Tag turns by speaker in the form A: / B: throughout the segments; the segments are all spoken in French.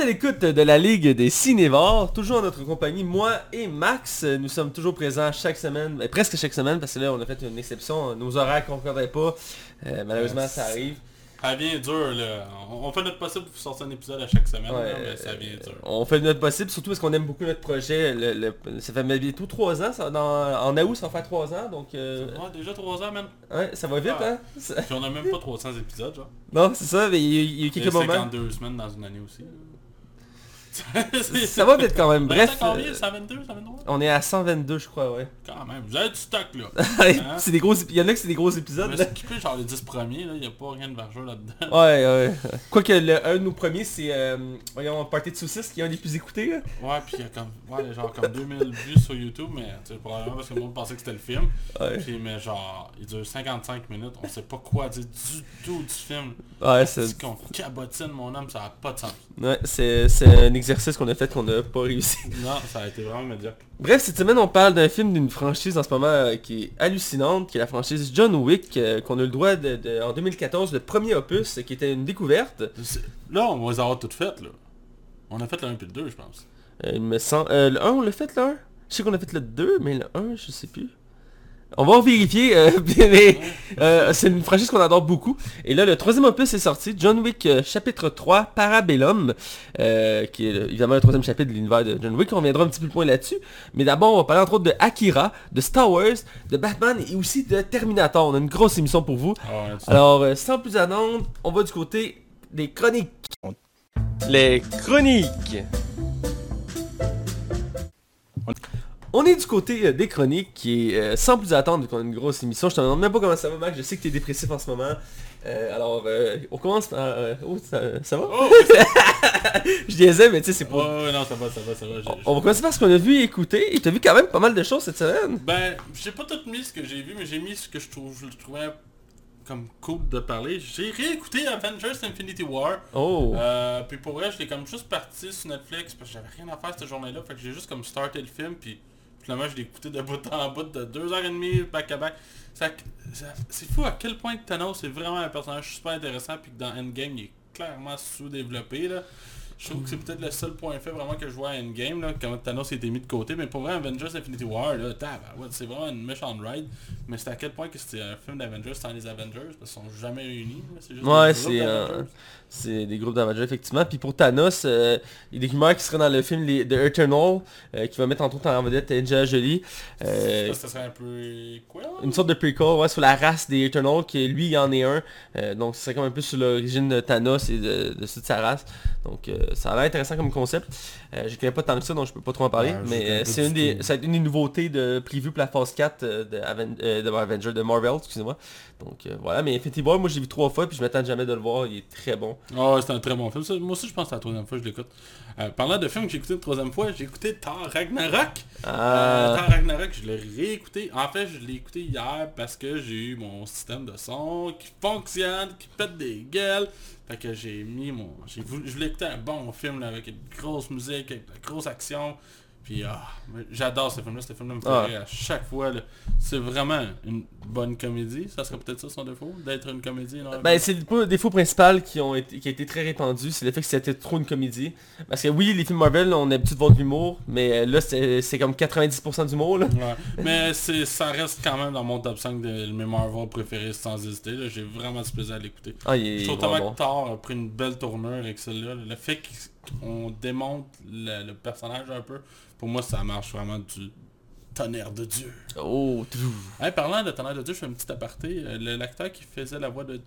A: l'écoute de la Ligue des Cinévores, toujours en notre compagnie, moi et Max. Nous sommes toujours présents chaque semaine, presque chaque semaine, parce que là on a fait une exception, nos horaires ne concordaient pas, malheureusement ça arrive.
B: Ça vient dur là, on fait notre possible pour sortir un épisode à chaque semaine,
A: Ouais,
B: là, mais ça vient dur.
A: On fait notre possible, surtout parce qu'on aime beaucoup notre projet. Ça fait bientôt 3 ans, en août ça va faire 3 ans, donc...
B: Ouais, déjà 3 ans, man.
A: Ouais, ça va vite, hein?
B: Puis on a même pas 300 épisodes, genre.
A: Non, c'est ça, mais il y a eu quelques moments...
B: 52 semaines dans une année aussi.
A: Ça va vite quand même, bref.
B: Combien? 122, 123?
A: On est à 122 je crois, ouais.
B: Quand même, vous avez du stock là.
A: C'est des gros, il y en a que c'est des gros épisodes.
B: Je
A: Là.
B: me suis occupé genre les 10 premiers, là, y a pas rien de vargeux là-dedans.
A: Ouais. Quoique un de nos premiers c'est, voyons, Party de saucisses qui est un des plus écoutés. Là.
B: Ouais, puis il y a comme 2000 vues sur YouTube, mais tu sais, probablement parce que le monde pensait que c'était le film.
A: Ouais.
B: Puis mais genre, il dure 55 minutes, on sait pas quoi dire du tout du film.
A: Ouais,
B: C'est qu'on cabotine mon homme, ça a pas de sens.
A: Ouais, c'est un exercice qu'on a fait qu'on n'a pas réussi.
B: Non, ça a été vraiment médiocre.
A: Bref, cette semaine on parle d'un film d'une franchise en ce moment qui est hallucinante, qui est la franchise John Wick, qu'on a le droit en 2014, le premier opus, qui était une découverte.
B: Là, on va les avoir toutes faites là. On a fait le 1 puis le 2, je pense.
A: Il me semble... le 1, on l'a fait le 1? Je sais qu'on a fait le 2, mais le 1, je sais plus. On va en vérifier, mais c'est une franchise qu'on adore beaucoup. Et là, le troisième opus est sorti, John Wick chapitre 3, Parabellum, qui est évidemment le troisième chapitre de l'univers de John Wick. On reviendra un petit peu plus loin là-dessus. Mais d'abord, on va parler entre autres de Akira, de Star Wars, de Batman et aussi de Terminator. On a une grosse émission pour vous.
B: Ah ouais,
A: Alors, sans plus attendre, on va du côté des chroniques. Les chroniques. On est du côté des chroniques qui est sans plus attendre vu qu'on a une grosse émission. Je te demande même pas comment ça va, Max. Je sais que t'es dépressif en ce moment. Alors, on commence par... ça va?
B: Oh,
A: Je disais, mais tu sais, c'est pour...
B: ouais, non, ça va.
A: On va commencer par ce qu'on a vu et écouté. Et t'as vu quand même pas mal de choses cette semaine.
B: Ben, j'ai pas tout mis ce que j'ai vu, mais j'ai mis ce que je trouvais comme cool de parler. J'ai réécouté Avengers Infinity War.
A: Oh.
B: Puis pour vrai, je l'ai comme juste parti sur Netflix parce que j'avais rien à faire cette journée-là. Fait que j'ai juste comme starté le film, puis finalement je l'ai écouté de bout en bout de 2h30 back à back. C'est fou à quel point que Thanos est vraiment un personnage super intéressant, puis que dans Endgame il est clairement sous-développé là. Je trouve que c'est peut-être le seul point fait vraiment que je vois à Endgame, là, quand Thanos a été mis de côté. Mais pour vrai, Avengers Infinity War, là, c'est vraiment une méchante ride. Mais c'est à quel point que c'était un film d'Avengers sans les Avengers, parce qu'ils sont jamais réunis. Là, c'est juste
A: Ouais, c'est des groupes d'Avengers, effectivement. Puis pour Thanos, il y a des rumeurs qui seraient dans le film The Eternal, qui va mettre entre autres en vedette Angelina Jolie.
B: Ça serait un peu quoi?
A: Une sorte de prequel, ouais, sur la race des Eternals, qui lui, il en est un. Donc ce serait comme un peu sur l'origine de Thanos et de toute sa race. Donc ça a l'air intéressant comme concept. Je connais pas tant que ça, donc je peux pas trop en parler. Mais ça va être une des nouveautés de prévues pour la phase 4 de Avengers, de Marvel, excusez-moi. Donc voilà, mais Infinity War, moi j'ai vu 3 fois, puis je m'attends jamais de le voir, il est très bon.
B: Oh, ouais, c'est un très bon film. Moi aussi je pense que c'est la troisième fois que je l'écoute. Parlant de films que j'ai écouté une troisième fois, j'ai écouté Thor Ragnarok. Thor Ragnarok, je l'ai réécouté. En fait, je l'ai écouté hier parce que j'ai eu mon système de son qui fonctionne, qui pète des gueules. Fait que j'ai mis je voulais écouter un bon film là, avec une grosse musique, avec de la grosse action. Puis j'adore ce film-là, me fait rire à chaque fois. Là. C'est vraiment une bonne comédie. Ça serait peut-être ça son défaut, d'être une comédie. Non?
A: Ben c'est le défaut principal qui a été très répandu, c'est le fait que c'était trop une comédie. Parce que oui, les films Marvel, on a l'habitude de voir de l'humour, mais là c'est comme 90% d'humour. Là.
B: Ouais. Mais ça reste quand même dans mon top 5 de mes Marvel préférés sans hésiter. Là. J'ai vraiment du plaisir à l'écouter. Je trouve tellement que Thor a pris une belle tournure avec celle-là. Le fait qu'on démonte le personnage un peu, pour moi ça marche vraiment du tonnerre de Dieu.
A: Oh,
B: hey, parlant de tonnerre de Dieu, je fais un petit aparté. L'acteur qui faisait la voix de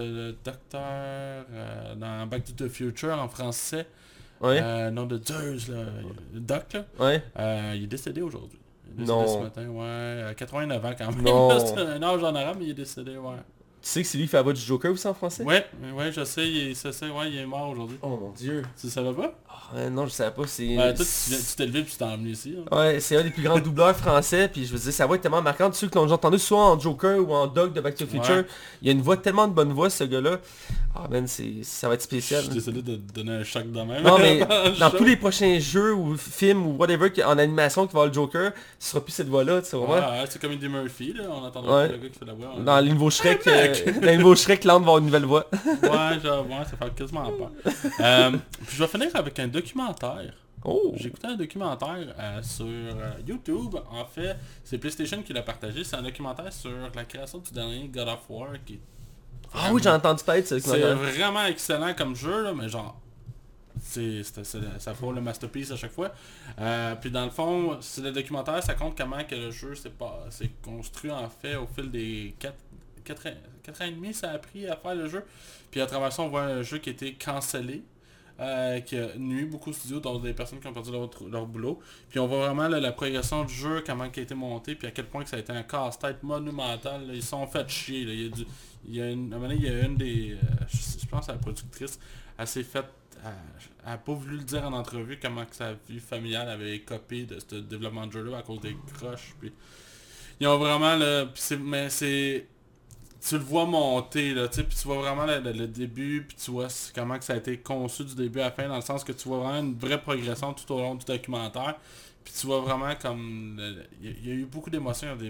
B: Docteur dans Back to the Future en français, nom de Zeus, là, Doc, là, il est décédé aujourd'hui. Il est décédé ce matin, ouais, 89 ans quand même. C'est un âge en arabe, mais il est décédé, ouais.
A: Tu sais que c'est lui qui fait la voix du Joker aussi en français?
B: Ouais, je sais, il est mort aujourd'hui.
A: Oh mon dieu.
B: Tu savais pas?
A: Non, je savais pas, c'est...
B: Toi, tu t'es levé puis tu t'es emmené ici. Hein.
A: Ouais, c'est un des plus grands doubleurs français, puis je veux dire, sa voix est tellement marquante. Ceux qui l'ont déjà entendu soit en Joker ou en Doc de Back to the Future, il y a une voix, tellement de bonne voix, ce gars-là. Ah man, ça va être
B: Je
A: spécial.
B: suis désolé de te donner un choc de même.
A: Non mais
B: le
A: dans
B: show.
A: tous les prochains jeux ou films ou whatever en animation qui va avoir le Joker, ce sera plus cette voix-là, tu sais vraiment.
B: Ouais, c'est comme Eddie Murphy, là. On attendra
A: Ouais.
B: le gars qui fait la voix.
A: Dans les nouveaux Shrek,
B: mec!
A: dans les nouveaux Shrek, Land va avoir une nouvelle voix.
B: Ouais, genre, ouais, ça fait quasiment peur. Puis je vais finir avec un documentaire.
A: Oh!
B: J'ai écouté un documentaire sur YouTube. En fait, c'est PlayStation qui l'a partagé. C'est un documentaire sur la création du dernier God of War qui est
A: Ah oui, j'ai entendu parler de ça.
B: c'est vraiment excellent comme jeu, là, mais genre, ça fait le masterpiece à chaque fois. Puis dans le fond, c'est le documentaire, ça compte comment que le jeu s'est construit en fait au fil des 4 ans et demi, ça a pris à faire le jeu. Puis à travers ça, on voit un jeu qui a été cancellé. Qui a nuit beaucoup de studios, dont des personnes qui ont perdu leur boulot. Puis on voit vraiment là, la progression du jeu, comment il a été monté, puis à quel point que ça a été un casse-tête monumental. Là. Ils sont fait chier. Là. À un moment donné, il y a une des... je pense à la productrice, elle s'est faite... Elle n'a pas voulu le dire en entrevue comment que sa vie familiale avait copié de ce développement de jeu-là à cause des croches. Puis ils ont vraiment... mais c'est... Tu le vois monter, là, tu sais, puis tu vois vraiment le début, puis tu vois comment que ça a été conçu du début à la fin, dans le sens que tu vois vraiment une vraie progression tout au long du documentaire, puis tu vois vraiment comme... Il y a eu beaucoup d'émotions, il y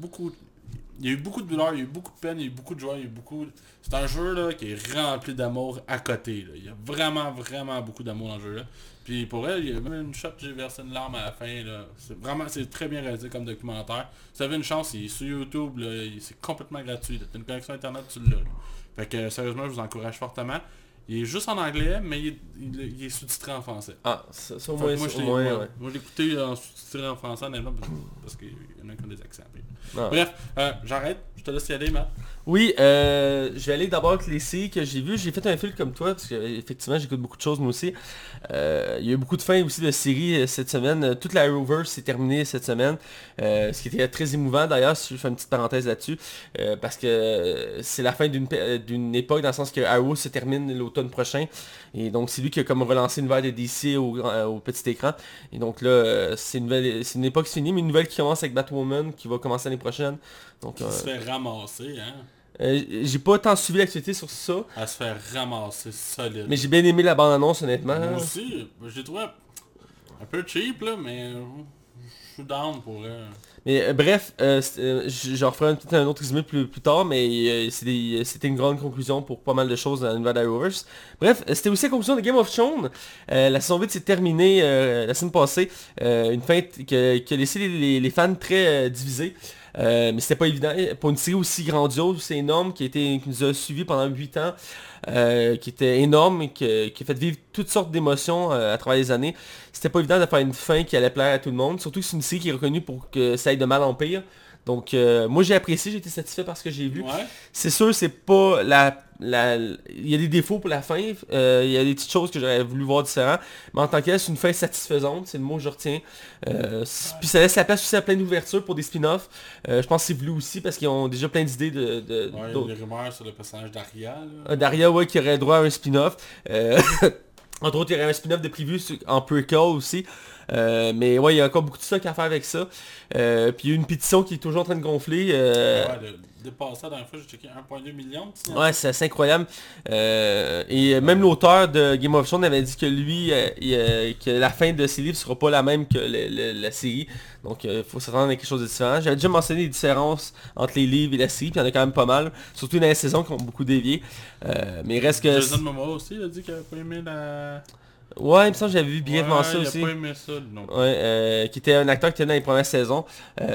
B: a eu beaucoup de douleur, il y a eu beaucoup de peine, il y a eu beaucoup de joie, il y a eu beaucoup... C'est un jeu là qui est rempli d'amour à côté, là. Il y a vraiment, vraiment beaucoup d'amour dans le jeu là. Puis pour elle, il y a même une shot, j'ai versé une larme à la fin, là. C'est très bien réalisé comme documentaire. Si vous avez une chance, il est sur YouTube, là, c'est complètement gratuit. T'as une connexion internet, tu l'as. Là. Fait que sérieusement, je vous encourage fortement. Il est juste en anglais, mais il est sous-titré en français.
A: Ah, ça au
B: Fait
A: moins,
B: que
A: ouais.
B: moi, je l'ai écouté en sous-titré en français, honnêtement, parce qu'il y en a qui ont des accents.
A: Ah.
B: Bref, j'arrête. Je te laisse y aller, Matt.
A: Oui, je vais aller d'abord avec les séries que j'ai vues. J'ai fait un fil comme toi, parce que effectivement j'écoute beaucoup de choses moi aussi. Il y a eu beaucoup de fins aussi de séries cette semaine. Toute la Arrowverse s'est terminée cette semaine. Ce qui était très émouvant d'ailleurs, si je fais une petite parenthèse là-dessus. Parce que c'est la fin d'une époque, dans le sens que Arrow se termine l'automne prochain. Et donc c'est lui qui a comme relancé une vague de DC au petit écran. Et donc là, c'est une époque finie, mais une nouvelle qui commence avec Batwoman, qui va commencer l'année prochaine. Donc,
B: Qui se fait ramasser, hein.
A: J'ai pas tant suivi l'actualité sur ça.
B: Elle se fait ramasser solide.
A: Mais j'ai bien aimé la bande-annonce honnêtement.
B: Moi aussi, j'ai trouvé un peu cheap là, mais je suis down pour elle.
A: Mais bref, j'en referai peut-être un autre résumé plus tard, mais c'était une grande conclusion pour pas mal de choses dans l'univers d'Arrowverse. Bref, c'était aussi la conclusion de Game of Thrones. La saison 8 s'est terminée la semaine passée. Une fin qui a laissé les fans très divisés. Mais c'était pas évident pour une série aussi grandiose, aussi énorme, qui nous a suivis pendant 8 ans, qui était énorme et qui a fait vivre toutes sortes d'émotions à travers les années. C'était pas évident de faire une fin qui allait plaire à tout le monde, surtout que c'est une série qui est reconnue pour que ça aille de mal en pire. Donc moi j'ai apprécié, j'ai été satisfait par ce que j'ai vu.
B: Ouais.
A: C'est sûr, c'est pas il y a des défauts pour la fin, il y a des petites choses que j'aurais voulu voir différentes, mais en tant que tel, c'est une fin satisfaisante, c'est le mot que je retiens. Puis ça laisse la place aussi à plein d'ouvertures pour des spin-offs. Je pense que c'est voulu aussi parce qu'ils ont déjà plein d'idées
B: Ouais, il y a des rumeurs sur le personnage d'Arya.
A: Daria, ouais, qui aurait droit à un spin-off. Entre autres, il y aurait un spin-off de prévu en prequel aussi. Mais ouais, il y a encore beaucoup de stock à faire avec ça. Puis il y a une pétition qui est toujours en train de gonfler.
B: Ouais, dépassé la dernière fois, j'ai checké 1,2 million.
A: Ouais, c'est assez incroyable. Et même l'auteur de Game of Thrones avait dit que lui, que la fin de ses livres sera pas la même que la série. Donc il faut s'attendre à quelque chose de différent. J'avais déjà mentionné les différences entre les livres et la série, puis il y en a quand même pas mal. Surtout dans les saisons qui ont beaucoup dévié. Mais il reste que...
B: Jason Momoa aussi, il a dit qu'il avait pas aimé la...
A: Ouais, il me semble que j'avais vu brièvement ça aussi.
B: Il a pas aimé ça, non.
A: Ouais, qui était un acteur qui était dans les premières saisons.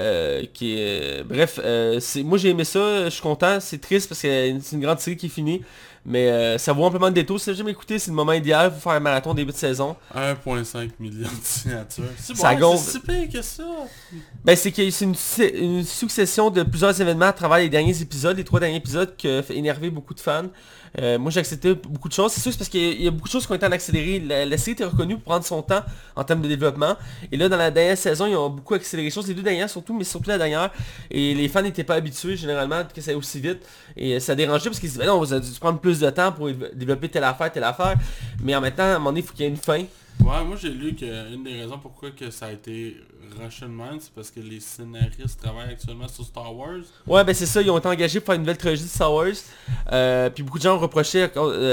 A: Bref, moi j'ai aimé ça, je suis content, c'est triste parce que c'est une grande série qui est finie. Mais ça vaut amplement de détour. Si vous jamais écouté, c'est le moment idéal pour faire un marathon début de saison.
B: 1,5 million de signatures. C'est
A: Ça
B: bon,
A: gonfle.
B: c'est si pire que ça.
A: Ben c'est que c'est une succession de plusieurs événements à travers les derniers épisodes, les 3 derniers épisodes qui a fait énerver beaucoup de fans. Moi j'ai accepté beaucoup de choses. C'est sûr c'est parce qu'il y a beaucoup de choses qui ont été en accéléré. La série était reconnue pour prendre son temps en termes de développement. Et là dans la dernière saison, ils ont beaucoup accéléré les choses. Les 2 dernières surtout, mais surtout la dernière. Et les fans n'étaient pas habitués généralement que ça aille aussi vite. Et ça dérangeait parce qu'ils se disaient, non, vous avez dû prendre plus de temps pour développer telle affaire. Mais en même temps, à un moment donné, il faut qu'il y ait une fin.
B: Ouais, moi j'ai lu qu'une des raisons pourquoi que ça a été Russian Man, c'est parce que les scénaristes travaillent actuellement sur Star Wars.
A: Ouais, ben c'est ça, ils ont été engagés pour faire une nouvelle trilogie de Star Wars. Puis beaucoup de gens ont reproché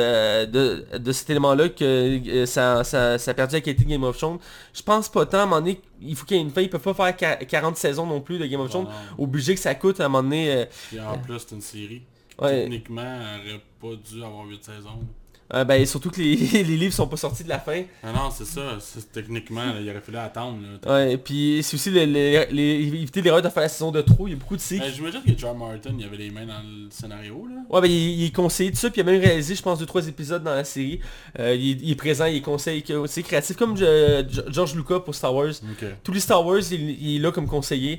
A: de cet élément-là que ça a perdu la qualité de Game of Thrones. Je pense pas tant, à un moment donné, il faut qu'il y ait une fin. Ils peuvent pas faire 40 saisons non plus de Game of Thrones. Au budget que ça coûte, à un moment donné...
B: Puis en plus, c'est une série qui
A: ouais.
B: techniquement aurait pas dû avoir 8 saisons.
A: Ben surtout que les livres sont pas sortis de la fin.
B: Ah non, c'est ça. Techniquement, là, il aurait fallu attendre. Là.
A: Ouais, puis c'est aussi éviter l'erreur de faire la saison de trop. Il y a beaucoup de séries.
B: J'imagine que George Martin, il avait les mains dans le scénario. Là.
A: Ouais, ben il est conseillé de ça, puis il a même réalisé, je pense, 2-3 épisodes dans la série. Il est présent, il est conseiller, c'est créatif, comme George Lucas pour Star Wars.
B: Okay.
A: Tous les Star Wars, il est là comme conseiller.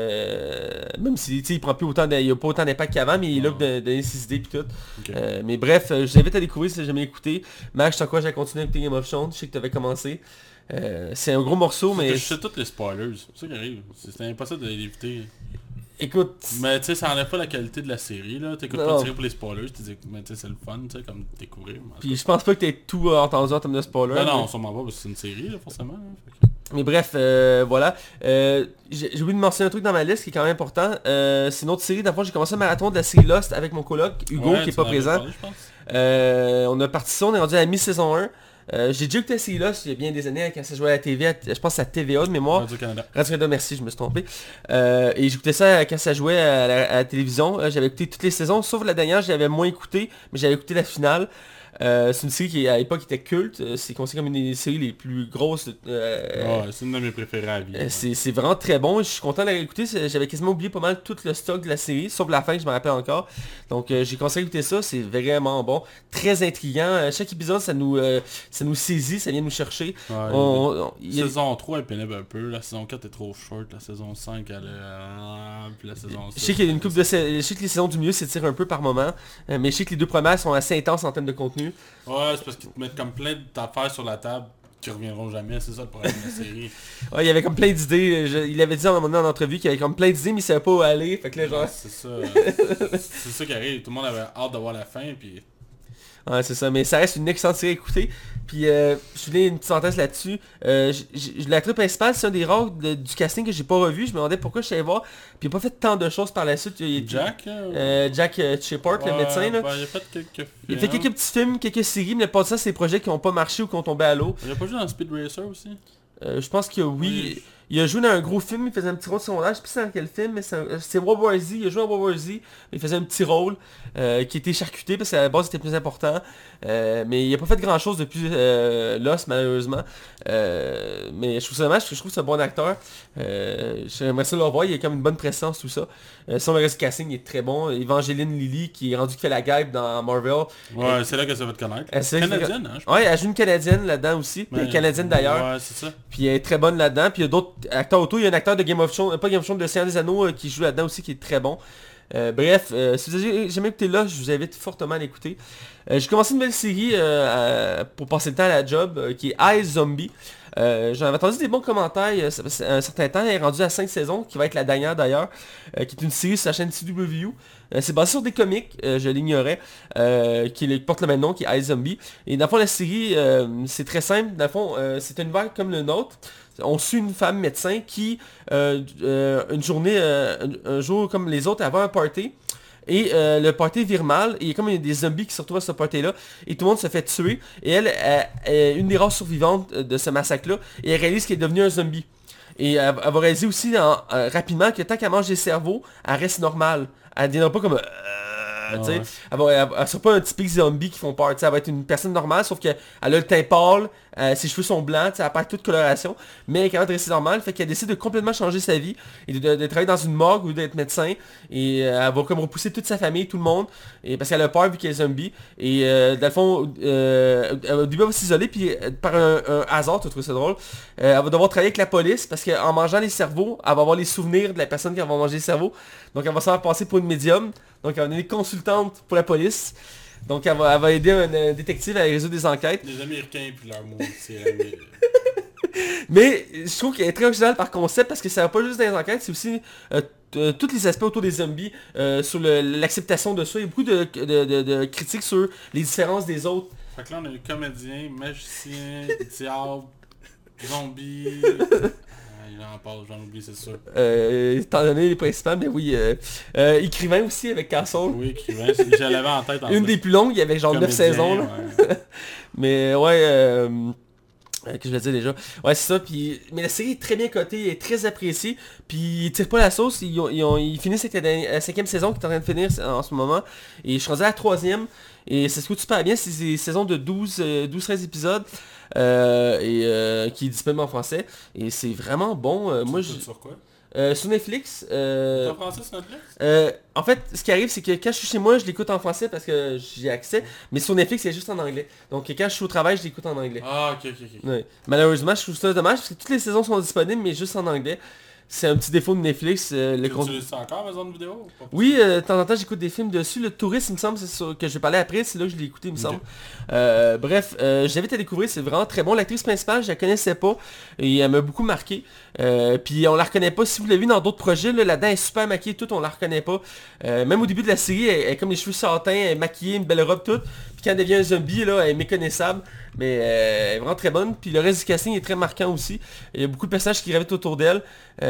A: Même si il prend plus autant, il a pas autant d'impact qu'avant, mais il est là pour donner ses idées puis tout. Okay. Mais bref, je vous invite à découvrir si vous n'avez jamais écouté. Max, je t'encourage à continuer avec Game of Thrones. Je sais que tu avais commencé. C'est un gros morceau, mais...
B: Je sais tous les spoilers. C'est ça qui arrive. C'est impossible de l'éviter.
A: Écoute...
B: Mais tu sais, ça enlève pas la qualité de la série, là. T'écoutes pas la série pour les spoilers, tu dis, mais tu sais, c'est le fun, tu sais, comme découvrir.
A: Puis je pense pas que t'aies tout entendu en termes de spoilers.
B: Non, sûrement pas, parce que c'est une série, là, forcément. Là,
A: mais bref, voilà. J'ai oublié de mentionner un truc dans ma liste qui est quand même important. C'est une autre série. D'abord, j'ai commencé un marathon de la série Lost avec mon coloc, Hugo, qui est pas présent. Parlé, on a parti ça, on est rendu à la mi-saison 1. J'ai déjà écouté la série Lost il y a bien des années quand ça jouait à la TV, je pense à TVA de mémoire. Radio-Canada, merci, je me suis trompé. Et j'écoutais ça quand ça jouait à la télévision. J'avais écouté toutes les saisons, sauf la dernière, j'avais moins écouté, mais j'avais écouté la finale. C'est une série qui à l'époque était culte, c'est considéré comme une des séries les plus grosses.
B: C'est une de mes préférées à vie.
A: C'est vraiment très bon, je suis content de l'avoir écouté, j'avais quasiment oublié pas mal tout le stock de la série, sauf la fin que je me rappelle encore. Donc j'ai commencé à écouter ça, c'est vraiment bon, très intriguant, chaque épisode ça nous saisit, ça vient nous chercher.
B: Saison 3 est pénible un peu, la saison 4 est trop short, la saison 5 elle est... puis la saison 6.
A: Je sais qu'il y a une couple de je sais que les saisons du milieu s'étirent un peu par moment, mais je sais que les deux premières sont assez intenses en termes de contenu.
B: Ouais, c'est parce qu'ils te mettent comme plein d'affaires sur la table qui reviendront jamais, c'est ça le problème de la série.
A: Ouais, il y avait comme plein d'idées, il avait dit à un moment donné en entrevue qu'il y avait comme plein d'idées mais il savait pas où aller, fait que là genre...
B: Ouais, c'est ça, c'est ça qui arrive, tout le monde avait hâte de voir la fin, puis...
A: Ouais, c'est ça, mais ça reste une excellente série à écouter. Puis, je voulais une petite parenthèse là-dessus. L'acteur principal, c'est un des rares du casting que j'ai pas revu. Je me demandais pourquoi je savais voir. Puis, il a pas fait tant de choses par la suite.
B: Jack
A: Shepard, le médecin. Là.
B: Il a fait quelques films.
A: Il a fait quelques petits films, quelques séries, mais pas de ça, c'est des projets qui ont pas marché ou qui ont tombé à l'eau.
B: Il a pas joué dans Speed Racer aussi?
A: Je pense que oui. Il a joué dans un gros film, il faisait un petit rôle secondaire, je sais plus c'est dans quel film, mais c'est World War Z, il a joué dans World War Z, il faisait un petit rôle qui était charcuté parce qu'à la base c'était plus important, mais il a pas fait grand chose depuis Lost malheureusement, mais je trouve ça dommage parce que je trouve que c'est un bon acteur, j'aimerais ça le revoir, il a quand même une bonne présence tout ça, son reste du casting est très bon, Evangeline Lilly qui est rendu qui fait la guêpe dans Marvel.
B: Ouais, c'est là que ça va te connaître.
A: Canadienne, hein, je pense. Ouais, elle joue une Canadienne là-dedans aussi, une Canadienne d'ailleurs.
B: Ouais, c'est ça.
A: Puis elle est très bonne là-dedans, puis il y a d'autres acteurs autour, il y a un acteur de Game of Thrones, pas Game of Thrones, de Seigneur des Anneaux qui joue là-dedans aussi qui est très bon. Bref, si vous avez jamais écouté là, je vous invite fortement à l'écouter. J'ai commencé une nouvelle série pour passer le temps à la job qui est iZombie. J'en avais entendu des bons commentaires un certain temps, elle est rendue à 5 saisons, qui va être la dernière d'ailleurs, qui est une série sur la chaîne CW. C'est basé sur des comics, je l'ignorais, qui porte le même nom, qui est iZombie. Et dans le fond, la série, c'est très simple. Dans le fond, c'est un univers comme le nôtre. On suit une femme médecin qui, une journée, un jour comme les autres, elle va à un party. Et le party vire mal, et il y a comme des zombies qui se retrouvent à ce party-là, et tout le monde se fait tuer. Et elle est une des rares survivantes de ce massacre-là, et elle réalise qu'elle est devenue un zombie. Et elle va réaliser aussi rapidement que tant qu'elle mange des cerveaux, elle reste normale. Elle ne deviendra pas comme... ouais. Elle sera pas un typique zombie qui font peur, elle va être une personne normale, sauf qu'elle a le teint pâle, ses cheveux sont blancs, elle perd toute coloration, mais elle est capable de rester normale, fait qu'elle décide de complètement changer sa vie, et de travailler dans une morgue ou d'être médecin, et elle va comme repousser toute sa famille, tout le monde, et parce qu'elle a peur vu qu'elle est zombie, et dans le fond, au début elle va s'isoler, puis par un hasard, tu trouves ça drôle, elle va devoir travailler avec la police, parce qu'en mangeant les cerveaux, elle va avoir les souvenirs de la personne qui va manger les cerveaux, donc elle va se faire passer pour une médium, donc elle va devenir consultante pour la police. Donc elle va aider un détective à résoudre des enquêtes.
B: Les Américains puis leur mot, c'est
A: Mais je trouve qu'elle est très originale par concept parce que ça va pas juste dans les enquêtes, c'est aussi tous les aspects autour des zombies, sur l'acceptation de ça. Il y a beaucoup de critiques sur les différences des autres.
B: Fait que là, on a eu comédien, magicien, diable, zombie... J'en parle, j'en oublie, c'est sûr.
A: Étant donné les principaux, mais oui. Écrivain aussi avec Castle.
B: Oui, écrivain, je l'avais en tête.
A: Une des plus longues, il y avait genre 9 saisons. Là. Ouais. Mais ouais... que je vais dire déjà. Ouais, c'est ça. Puis, mais la série est très bien cotée, elle est très appréciée. Puis ils tirent pas la sauce. Ils finissent avec la 5e saison qui est en train de finir en ce moment. Et je suis rendu à la 3e. Et ça se coûte super bien. C'est des saisons de 12-13 épisodes. Qui est disponible en français. Et c'est vraiment bon. Moi,
B: sur quoi?
A: Sur Netflix.
B: En français sur Netflix?
A: En fait, ce qui arrive, c'est que quand je suis chez moi, je l'écoute en français parce que j'ai accès. Mais sur Netflix, c'est juste en anglais. Donc quand je suis au travail, je l'écoute en anglais.
B: Ah, ok.
A: Ouais. Malheureusement, je trouve ça dommage parce que toutes les saisons sont disponibles, mais juste en anglais. C'est un petit défaut de Netflix.
B: Tu utilises encore Amazon Vidéo?
A: Oui, de temps en temps, j'écoute des films dessus. Le Touriste, il me semble, c'est ça que je vais parler après. C'est là que je l'ai écouté, il me semble. Bref, j'invite à découvrir. C'est vraiment très bon. L'actrice principale, je la connaissais pas. Et elle m'a beaucoup marqué. Puis on la reconnaît pas. Si vous l'avez vu dans d'autres projets, là-dedans, elle est super maquillée, tout, on la reconnaît pas. Même au début de la série, elle a comme les cheveux satins, elle est maquillée, une belle robe, tout. Puis quand elle devient un zombie, là, elle est méconnaissable. Mais elle est vraiment très bonne. Puis le reste du casting est très marquant aussi. Il y a beaucoup de personnages qui gravitent autour d'elle.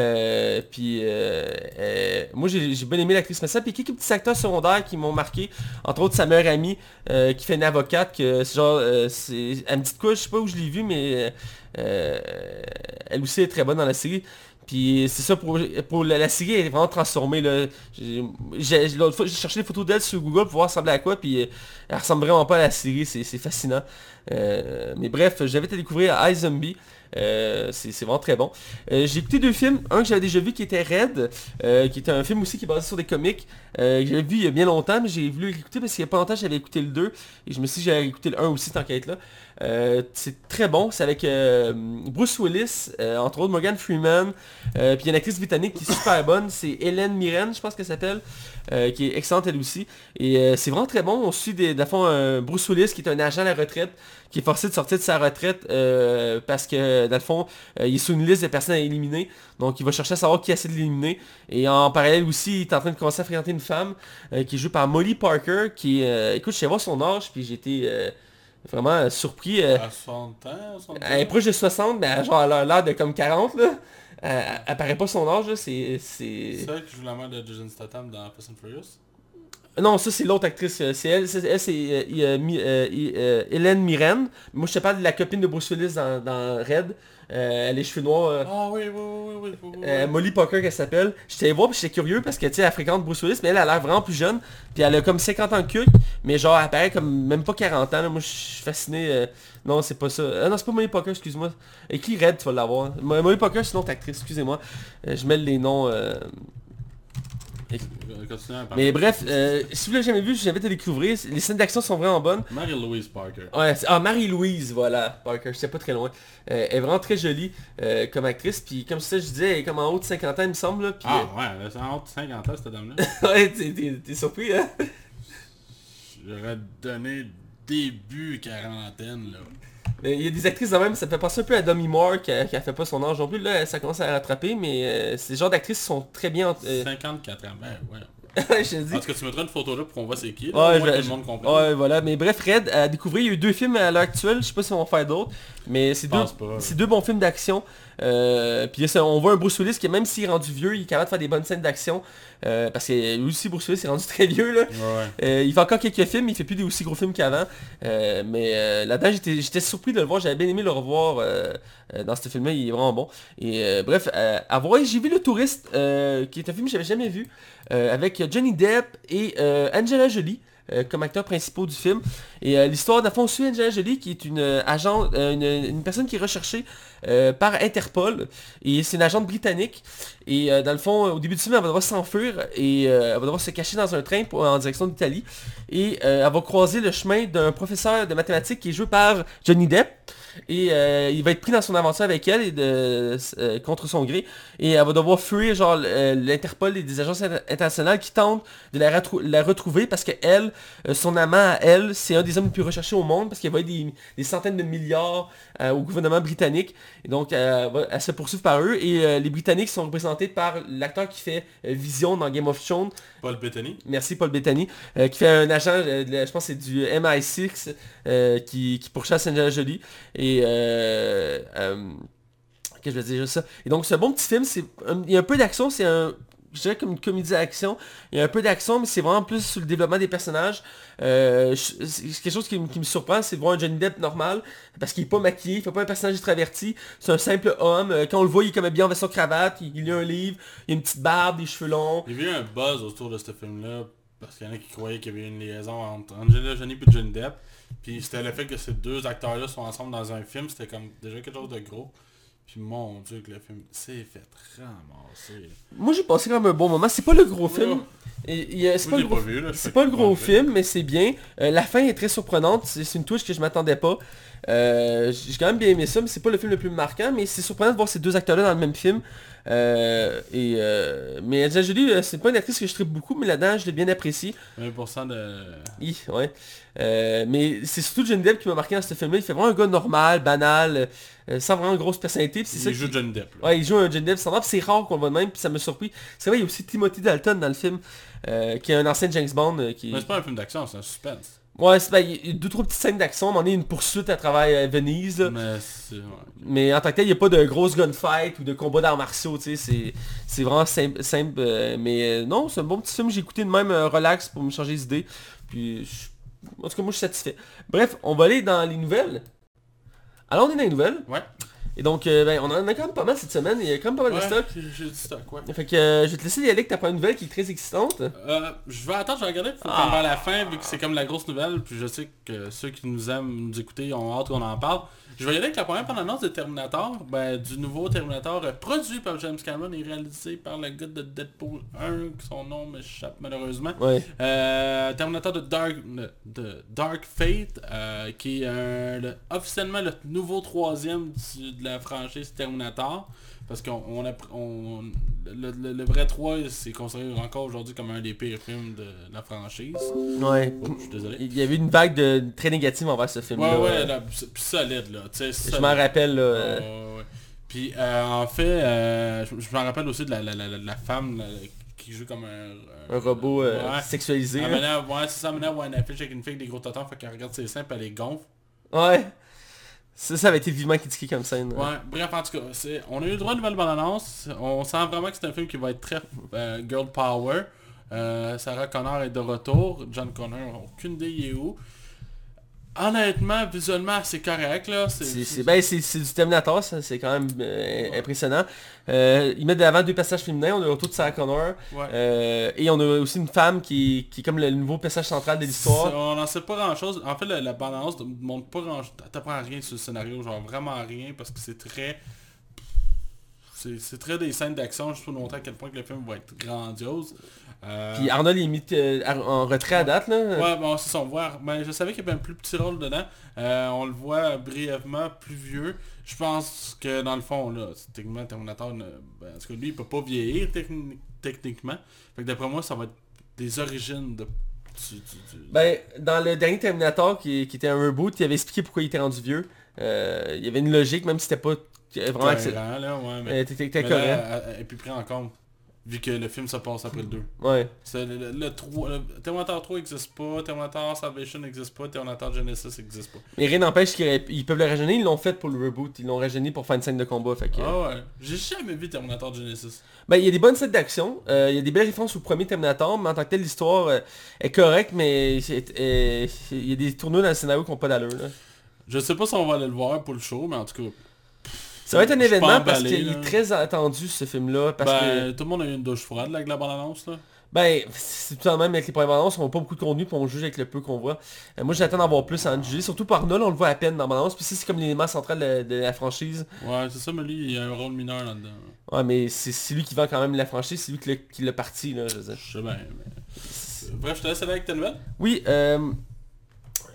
A: Moi j'ai bien aimé l'actrice principale. Puis quelques petits acteurs secondaires qui m'ont marqué. Entre autres sa meilleure amie qui fait une avocate. Que c'est genre, elle me dit de quoi, je sais pas où je l'ai vu, mais elle aussi est très bonne dans la série. Puis c'est ça, pour la série, elle est vraiment transformée. Là. L'autre fois, j'ai cherché des photos d'elle sur Google pour voir ressembler à quoi, puis elle ressemble vraiment pas à la série, c'est fascinant. Mais bref, j'invite à découvrir iZombie. C'est vraiment très bon. J'ai écouté 2 films, un que j'avais déjà vu qui était Red, qui était un film aussi qui est basé sur des comics, que j'avais vu il y a bien longtemps, mais j'ai voulu l'écouter parce qu'il y a pas longtemps j'avais écouté le 2, et je me suis dit j'allais écouter le 1 aussi tant qu'à être là. C'est très bon, c'est avec Bruce Willis, entre autres Morgan Freeman, puis il y a une actrice britannique qui est super bonne, c'est Hélène Mirren, je pense qu'elle s'appelle, qui est excellente elle aussi. Et c'est vraiment très bon, on suit Bruce Willis qui est un agent à la retraite, qui est forcé de sortir de sa retraite parce que dans le fond, il est sur une liste de personnes à éliminer. Donc il va chercher à savoir qui essaie de l'éliminer. Et en parallèle aussi, il est en train de commencer à fréquenter une femme qui est jouée par Molly Parker, qui écoute, je sais voir son âge, puis j'ai été vraiment surpris.
B: À 60 ans?
A: Elle est proche de 60, mais genre elle a l'air de comme 40 là. Elle paraît pas son âge là, c'est...
B: C'est elle qui joue la mère de Jason Statham dans Fast and Furious?
A: Non, ça c'est l'autre actrice, c'est elle, c'est Hélène Mirren. Moi je te parle de la copine de Bruce Willis dans Red. Elle a les cheveux noirs.
B: Ah oui.
A: Molly Parker qu'elle s'appelle. J'étais allé voir puis j'étais curieux parce que tu sais elle fréquente Bruce Willis, mais elle a l'air vraiment plus jeune. Puis elle a comme 50 ans de cul, mais genre elle paraît comme même pas 40 ans. Là. Moi je suis fasciné. Non c'est pas ça. Non c'est pas Molly Parker, excuse-moi. Écris Red, tu vas l'avoir. Molly Parker c'est une autre actrice, excusez-moi. Je mêle les noms. Mais bref, si vous l'avez jamais vu, j'invite à découvrir. Les scènes d'action sont vraiment bonnes.
B: Marie-Louise Parker.
A: Ouais, Marie-Louise, voilà, Parker, je sais pas très loin. Elle est vraiment très jolie comme actrice. Puis comme ça, je disais, elle est comme en haut de 50 ans, il me semble. Là, puis,
B: ouais, elle est en haut de 50 ans, cette dame-là.
A: Ouais, t'es surpris, hein?
B: J'aurais donné début quarantaine, là.
A: Il y a des actrices de même, ça me fait penser un peu à Demi Moore qui a fait pas son âge non plus. Là, ça commence à rattraper, mais ces genres d'actrices sont très bien...
B: 54 ans, ben ouais.
A: Je te dis.
B: Est-ce que tu mettras une photo là pour qu'on voit c'est qui, là,
A: ouais,
B: tout le monde comprend.
A: Ouais, voilà. Mais bref, Red, à découvrir, il y a eu 2 films à l'heure actuelle, je sais pas si on va en faire d'autres, mais c'est 2 bons films d'action. Puis on voit un Bruce Willis qui, même s'il est rendu vieux, il est capable de faire des bonnes scènes d'action. Parce que lui aussi, Bruce Willis est rendu très vieux là.
B: Ouais.
A: Il fait encore quelques films, il fait plus des aussi gros films qu'avant. Mais là-dedans, j'étais surpris de le voir, j'avais bien aimé le revoir dans ce film-là, il est vraiment bon. Et bref, j'ai vu Le Touriste, qui est un film que j'avais jamais vu, avec Johnny Depp et Angelina Jolie. Comme acteurs principaux du film. Et l'histoire d'à fond suit Angelina Jolie qui est une agente, une personne qui est recherchée par Interpol. Et c'est une agente britannique. Et dans le fond, au début du film, elle va devoir s'enfuir et elle va devoir se cacher dans un train en direction d'Italie. Et elle va croiser le chemin d'un professeur de mathématiques qui est joué par Johnny Depp. Et il va être pris dans son aventure avec elle et contre son gré. Et elle va devoir fuir genre l'Interpol et des agences internationales qui tentent de la retrouver parce que elle, son amant à elle, c'est un des hommes les plus recherchés au monde parce qu'il va y avoir des centaines de milliards au gouvernement britannique. Et donc elle se poursuit par eux. Et les Britanniques sont représentés par l'acteur qui fait Vision dans Game of Thrones.
B: Paul Bettany.
A: Merci Paul Bettany. Qui fait un agent, je pense que c'est du MI6 qui pourchasse Angelina Jolie. Et que je vais dire ça. Et donc c'est un bon petit film, il y a un peu d'action, je dirais comme une comédie d'action. Il y a un peu d'action, mais c'est vraiment plus sur le développement des personnages. C'est quelque chose qui me surprend, c'est de voir un Johnny Depp normal, parce qu'il est pas maquillé, il fait pas un personnage extraverti, c'est un simple homme. Quand on le voit, il est comme bien en veston cravate, il lit un livre, il a une petite barbe, des cheveux longs.
B: Il y a eu un buzz autour de ce film-là, parce qu'il y en a qui croyaient qu'il y avait une liaison entre Angelina Jolie et Johnny Depp. Puis c'était le fait que ces deux acteurs-là sont ensemble dans un film, c'était comme déjà quelque chose de gros. Puis mon dieu que le film s'est fait ramasser.
A: Moi j'ai passé quand même un bon moment, c'est pas le gros film. C'est pas le gros film, mais c'est bien. La fin est très surprenante, c'est une touche que je m'attendais pas. J'ai quand même bien aimé ça, mais c'est pas le film le plus marquant, mais c'est surprenant de voir ces deux acteurs-là dans le même film. Mais Angelina Jolie, c'est pas une actrice que je tripe beaucoup, mais là-dedans, je l'ai bien apprécié.
B: 1% de...
A: Ouais. Mais c'est surtout Johnny Depp qui m'a marqué dans ce film-là. Il fait vraiment un gars normal, banal, sans vraiment une grosse personnalité.
B: Il joue Johnny Depp.
A: Ouais, il joue un Johnny Depp standard, c'est rare qu'on le voit de même, puis ça m'a surpris. C'est vrai, il y a aussi Timothy Dalton dans le film, qui est un ancien James Bond.
B: Mais c'est pas un film d'action, c'est un suspense.
A: Ouais, il y a 2-3 petites scènes d'action, à un moment donné, une poursuite à travers Venise. Mais en tant que tel, il n'y a pas de grosses gunfight ou de combats d'arts martiaux, tu sais, c'est vraiment simple. Mais non, c'est un bon petit film, j'ai écouté de même relax pour me changer les idées. Puis, en tout cas, moi je suis satisfait. Bref, on va aller dans les nouvelles. Alors on est dans les nouvelles.
B: Ouais.
A: Et donc, on en a quand même pas mal cette semaine, il y a quand même pas mal de stock.
B: J'ai du stock, ouais.
A: Fait que je vais te laisser y aller avec ta première nouvelle qui est très excitante.
B: Je vais attendre, je vais regarder comme vers la fin, vu que c'est comme la grosse nouvelle, puis je sais que ceux qui nous aiment nous écouter ont hâte qu'on en parle. Je vais y aller avec la première bande-annonce de Terminator, du nouveau Terminator produit par James Cameron et réalisé par le gars de Deadpool 1, que son nom m'échappe malheureusement.
A: Ouais.
B: Terminator de Dark Fate, qui est officiellement le nouveau troisième de la franchise Terminator. Parce que le vrai 3, c'est considéré encore aujourd'hui comme un des pires films de la franchise.
A: Ouais.
B: Je suis désolé.
A: Il y avait une vague très négative envers ce film-là.
B: Ouais, puis solide, là.
A: Je m'en rappelle, là.
B: Ouais. Puis, en fait, je m'en rappelle aussi de la femme qui joue comme un
A: robot sexualisé.
B: C'est ça, elle voit une affiche avec une fille avec des gros totons, fait qu'elle regarde ses seins, puis elle les gonfle.
A: Ouais. Ça avait été vivement critiqué comme scène.
B: Ouais, bref, en tout cas, on a eu le droit de nouvelle bande-annonce. On sent vraiment que c'est un film qui va être très girl power. Sarah Connor est de retour. John Connor, aucune idée il est où. Honnêtement, visuellement, c'est correct, là.
A: C'est du Terminator, ça, c'est quand même impressionnant. Ils mettent de l'avant deux personnages féminins, on a le retour de Sarah Connor.
B: Ouais.
A: Et on a aussi une femme qui est comme le nouveau personnage central de l'histoire.
B: On n'en sait pas grand-chose. En fait, la bande-annonce ne montre pas grand-chose. T'apprends rien sur le scénario, genre vraiment rien, parce que c'est très... C'est très des scènes d'action, juste pour montrer à quel point que le film va être grandiose.
A: Puis Arnold est mis en retrait à date, là.
B: Ouais, bon, c'est son voir. Ben, je savais qu'il y avait un plus petit rôle dedans. On le voit brièvement, plus vieux. Je pense que dans le fond, là, techniquement, Terminator, parce que lui, il peut pas vieillir techniquement. Fait que d'après moi, ça va être des origines de...
A: Ben, dans le dernier Terminator, qui était un reboot, il avait expliqué pourquoi il était rendu vieux. Il y avait une logique, même si c'était pas vraiment... T'étais correct.
B: Et puis pris en compte. Vu que le film se passe après le 2.
A: Ouais.
B: Terminator 3 n'existe pas, Terminator Salvation n'existe pas, Terminator Genesis n'existe pas.
A: Mais rien n'empêche qu'ils peuvent le rajeunir, ils l'ont fait pour le reboot, ils l'ont rajeuni pour faire une scène de combat. Fait que...
B: Ah ouais, j'ai jamais vu Terminator Genesis.
A: Ben il y a des bonnes scènes d'action, il y a des belles références au premier Terminator, mais en tant que tel l'histoire est correcte, mais il y a des tournures dans le scénario qui n'ont pas d'allure. Là.
B: Je sais pas si on va aller le voir pour le show, mais en tout cas...
A: Ça va être un événement parce qu'il est très attendu ce film-là.
B: Tout le monde a eu une douche froide là, avec la bande-annonce là.
A: Ben, c'est tout le temps même avec les premières bandes-annonces, on n'a pas beaucoup de contenu puis on juge avec le peu qu'on voit. Moi j'attends d'en voir plus en juger, surtout par Arnold, on le voit à peine dans la bande-annonce, puis c'est comme l'élément central de la franchise.
B: Ouais, c'est ça, mais lui il a un rôle mineur là-dedans.
A: Ouais, mais c'est lui qui vend quand même la franchise, c'est lui qui l'a parti là, je veux dire.
B: Je sais bien, mais... Bref, je te laisse aller avec ta nouvelle.
A: Oui,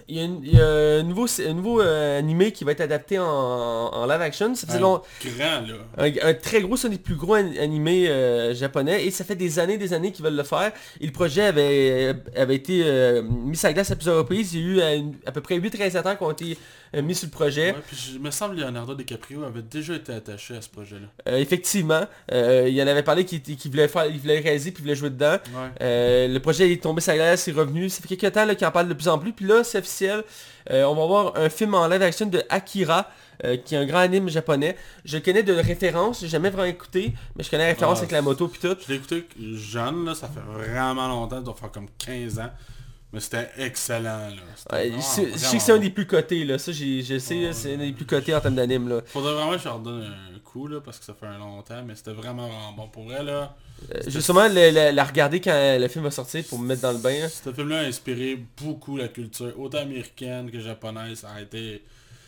A: il y a un nouveau animé qui va être adapté en live action. Ça faisait
B: Grand, là.
A: un très gros, c'est un des plus gros animés japonais. Et ça fait des années qu'ils veulent le faire. Et le projet avait été mis sur la glace à plusieurs reprises. Il y a eu à peu près 8 réalisateurs qui ont été mis sur le projet.
B: Ouais, puis il me semble que Leonardo DiCaprio avait déjà été attaché à ce projet-là.
A: Effectivement, il en avait parlé qu'il voulait réaliser puis il voulait jouer dedans.
B: Ouais.
A: Le projet est tombé sur la glace, c'est revenu. Ça fait quelques temps qu'il en parle de plus en plus. Puis là, c'est officiel. On va avoir un film en live action de Akira, qui est un grand anime japonais. Je le connais de référence, j'ai jamais vraiment écouté, mais je connais la référence avec la moto puis tout.
B: Je l'ai écouté jeune, là, ça fait vraiment longtemps, ça doit faire comme 15 ans. Mais c'était excellent, là.
A: Je sais que c'est un des plus cotés, là. Ça, je sais, c'est un des plus cotés en termes d'anime, là.
B: Faudrait vraiment que je leur donne un coup, là, parce que ça fait un longtemps, mais c'était vraiment bon. Pour vrai, là...
A: Je vais sûrement la regarder quand le film va sortir pour me mettre dans le bain. Hein.
B: Ce film-là a inspiré beaucoup la culture, autant américaine que japonaise. Ça a été...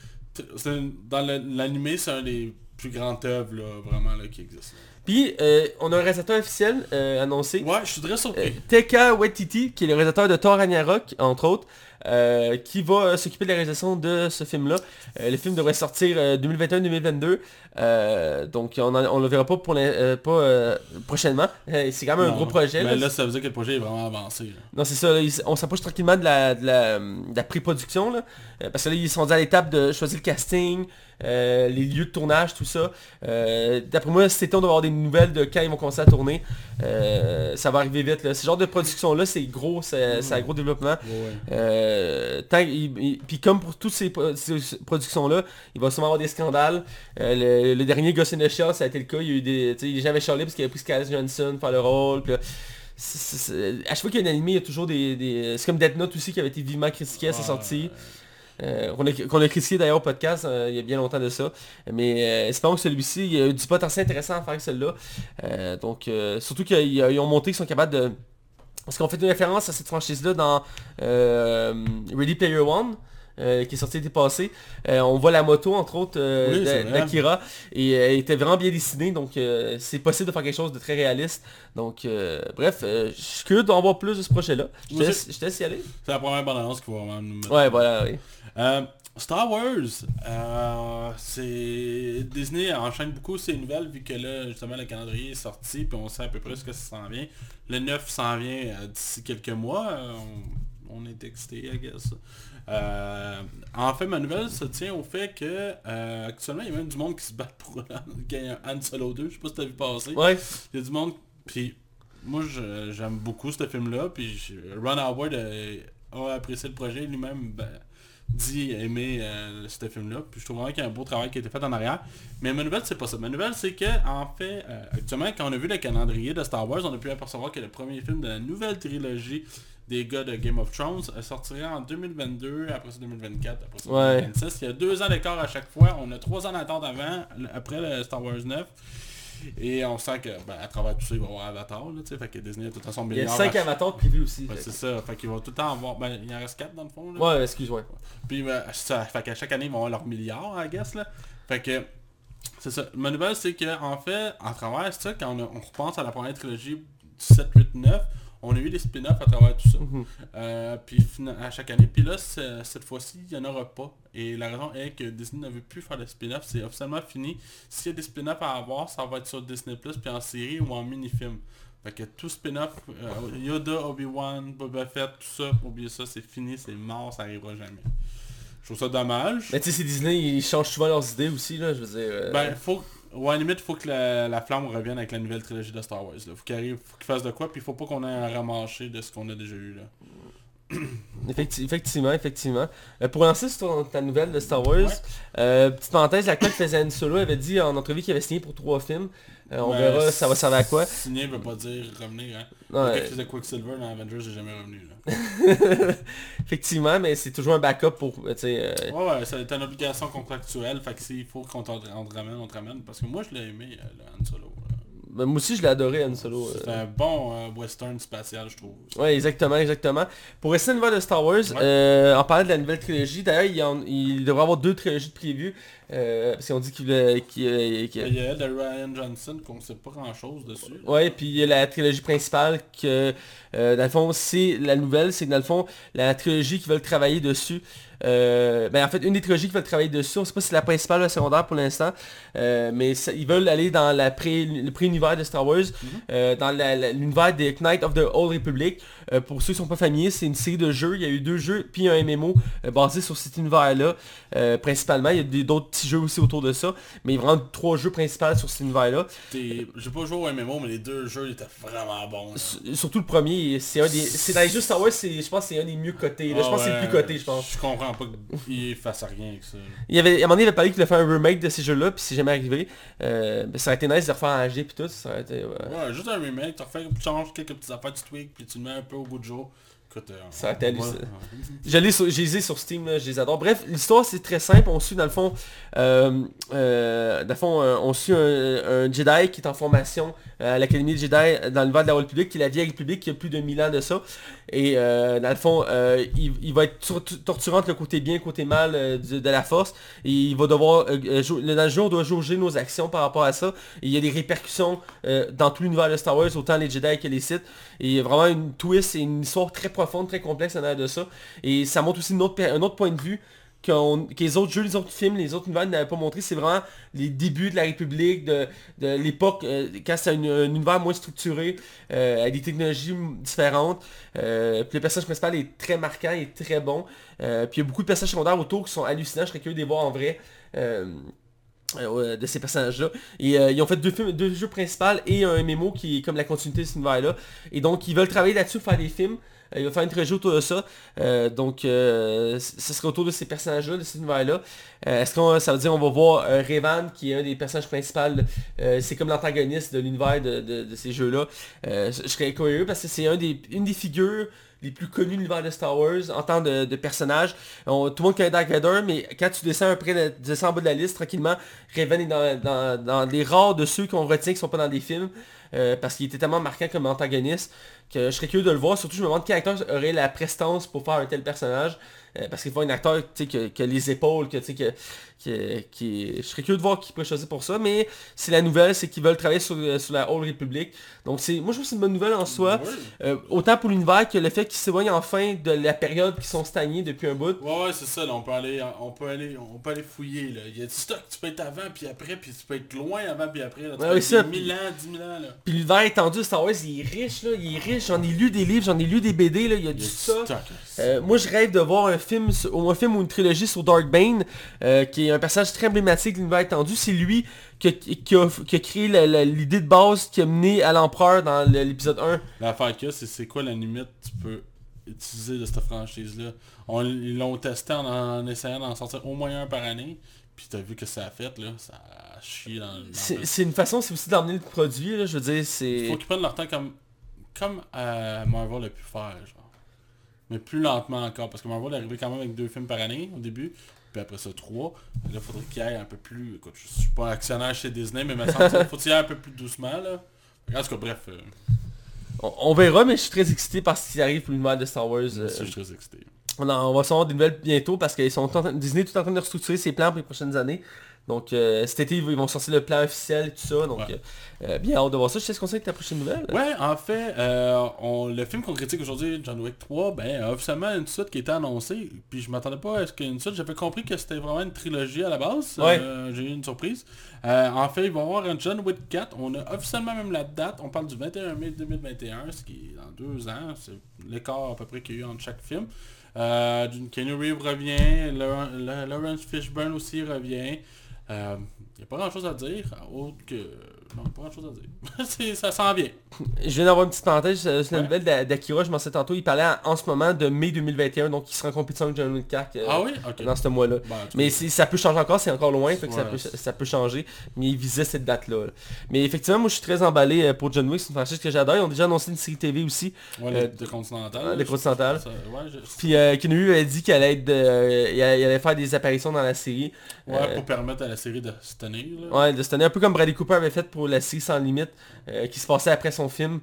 B: Dans l'animé, c'est un des plus grandes œuvres, là, vraiment, là, qui existent.
A: Puis, on a un réalisateur officiel annoncé.
B: Ouais, je suis très surpris.
A: Taika Waititi, qui est le réalisateur de Thor Ragnarok, entre autres, qui va s'occuper de la réalisation de ce film-là. Le film devrait sortir 2021-2022. Donc, on le verra pas prochainement. C'est quand même un gros projet.
B: Mais là, ça veut dire que le projet est vraiment avancé. Là.
A: Non, c'est ça. Là, on s'approche tranquillement de la pré-production. Là, parce que là, ils sont à l'étape de choisir le casting, les lieux de tournage, tout ça. D'après moi, cet été, on doit avoir des nouvelles de quand ils vont commencer à tourner. Ça va arriver vite. Là. Ce genre de production-là, c'est gros, c'est un gros développement.
B: Ouais.
A: Puis comme pour toutes ces productions-là, il va sûrement avoir des scandales. Le dernier Ghost in the Shell, ça a été le cas. Il y a eu les gens avaient chialé parce qu'il avait pris Scarlett Johansson pour faire le rôle. Puis là, à chaque fois qu'il y a un animé, il y a toujours des... C'est comme Death Note aussi qui avait été vivement critiqué à sa sortie. Qu'on a critiqué d'ailleurs au podcast il y a bien longtemps de ça. Mais espérons que celui-ci, il y a du potentiel intéressant à faire avec celui-là. Donc surtout qu'ils ont monté, qu'ils sont capables de... Parce qu'on fait une référence à cette franchise-là dans Ready Player One. Qui est sorti l'été passé. On voit la moto entre autres d'Akira et elle était vraiment bien dessinée, donc c'est possible de faire quelque chose de très réaliste. Donc bref, je suis curieux d'en voir plus de ce projet-là. Je te laisse y aller.
B: C'est la première bande-annonce qu'il va vraiment nous mettre.
A: Ouais, voilà, oui.
B: Star Wars, c'est... Disney enchaîne beaucoup ses nouvelles vu que là, justement, le calendrier est sorti puis on sait à peu près ce que ça s'en vient. Le 9 s'en vient d'ici quelques mois. On est excité, I guess. En fait, ma nouvelle se tient au fait que actuellement, il y a même du monde qui se bat pour gagner un Han Solo 2. Je sais pas si t'as vu passer.
A: Ouais.
B: Il y a du monde... Puis moi, j'aime beaucoup ce film-là. Puis Ron Howard a apprécié le projet. Lui-même dit aimer ce film-là. Puis je trouve vraiment qu'il y a un beau travail qui a été fait en arrière. Mais ma nouvelle, c'est pas ça. Ma nouvelle, c'est que en fait, actuellement, quand on a vu le calendrier de Star Wars, on a pu apercevoir que le premier film de la nouvelle trilogie des gars de Game of Thrones sortirait en 2022, après ça 2024, après ça 2026. Il y a 2 ans d'écart à chaque fois. On a 3 ans d'attente après le Star Wars 9. Et on sent que à travers tout ça, il va y avoir Avatar, là, tu sais, fait que Disney a tout le temps son milliard.
A: Il y a 5 avatars prévus aussi.
B: Ouais, c'est ça, fait qu'il va tout le temps avoir... il en reste 4 dans le fond, là.
A: Ouais, excuse-moi.
B: Puis fait qu'à chaque année, ils vont avoir leur milliard, I guess, là. Fait que... C'est ça. Ma nouvelle, c'est que en fait, à travers ça, quand on repense à la première trilogie 7, 8, 9, on a eu des spin-offs à travers tout ça. Puis à chaque année. Puis là, cette fois-ci, il n'y en aura pas. Et la raison est que Disney ne veut plus faire de spin-off. C'est officiellement fini. S'il y a des spin-offs à avoir, ça va être sur Disney+, puis en série ou en mini-film. Fait que tout spin-off, Yoda, Obi-Wan, Boba Fett, tout ça, oubliez ça, c'est fini, c'est mort, ça arrivera jamais. Je trouve ça dommage.
A: Mais tu sais, c'est Disney, ils changent souvent leurs idées aussi, là, je veux dire...
B: à la limite, il faut que la flamme revienne avec la nouvelle trilogie de Star Wars. Là. Faut qu'il fasse de quoi, puis il faut pas qu'on ait un ramanché de ce qu'on a déjà eu là.
A: Effectivement. Pour lancer sur ta nouvelle de Star Wars, petite parenthèse, l'acteur qui faisait Han Solo avait dit en entrevue qu'il avait signé pour 3 films. On verra ça va servir à quoi.
B: Signer veut pas dire revenir, hein.
A: Ouais.
B: Le gars qui faisait Quicksilver dans Avengers n'est jamais revenu là.
A: Effectivement, mais c'est toujours un backup pour,
B: ouais, c'est une obligation contractuelle, fait que s'il faut qu'on te ramène, on te ramène. Parce que moi je l'ai aimé, le Han Solo.
A: moi aussi je l'ai adoré Han Solo.
B: C'est un bon western spatial, je trouve.
A: Ouais, exactement. Pour rester une nouvelle de Star Wars, en parlant de la nouvelle trilogie, d'ailleurs il devrait y avoir 2 trilogies de prévues. Parce qu'on dit qu'il
B: Il y a de Ryan Johnson qu'on sait pas grand chose dessus.
A: Ouais, puis il y a la trilogie principale que dans le fond c'est la nouvelle, c'est que dans le fond la trilogie qui veulent travailler dessus. En fait une des trilogies qui veulent travailler dessus, on sait pas si c'est la principale ou la secondaire pour l'instant, mais ils veulent aller dans le pré-univers de Star Wars, dans l'univers des Knights of the Old Republic. Pour ceux qui sont pas familiers, c'est une série de jeux, il y a eu 2 jeux puis un MMO basé sur cet univers là principalement, il y a d'autres petits jeux aussi autour de ça, mais il y a vraiment 3 jeux principaux sur cet univers là.
B: J'ai pas joué au MMO, mais les 2 jeux étaient vraiment bons.
A: Surtout le premier, c'est dans les jeux Star Wars, je pense que c'est un des mieux cotés, je pense que c'est le plus coté, je pense.
B: Je comprends pas qu'il fasse rien avec ça.
A: À un moment donné, il avait parlé qu'il allait faire un remake de ces jeux-là, puis c'est jamais arrivé. Ça aurait été nice de refaire en HD puis tout, ça aurait été...
B: Ouais, juste un remake, tu changes quelques petites affaires, tu tweaks, puis tu le mets un peu au bout du jour. Écoute,
A: ça aurait été hallucinant. Je les ai sur Steam, là, je les adore. Bref, l'histoire c'est très simple, on suit dans le fond, on suit un Jedi qui est en formation à l'Académie de Jedi dans l'univers de la Haute République, qui est la vieille République, qui a plus de 1000 ans de ça. Et dans le fond, il va être torturant entre le côté bien et le côté mal de la force. Et il va devoir, dans le jeu, on doit jauger nos actions par rapport à ça. Et il y a des répercussions dans tout l'univers de Star Wars, autant les Jedi que les Sith. Et il y a vraiment une twist et une histoire très profonde, très complexe en arrière de ça. Et ça montre aussi un autre point de vue que les autres jeux, les autres films, les autres univers n'avaient pas montré. C'est vraiment les débuts de la République, de l'époque, quand c'est un univers moins structuré, avec des technologies différentes. Puis le personnage principal est très marquant, il est très bon. Puis il y a beaucoup de personnages secondaires autour qui sont hallucinants, je serais curieux de les voir en vrai. De ces personnages-là. Et ils ont fait 2 jeux principaux et un MMO qui est comme la continuité de cet univers-là. Et donc ils veulent travailler là-dessus, faire des films. Il va faire une trilogie autour de ça. Donc ce serait autour de ces personnages-là, de cet univers-là. Est-ce que ça veut dire on va voir Revan, qui est un des personnages principaux. C'est comme l'antagoniste de l'univers de ces jeux-là. Je serais curieux parce que c'est une des figures les plus connus de l'univers de Star Wars en tant de personnages. Tout le monde connaît Dark Vader, mais quand tu descends en bas de la liste tranquillement, Revan est dans les rares de ceux qu'on retient qui sont pas dans des films. Parce qu'il était tellement marquant comme antagoniste que je serais curieux de le voir. Surtout je me demande quel acteur aurait la prestance pour faire un tel personnage. Parce qu'il faut un acteur qui a les épaules, je serais curieux de voir qui pourrait choisir pour ça, mais c'est la nouvelle, c'est qu'ils veulent travailler sur la Old Republic. Donc moi je trouve que c'est une bonne nouvelle en soi. Autant pour l'univers que le fait qu'ils s'éloignent enfin de la période qui sont stagnés depuis un bout.
B: Ouais c'est ça, là, on peut aller fouiller là. Il y a du stock, tu peux être avant puis après, puis tu peux être loin avant puis après. Là. Tu peux être 1000 ans, 10 000 ans là.
A: Puis l'univers étendu de Star Wars il est riche là, j'en ai lu des livres, j'en ai lu des BD là, il y a du stock. Moi je rêve de voir un film ou une trilogie sur Dark Bane, qui est un personnage très emblématique de l'univers étendu. C'est lui qui a créé l'idée de base qui a mené à l'empereur dans l'épisode 1.
B: L'affaire qu'il y a, c'est quoi la limite tu peux utiliser de cette franchise-là. Ils l'ont testé en essayant d'en sortir au moins un par année. Puis t'as vu que ça a fait, là, ça a chié dans le...
A: C'est une façon, c'est aussi d'emmener le produit, là, je veux dire, c'est...
B: Faut qu'ils prennent leur temps comme Marvel a pu faire, genre. Mais plus lentement encore, parce que Marvel est arrivé quand même avec 2 films par année au début, puis après ça 3. Là, il faudrait qu'il y ait un peu plus... Écoute, je suis pas actionnaire chez Disney, mais il me semble qu'il faut qu'il y ait un peu plus doucement, là. En tout cas, bref...
A: On verra, mais je suis très excité par ce qui arrive pour l'univers de Star Wars.
B: Je suis très excité.
A: On va savoir des nouvelles bientôt, parce qu'ils sont Disney tout en train de restructurer ses plans pour les prochaines années. Donc cet été, ils vont sortir le plan officiel et tout ça. Donc bien hâte de voir ça. Je sais ce qu'on sait avec ta prochaine nouvelle.
B: Ouais, en fait, le film qu'on critique aujourd'hui, John Wick 3, a officiellement une suite qui était annoncée. Puis je m'attendais pas à ce qu'il y ait une suite. J'avais compris que c'était vraiment une trilogie à la base.
A: Ouais.
B: J'ai eu une surprise. En fait, il va y avoir un John Wick 4. On a officiellement même la date. On parle du 21 mai 2021, ce qui est dans 2 ans. C'est l'écart à peu près qu'il y a eu entre chaque film. Keanu Reeves revient. Lawrence Fishburne aussi revient. Il n'y a pas grand chose à dire, autre que... Non, pas grand chose à dire. Ça s'en vient.
A: Je viens d'avoir une petite parenthèse sur la nouvelle d'Akira, je m'en sais tantôt, il parlait en ce moment de mai 2021, donc il sera en compétition avec John Wick 4 dans ce mois-là. Mais ça peut changer encore, c'est encore loin, fait que ça peut changer, mais il visait cette date-là. Mais effectivement, moi je suis très emballé pour John Wick, c'est une franchise que j'adore, ils ont déjà annoncé une série TV aussi.
B: Ouais, de Continental.
A: De Continental. Puis Keanu avait dit qu'il allait faire des apparitions dans la série.
B: Ouais, pour permettre à la série de se tenir. Là.
A: Ouais, de se tenir, un peu comme Bradley Cooper avait fait pour pour la série Sans Limite qui se passait après son film.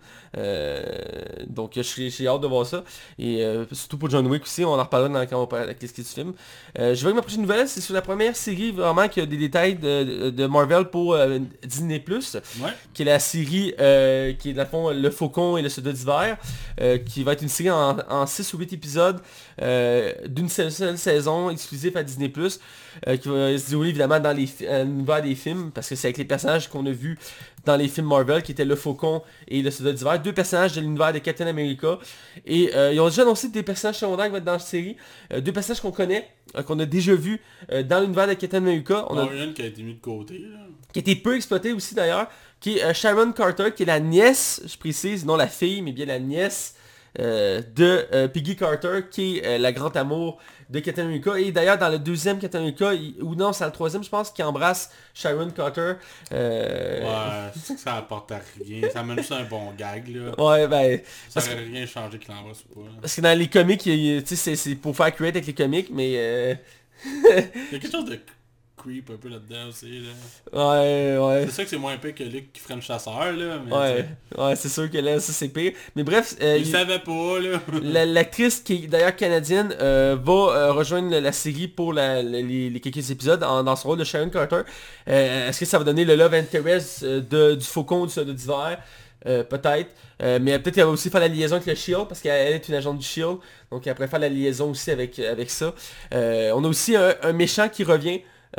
A: Donc j'ai hâte de voir ça. Et surtout pour John Wick aussi, on en reparlera quand on parlera de la critique du film. Je vais avec ma prochaine nouvelle, c'est sur la première série vraiment qui a des détails de Marvel pour Disney+, qui est la série qui est dans le fond Le Faucon et le Soldat d'hiver, qui va être une série en 6 ou 8 épisodes d'une seule saison exclusive à Disney+, qui va se dérouler évidemment dans l'univers des films, parce que c'est avec les personnages qu'on a vus dans les films Marvel, qui étaient Le Faucon et le Soldat d'hiver, 2 personnages de l'univers de Captain America. Et ils ont déjà annoncé des personnages secondaires qui vont être dans la série, 2 personnages qu'on connaît, qu'on a déjà vus dans l'univers de Captain America.
B: On a une qui a été mise de côté, là.
A: Qui a été peu exploitée aussi d'ailleurs, qui est Sharon Carter, qui est la nièce, je précise, non la fille, mais bien la nièce de Peggy Carter, qui est la grande amour de Captain America. Et d'ailleurs dans le deuxième Captain America, ou non c'est le troisième je pense, qui embrasse Sharon Carter.
B: Ouais, c'est que ça apporte à rien. Ça mène juste un bon gag là.
A: Ouais ben...
B: Ça aurait rien changé qu'il l'embrasse ou pas. Là.
A: Parce que dans les comics, tu sais, c'est pour faire create avec les comics, mais...
B: Il y a quelque chose de creep un peu là-dedans aussi là.
A: Ouais.
B: C'est sûr que c'est moins pire que Luke qui ferait une chasseur là, mais
A: ouais, c'est sûr que là, ça c'est pire. Mais bref...
B: il savait pas là.
A: L'actrice qui est d'ailleurs canadienne va rejoindre la série pour les quelques épisodes dans son rôle de Sharon Carter. Est-ce que ça va donner le love interest du Faucon ou du Soldat d'hiver? Peut-être, mais peut-être qu'elle va aussi faire la liaison avec le Shield, parce qu'elle est une agente du Shield, donc elle pourrait faire la liaison aussi avec ça. On a aussi un méchant qui revient,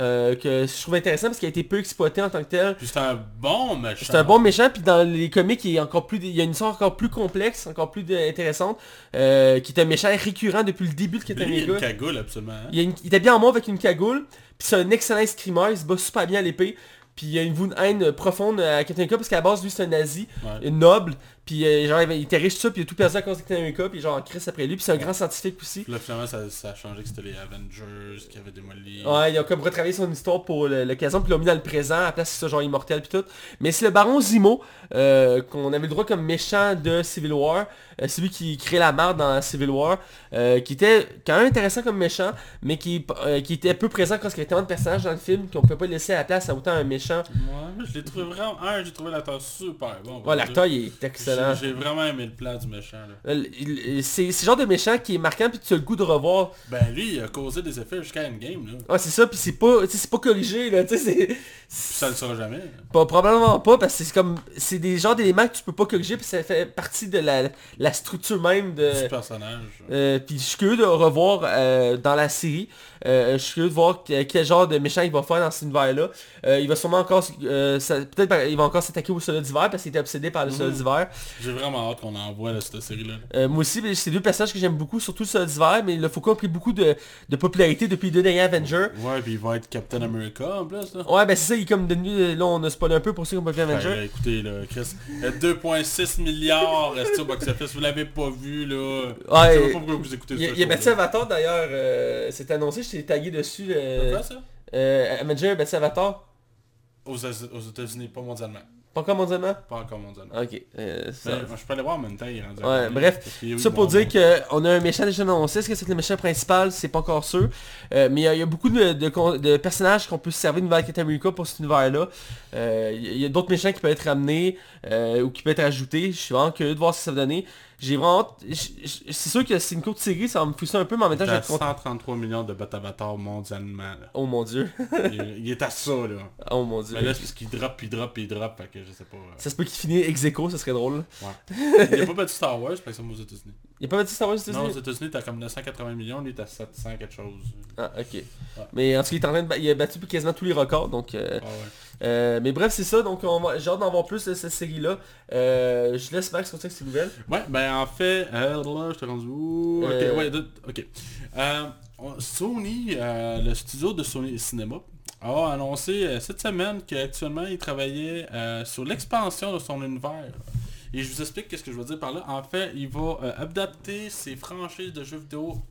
A: que je trouve intéressant parce qu'il a été peu exploité en tant que tel.
B: Puis c'est un bon méchant.
A: C'est un bon méchant, puis dans les comics, il y a une histoire encore plus complexe, encore plus intéressante, qui est un méchant récurrent depuis le début de Captain America.
B: Il a une cagoule absolument. Hein?
A: Il était bien en mort avec une cagoule, puis c'est un excellent escrimeur, il se bat super bien à l'épée. Puis il y a une haine profonde à Captain America parce qu'à la base lui c'est un nazi, noble, puis genre il était riche tout ça, puis il a tout perdu à cause de Captain America, puis genre en crise après lui, puis c'est un grand scientifique aussi.
B: Puis là finalement ça a changé que c'était les Avengers qui avaient démoli.
A: Ouais, il a comme retravaillé son histoire pour l'occasion, puis l'a mis dans le présent, à la place c'est ça genre immortel puis tout. Mais c'est le baron Zemo, qu'on avait le droit comme méchant de Civil War, celui qui crée la merde dans Civil War, qui était quand même intéressant comme méchant, mais qui était peu présent parce qu'il y avait tellement de personnages dans le film qu'on peut pas laisser la place à autant un méchant.
B: Ouais, mais je l'ai trouvé vraiment... j'ai trouvé l'acteur super bon.
A: Ouais, l'acteur il est excellent.
B: J'ai vraiment aimé le plan du méchant là.
A: C'est le genre de méchant qui est marquant puis tu as le goût de revoir.
B: Ben lui il a causé des effets jusqu'à Endgame là.
A: Ouais c'est ça, puis c'est pas corrigé là, tu sais
B: Puis ça le sera jamais.
A: Probablement pas, parce que c'est des genres d'éléments que tu peux pas corriger, puis ça fait partie de la structure même de...
B: Du personnage.
A: Puis je suis curieux de revoir dans la série, je suis curieux de voir quel genre de méchant il va faire dans cet univers-là. Il va sûrement encore... peut-être il va encore s'attaquer au Soldat d'hiver, parce qu'il était obsédé par le Soldat d'hiver.
B: J'ai vraiment hâte qu'on envoie cette série-là.
A: Moi aussi, c'est 2 personnages que j'aime beaucoup, surtout le Soldat d'hiver, mais le Faucon a pris beaucoup de popularité depuis les 2 derniers Avengers.
B: Ouais, puis il va être Captain America en plus là.
A: Ouais, ben c'est ça, il est comme devenu... Là, on a spoilé un peu pour ceux qui ont pas vu Avengers.
B: Là, écoutez là, Chris, 2,6 milliards restés au box-office, vous l'avez pas vu là.
A: Ouais,
B: je sais pas pourquoi vous écoutez ça.
A: Il y a battu Avatar d'ailleurs, c'est annoncé, je t'ai tagué dessus.
B: Quoi ça?
A: Avenger a battu Avatar.
B: Aux États-Unis, pas mondialement.
A: Pas encore mondialement?
B: Pas encore mondialement.
A: Ok.
B: Je peux aller voir en même temps, il est rendu.
A: Ouais, bref, ça pour dire qu'on a un méchant déjà annoncé. Est-ce que c'est le méchant principal? C'est pas encore sûr. Mais il y a beaucoup de personnages qu'on peut se servir de nouvelle Captain America pour cet univers-là. Il y a d'autres méchants qui peuvent être ramenés ou qui peuvent être ajoutés. Je suis vraiment curieux de voir ce que ça va donner. J'ai vraiment hâte. C'est sûr que c'est une courte série, ça va me frustrer un peu, mais en même temps,
B: j'ai 133 millions de Batavatars mondialement. Là.
A: Oh mon dieu.
B: il est à ça, là.
A: Oh mon dieu.
B: Mais là, c'est parce qu'il drop, fait que je sais pas.
A: Ça se peut qu'il finisse ex aequo, ça serait drôle.
B: Ouais. Il a pas battu Star Wars, par exemple, aux États-Unis.
A: Il a pas battu Star Wars aux États-Unis?
B: Non, aux États-Unis, t'as comme 980 millions, lui, t'as 700 quelque chose.
A: Ah, ok. Ouais. Mais en tout cas, il a battu quasiment tous les records, donc... mais bref, c'est ça, donc j'ai hâte d'en voir plus de cette série-là. Je laisse Max continuer avec ses nouvelles.
B: Ouais, ben en fait, là, je t'ai rendu où? Ok. Sony, le studio de Sony Cinema, a annoncé cette semaine qu'actuellement il travaillait sur l'expansion de son univers. Et je vous explique qu'est-ce que je veux dire par là. En fait, il va adapter ses franchises de jeux vidéo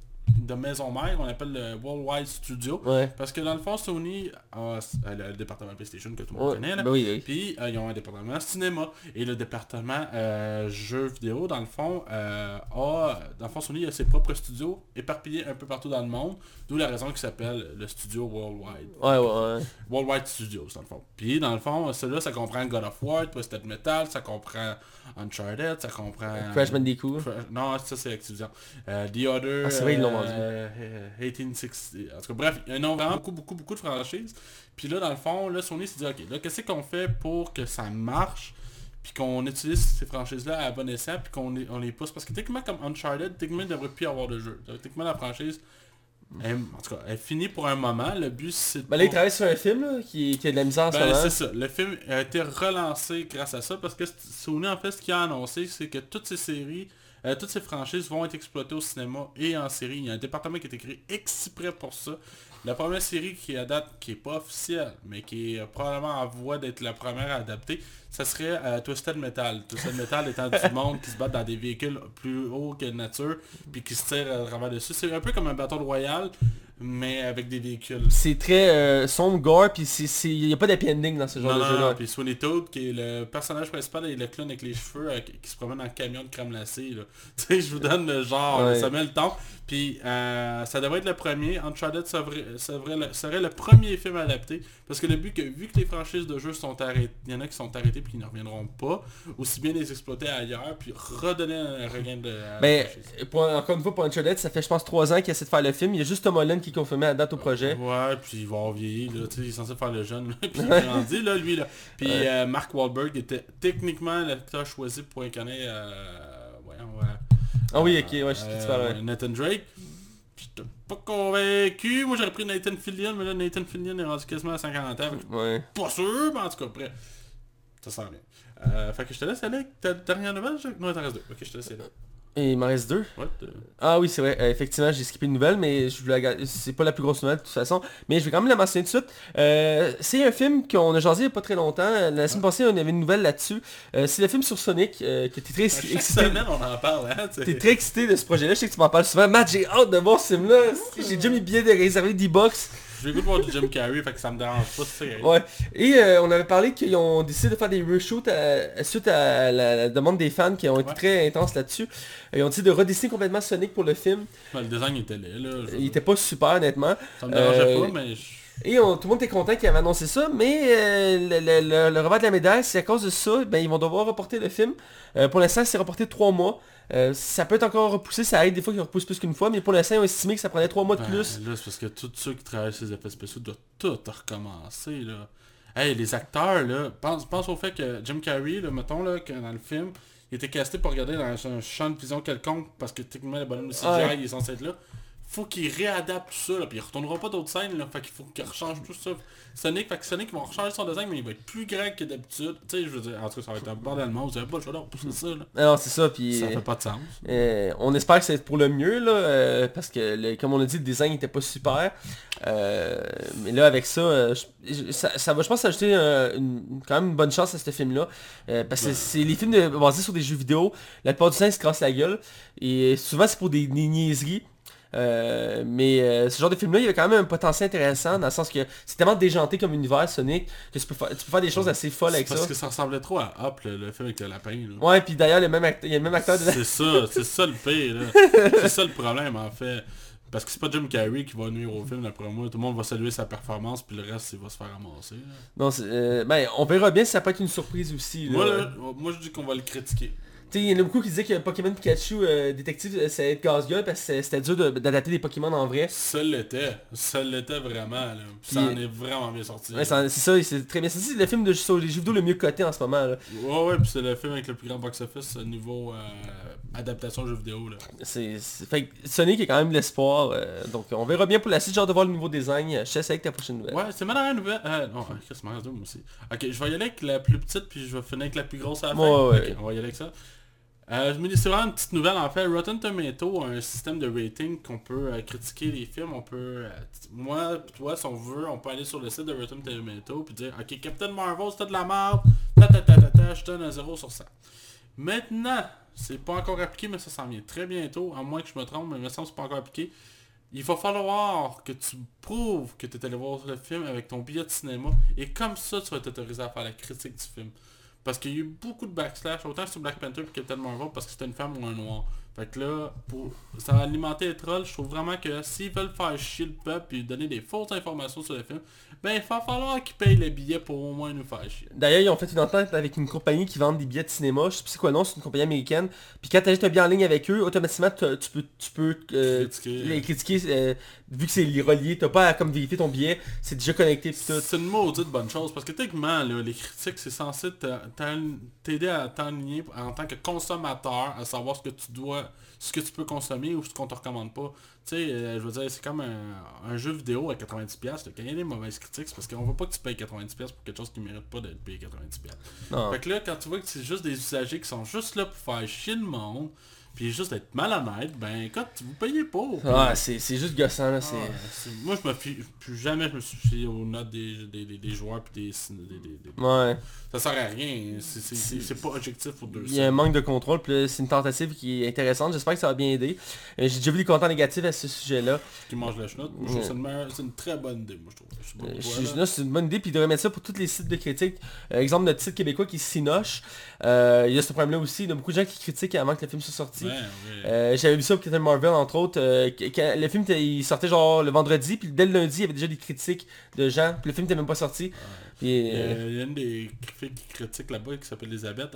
B: de maison mère, on appelle le Worldwide Studio.
A: Ouais.
B: Parce que dans le fond, Sony a le département PlayStation que tout le monde connaît. Là.
A: Ben oui.
B: Puis ils ont un département cinéma. Et le département jeux vidéo, dans le fond, Sony a ses propres studios éparpillés un peu partout dans le monde. D'où la raison qui s'appelle le studio Worldwide.
A: Ouais.
B: Worldwide Studios, dans le fond. Puis dans le fond, celui-là, ça comprend God of War, Twisted Metal, ça comprend Uncharted, ça comprend...
A: Crash Bandicoot.
B: Non, ça c'est Activision. The Other...
A: Ah, c'est vrai, ils l'ont vendu.
B: 1860... En tout cas, bref, ils ont vraiment beaucoup de franchises. Puis là, dans le fond, là, Sony s'est dit, ok, là, qu'est-ce qu'on fait pour que ça marche, puis qu'on utilise ces franchises-là à bon escient, puis qu'on les pousse. Parce que techniquement, comme Uncharted, techniquement, il ne devrait plus y avoir de jeu. Techniquement, la franchise... en tout cas, elle finit pour un moment. Le but, c'est...
A: Ben là, il travaille sur un film là, qui a de la misère en ce moment.
B: C'est ça. Le film a été relancé grâce à ça parce que Sony, en fait, ce qu'il a annoncé, c'est que toutes ces séries, toutes ces franchises vont être exploitées au cinéma et en série. Il y a un département qui est créé exprès pour ça. La première série qui est à date, qui est pas officielle, mais qui est probablement en voie d'être la première à adapter, ça serait Twisted Metal. Twisted Metal étant du monde qui se bat dans des véhicules plus hauts que nature, puis qui se tire à travers dessus. C'est un peu comme un Battle Royale, mais avec des véhicules.
A: C'est très sombre, gore, puis il n'y a pas d'happy ending dans ce genre de jeu-là.
B: Puis Sweeney Todd, qui est le personnage principal, et le clown avec les cheveux, qui se promène en camion de crème glacée. Tu sais, je vous donne le genre, ça met le temps. Puis ça devrait être le premier. Uncharted serait le premier film adapté. Parce que le but, vu que les franchises de jeux sont arrêtées, il y en a qui sont arrêtés puis qui ne reviendront pas, aussi bien les exploiter ailleurs, puis redonner un regain de...
A: Mais encore une fois, pour Uncharted, ça fait je pense 3 ans qu'il essaie de faire le film. Il y a juste Tom Holland qui est confirmé à la date au projet.
B: Ouais, puis il va avoir vieilli, là, il est censé faire le jeune, là, puis il est grandi, là, lui, là. Puis Mark Wahlberg était techniquement l'acteur choisi pour incarner...
A: Ah oui, ok, ouais, je sais tu parles.
B: Nathan Drake. J'étais pas convaincu. Moi, j'aurais pris Nathan Fillion, mais là, Nathan Fillion est rendu quasiment à 50 ans.
A: Ouais.
B: Pas sûr, mais en tout cas, après, ça sent bien. Fait que je te laisse aller avec ta dernière nouvelle, Jacques? Non, il t'en reste 2. Ok, je te laisse aller.
A: Et il m'en reste 2.
B: Ouais,
A: ah oui, c'est vrai. Effectivement, j'ai skippé une nouvelle, mais c'est pas la plus grosse nouvelle de toute façon. Mais je vais quand même la mentionner tout de suite. C'est un film qu'on a jasé il n'y a pas très longtemps. La semaine passée, on avait une nouvelle là-dessus. C'est le film sur Sonic, que t'es très excité.
B: Chaque semaine, on en parle, hein.
A: T'es très excité de ce projet-là. Je sais que tu m'en parles souvent. Matt, j'ai hâte de voir ce film-là. J'ai déjà mis billet de réserver d'e-box.
B: J'ai le goût de voir du Jim Carrey, fait que ça me dérange pas, c'est
A: ouais. Et on avait parlé qu'ils ont décidé de faire des reshoots suite à la demande des fans qui ont été très intenses là-dessus. Ils ont décidé de redessiner complètement Sonic pour le film.
B: Ben, le design était laid, là.
A: Il était pas super, honnêtement.
B: Ça me dérangeait pas, mais...
A: Et tout le monde était content qu'ils avaient annoncé ça, mais le revers de la médaille, c'est à cause de ça, ben, ils vont devoir reporter le film. Pour l'instant, c'est reporté 3 mois. Ça peut être encore repoussé, ça aide des fois qu'ils repoussent plus qu'une fois, mais pour l'instant, ils ont estimé que ça prenait 3 mois de plus.
B: Là, c'est parce que tous ceux qui travaillent sur les effets spéciaux doivent tout recommencer, là. Hey, les acteurs, là, pense au fait que Jim Carrey, là, mettons, là, que dans le film, il était casté pour regarder dans un champ de vision quelconque, parce que techniquement, le bonhomme de CGI, il est censé être là. Faut qu'il réadapte tout ça, là, puis il retournera pas d'autres scènes, là, fait qu'il faut qu'il rechange tout ça. Sonic, fait que Sonic, ils vont rechanger son design, mais il va être plus grand que d'habitude. Tu sais, je veux dire, en tout cas, ça va être un bordel allemand, vous avez pas le choix de repousser ça, là.
A: Non, c'est ça, puis...
B: Ça fait pas de sens.
A: On espère que c'est pour le mieux, là, parce que, comme on a dit, le design était pas super. Mais là, avec ça, ça va, je pense, ajouter quand même une bonne chance à ce film-là. Parce que c'est les films basés sur des jeux vidéo, la plupart du temps, ils se cassent la gueule. Et souvent, c'est pour des niaiseries. Mais ce genre de film-là, il y a quand même un potentiel intéressant dans le sens que c'est tellement déjanté comme univers Sonic que tu peux faire des choses assez folles avec ça.
B: Parce que ça ressemblait trop à Hop, le film avec le lapin. Là.
A: Ouais, puis d'ailleurs, il y a le même acteur dedans.
B: C'est ça le pire. Là. C'est ça le problème en fait. Parce que c'est pas Jim Carrey qui va nuire au film d'après moi. Tout le monde va saluer sa performance puis le reste il va se faire ramasser. Là.
A: Non, ben, on verra bien si ça peut être une surprise aussi. Là.
B: Moi je dis qu'on va le critiquer.
A: Il y en a beaucoup qui disaient que Pokémon Pikachu détective c'est être casse-gueule parce que c'était dur d'adapter des Pokémon en vrai.
B: Ça l'était vraiment là. Puis ça en est vraiment bien sorti.
A: Ouais, c'est ça, c'est très bien. C'est le film sur les jeux vidéo le mieux coté en ce moment là.
B: Ouais, puis c'est le film avec le plus grand box-office niveau adaptation jeux vidéo là.
A: Fait que Sonic est quand même l'espoir, donc on verra bien pour la suite, genre de voir le nouveau design. Je sais avec ta prochaine nouvelle.
B: Ouais, c'est ma dernière nouvelle. Non, c'est ma dernière moi aussi. Ok, je vais y aller avec la plus petite puis je vais finir avec la plus grosse à la fin.
A: Ouais.
B: Ok, on va y aller avec ça. C'est vraiment une petite nouvelle en fait. Rotten Tomato a un système de rating qu'on peut critiquer les films. On peut, moi, toi, si on veut, on peut aller sur le site de Rotten Tomato puis dire ok, Captain Marvel c'était de la merde, je donne un 0 sur 100. Maintenant, c'est pas encore appliqué, mais ça s'en vient très bientôt, à moins que je me trompe, mais il me semble que c'est pas encore appliqué. il va falloir que tu prouves que tu es allé voir le film avec ton billet de cinéma. Et comme ça, tu vas être autorisé à faire la critique du film. Parce qu'il y a eu beaucoup de backslash, autant sur Black Panther que Captain Marvel, parce que c'était une femme ou un noir. Fait que là, ça va alimenter les trolls. Je trouve vraiment que s'ils veulent faire chier le peuple et donner des fausses informations sur le film, ben il va falloir qu'ils payent les billets pour au moins nous faire chier.
A: D'ailleurs, ils ont fait une entente avec une compagnie qui vend des billets de cinéma. Je sais plus c'est quoi le nom, c'est une compagnie américaine. Puis quand tu achètes un billet en ligne avec eux, automatiquement tu peux les critiquer. Vu que c'est relié, t'as pas à comme vérifier ton billet, c'est déjà connecté pis tout.
B: C'est une maudite bonne chose parce que techniquement, là, les critiques, c'est censé t'aider à t'enligner en tant que consommateur, à savoir ce que tu peux consommer ou ce qu'on te recommande pas. Tu sais, je veux dire, c'est comme un jeu vidéo à 90$. Quand il y a des mauvaises critiques, c'est parce qu'on veut pas que tu payes 90$ pour quelque chose qui mérite pas d'être payé 90$.
A: Non.
B: Fait que là, quand tu vois que c'est juste des usagers qui sont juste là pour faire chier le monde, puis juste être malhonnête, ben écoute, vous payez pas.
A: Ouais, c'est juste gossant là.
B: Moi je me fie, plus jamais je me suis fié aux notes des joueurs puis des...
A: Ouais.
B: Ça sert à rien, c'est pas objectif pour deux.
A: Il y a un manque de contrôle, puis là, c'est une tentative qui est intéressante, j'espère que ça va bien aider. J'ai déjà vu des commentaires négatifs à ce sujet-là.
B: Qui mange la chenoute, je trouve c'est une très bonne idée, moi je trouve.
A: C'est une bonne idée, puis ils devraient mettre ça pour tous les sites de critiques. Exemple, notre site québécois qui est Cinoche. Il y a ce problème-là aussi, il y a beaucoup de gens qui critiquent avant que le film soit sorti.
B: Ouais.
A: J'avais vu ça pour Captain Marvel, entre autres. Quand le film il sortait genre le vendredi, puis dès le lundi, il y avait déjà des critiques de gens, puis le film n'était même pas sorti. Puis,
B: il y a une des filles qui critique là-bas qui s'appelle Elisabeth,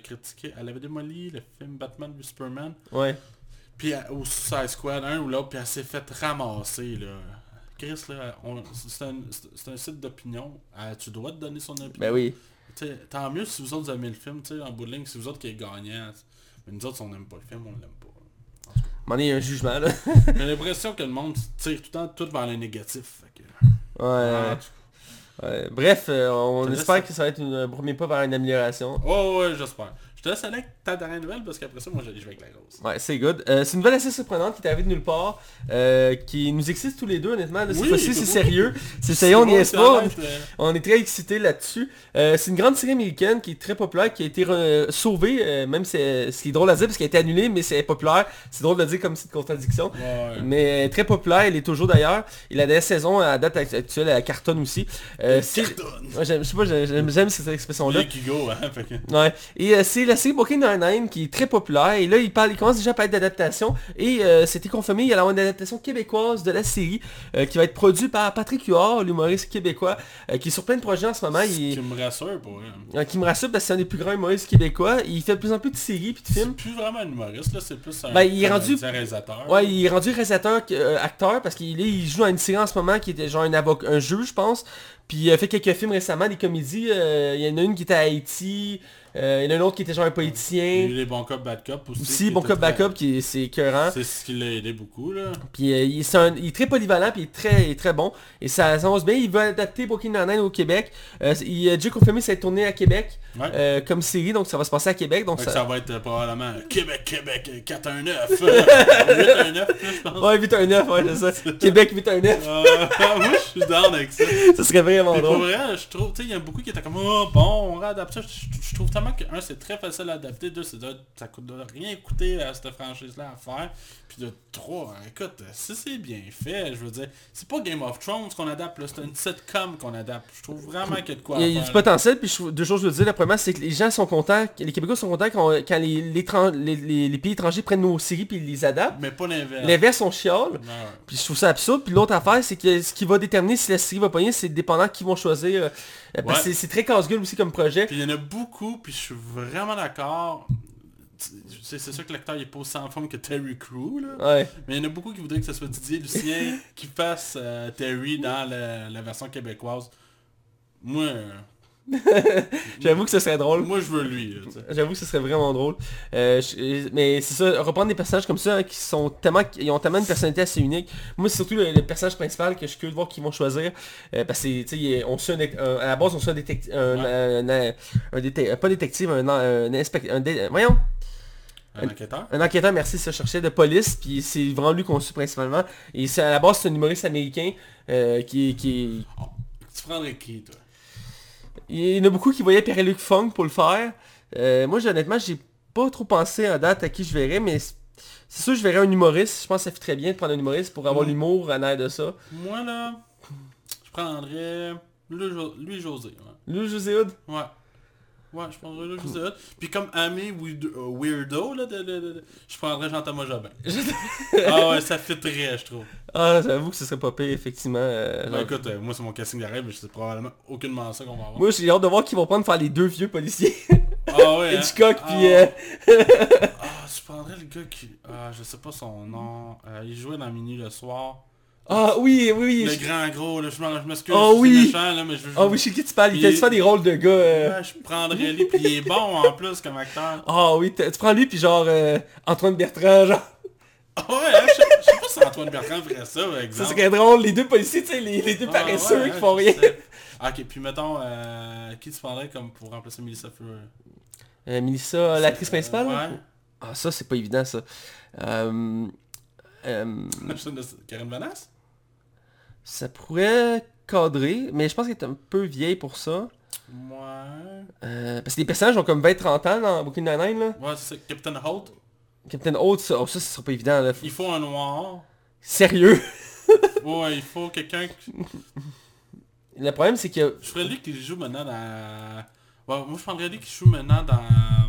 B: elle avait démoli le film Batman v Superman.
A: Ouais.
B: Puis au Suicide Squad, un ou l'autre, puis elle s'est fait ramasser là. Chris là, c'est un site d'opinion. Tu dois te donner son opinion.
A: Ben oui.
B: T'sais, tant mieux si vous autres aimez le film, en bout de ligne, si vous autres qui êtes gagnants. Mais nous autres, si on n'aime pas le film, on l'aime pas.
A: Il y a un jugement là.
B: J'ai l'impression que le monde tire tout le temps tout vers le négatif. Fait que...
A: Ouais. Bref, on espère que ça va être un premier pas vers une amélioration.
B: Oh ouais, j'espère. Je te laisse aller avec ta dernière nouvelle parce qu'après ça, moi je vais avec la grosse.
A: Ouais, c'est good. C'est une nouvelle assez surprenante qui est arrivée de nulle part, qui nous excite tous les deux honnêtement. Là, cette fois-ci c'est sérieux. C'est sérieux, on n'y est pas. On est très excités là-dessus. C'est une grande série américaine qui est très populaire, qui a été sauvée, même ce qui est drôle à dire parce qu'elle a été annulée, mais c'est populaire. C'est drôle de dire comme c'est une contradiction.
B: Ouais.
A: Mais très populaire, elle est toujours d'ailleurs. Et la dernière saison, à date actuelle, elle cartonne aussi.
B: Cartonne.
A: Ouais, j'aime cette expression-là.
B: Go, hein, fait que...
A: Ouais. Et c'est la série Brooklyn Nine-Nine qui est très populaire. Et là, il commence déjà à parler d'adaptation. Et c'était confirmé, il y a une adaptation québécoise de la série qui va être produite par Patrick Huard, l'humoriste québécois, qui est sur plein de projets en ce moment.
B: Qui me rassure pour rien.
A: Qui me rassure parce que c'est un des plus grands humoristes québécois. Il fait de plus en plus de séries et de films.
B: C'est plus vraiment un humoriste, là, c'est plus un,
A: il est rendu
B: réalisateur.
A: Ouais, il est rendu réalisateur, acteur, parce qu'il joue dans une série en ce moment qui était genre un juge, je pense. Puis il a fait quelques films récemment, des comédies. Il y en a une qui était à Haïti. Il y en a un autre qui était genre un politicien.
B: Il y a eu les Bon Cop, Bad Cop aussi.
A: Aussi, Bon Cop, Bad Cop, c'est écœurant.
B: C'est ce qui l'a aidé beaucoup, là.
A: Puis il est très polyvalent, puis il est très bon. Et ça avance bien. Il veut adapter Brooklyn Nine-Nine au Québec. Il a déjà confirmé cette tournée à Québec comme série, donc ça va se passer à Québec. Donc
B: ça va être probablement Québec 419. 819, je pense.
A: Ouais, 819, ouais, c'est ça. Québec 819.
B: Moi, je suis down avec ça.
A: Ça serait vraiment drôle.
B: Pour vrai, je trouve, tu sais, il y a beaucoup qui étaient comme, oh bon, on réadapte ça. Je trouve tellement que, un, c'est très facile à adapter. Deux, ça coûte rien coûter à cette franchise-là à faire. Puis de trois, écoute, si c'est bien fait, je veux dire, c'est pas Game of Thrones qu'on adapte, là, c'est une sitcom qu'on adapte. Je trouve vraiment qu'il y a de quoi à faire.
A: Il y a du potentiel, puis deux choses je veux dire. La première, c'est que les gens sont contents, les Québécois sont contents quand les pays étrangers prennent nos séries puis ils les adaptent.
B: Mais pas l'inverse.
A: L'inverse, on chiale. Puis je trouve ça absurde. Puis l'autre affaire, c'est que ce qui va déterminer si la série va pogner, c'est dépendant qui vont choisir. Parce que c'est très casse-gueule aussi comme projet.
B: Puis il y en a beaucoup, puis je suis vraiment d'accord. C'est sûr que l'acteur il est pas aussi en forme que Terry Crew, là.
A: Ouais.
B: Mais il y en a beaucoup qui voudraient que ce soit Didier Lucien qui fasse Terry dans la version québécoise. Moi...
A: J'avoue que ce serait drôle.
B: Moi je veux lui.
A: J'avoue que ce serait vraiment drôle. Mais c'est ça, reprendre des personnages comme ça qui ont tellement une personnalité assez unique. Moi c'est surtout le personnage principal que je suis curieux de voir qu'ils vont choisir. Parce que on suit à la base on suit un détective. Pas détective, un inspecteur. Voyons.
B: Un enquêteur?
A: Un enquêteur, merci, ça cherchait de police, puis c'est vraiment lui qu'on suit principalement. Et à la base c'est un humoriste américain qui...
B: Oh, tu prendrais qui toi?
A: Il y en a beaucoup qui voyaient Pierre-Luc Funk pour le faire. Moi, honnêtement, j'ai pas trop pensé en date à qui je verrais, mais C'est sûr, je verrais un humoriste. Je pense que ça fait très bien de prendre un humoriste pour avoir
B: Mm.
A: l'humour en air de ça.
B: Moi, là, je prendrais Louis José.
A: Louis José Hood.
B: Ouais. Ouais, je prendrais Louis José. Puis comme ami weirdo, là, je prendrais Jean-Thomas Jobin. Ah ouais, ça fitterait, je trouve.
A: Ah, j'avoue que ce serait pas pire, effectivement.
B: Ben écoute, moi c'est mon casting d'arrêt, mais je sais probablement aucunement ça qu'on va avoir.
A: Moi, j'ai hâte de voir qui vont prendre faire les deux vieux policiers.
B: Ah ouais, hein?
A: Hitchcock, puis...
B: je prendrais le gars qui... je sais pas son nom. Il jouait dans Minuit le soir.
A: Ah oui, oui,
B: Le
A: oui.
B: grand gros, là, je m'excuse,
A: Oh,
B: je
A: oui.
B: suis méchant, là, mais je...
A: Ah oui, je sais qui tu parles. Il
B: Puis-
A: fait des rôles de gars...
B: Ouais, je prendrais lui, puis il est bon en plus comme acteur.
A: Ah oui, tu prends lui, puis genre Antoine Bertrand, genre...
B: Ah ouais, hein, je sais pas si Antoine Bertrand ferait ça, par
A: Ça
B: exemple.
A: serait drôle, les deux policiers, tu sais, les deux paresseux
B: ouais,
A: qui font
B: je
A: rien.
B: sais. Ok, puis mettons, qui tu prendrais comme pour remplacer Melissa Fleur?
A: Melissa, l'actrice principale? Là?
B: Ouais.
A: Ah ça, c'est pas évident, ça.
B: Karen Vanasse?
A: Ça pourrait cadrer, mais je pense qu'elle est un peu vieille pour ça.
B: Ouais.
A: Parce que les personnages ont comme 20-30 ans dans Brooklyn Nine-Nine, là.
B: Ouais, c'est ça. Captain Holt.
A: Captain Holt, ça, ça sera pas évident, là.
B: Il faut un noir.
A: Sérieux?
B: Ouais, il faut quelqu'un...
A: Le problème, c'est que...
B: Je ferais lui qui joue maintenant dans... Ouais, moi je prendrais lui qui joue maintenant dans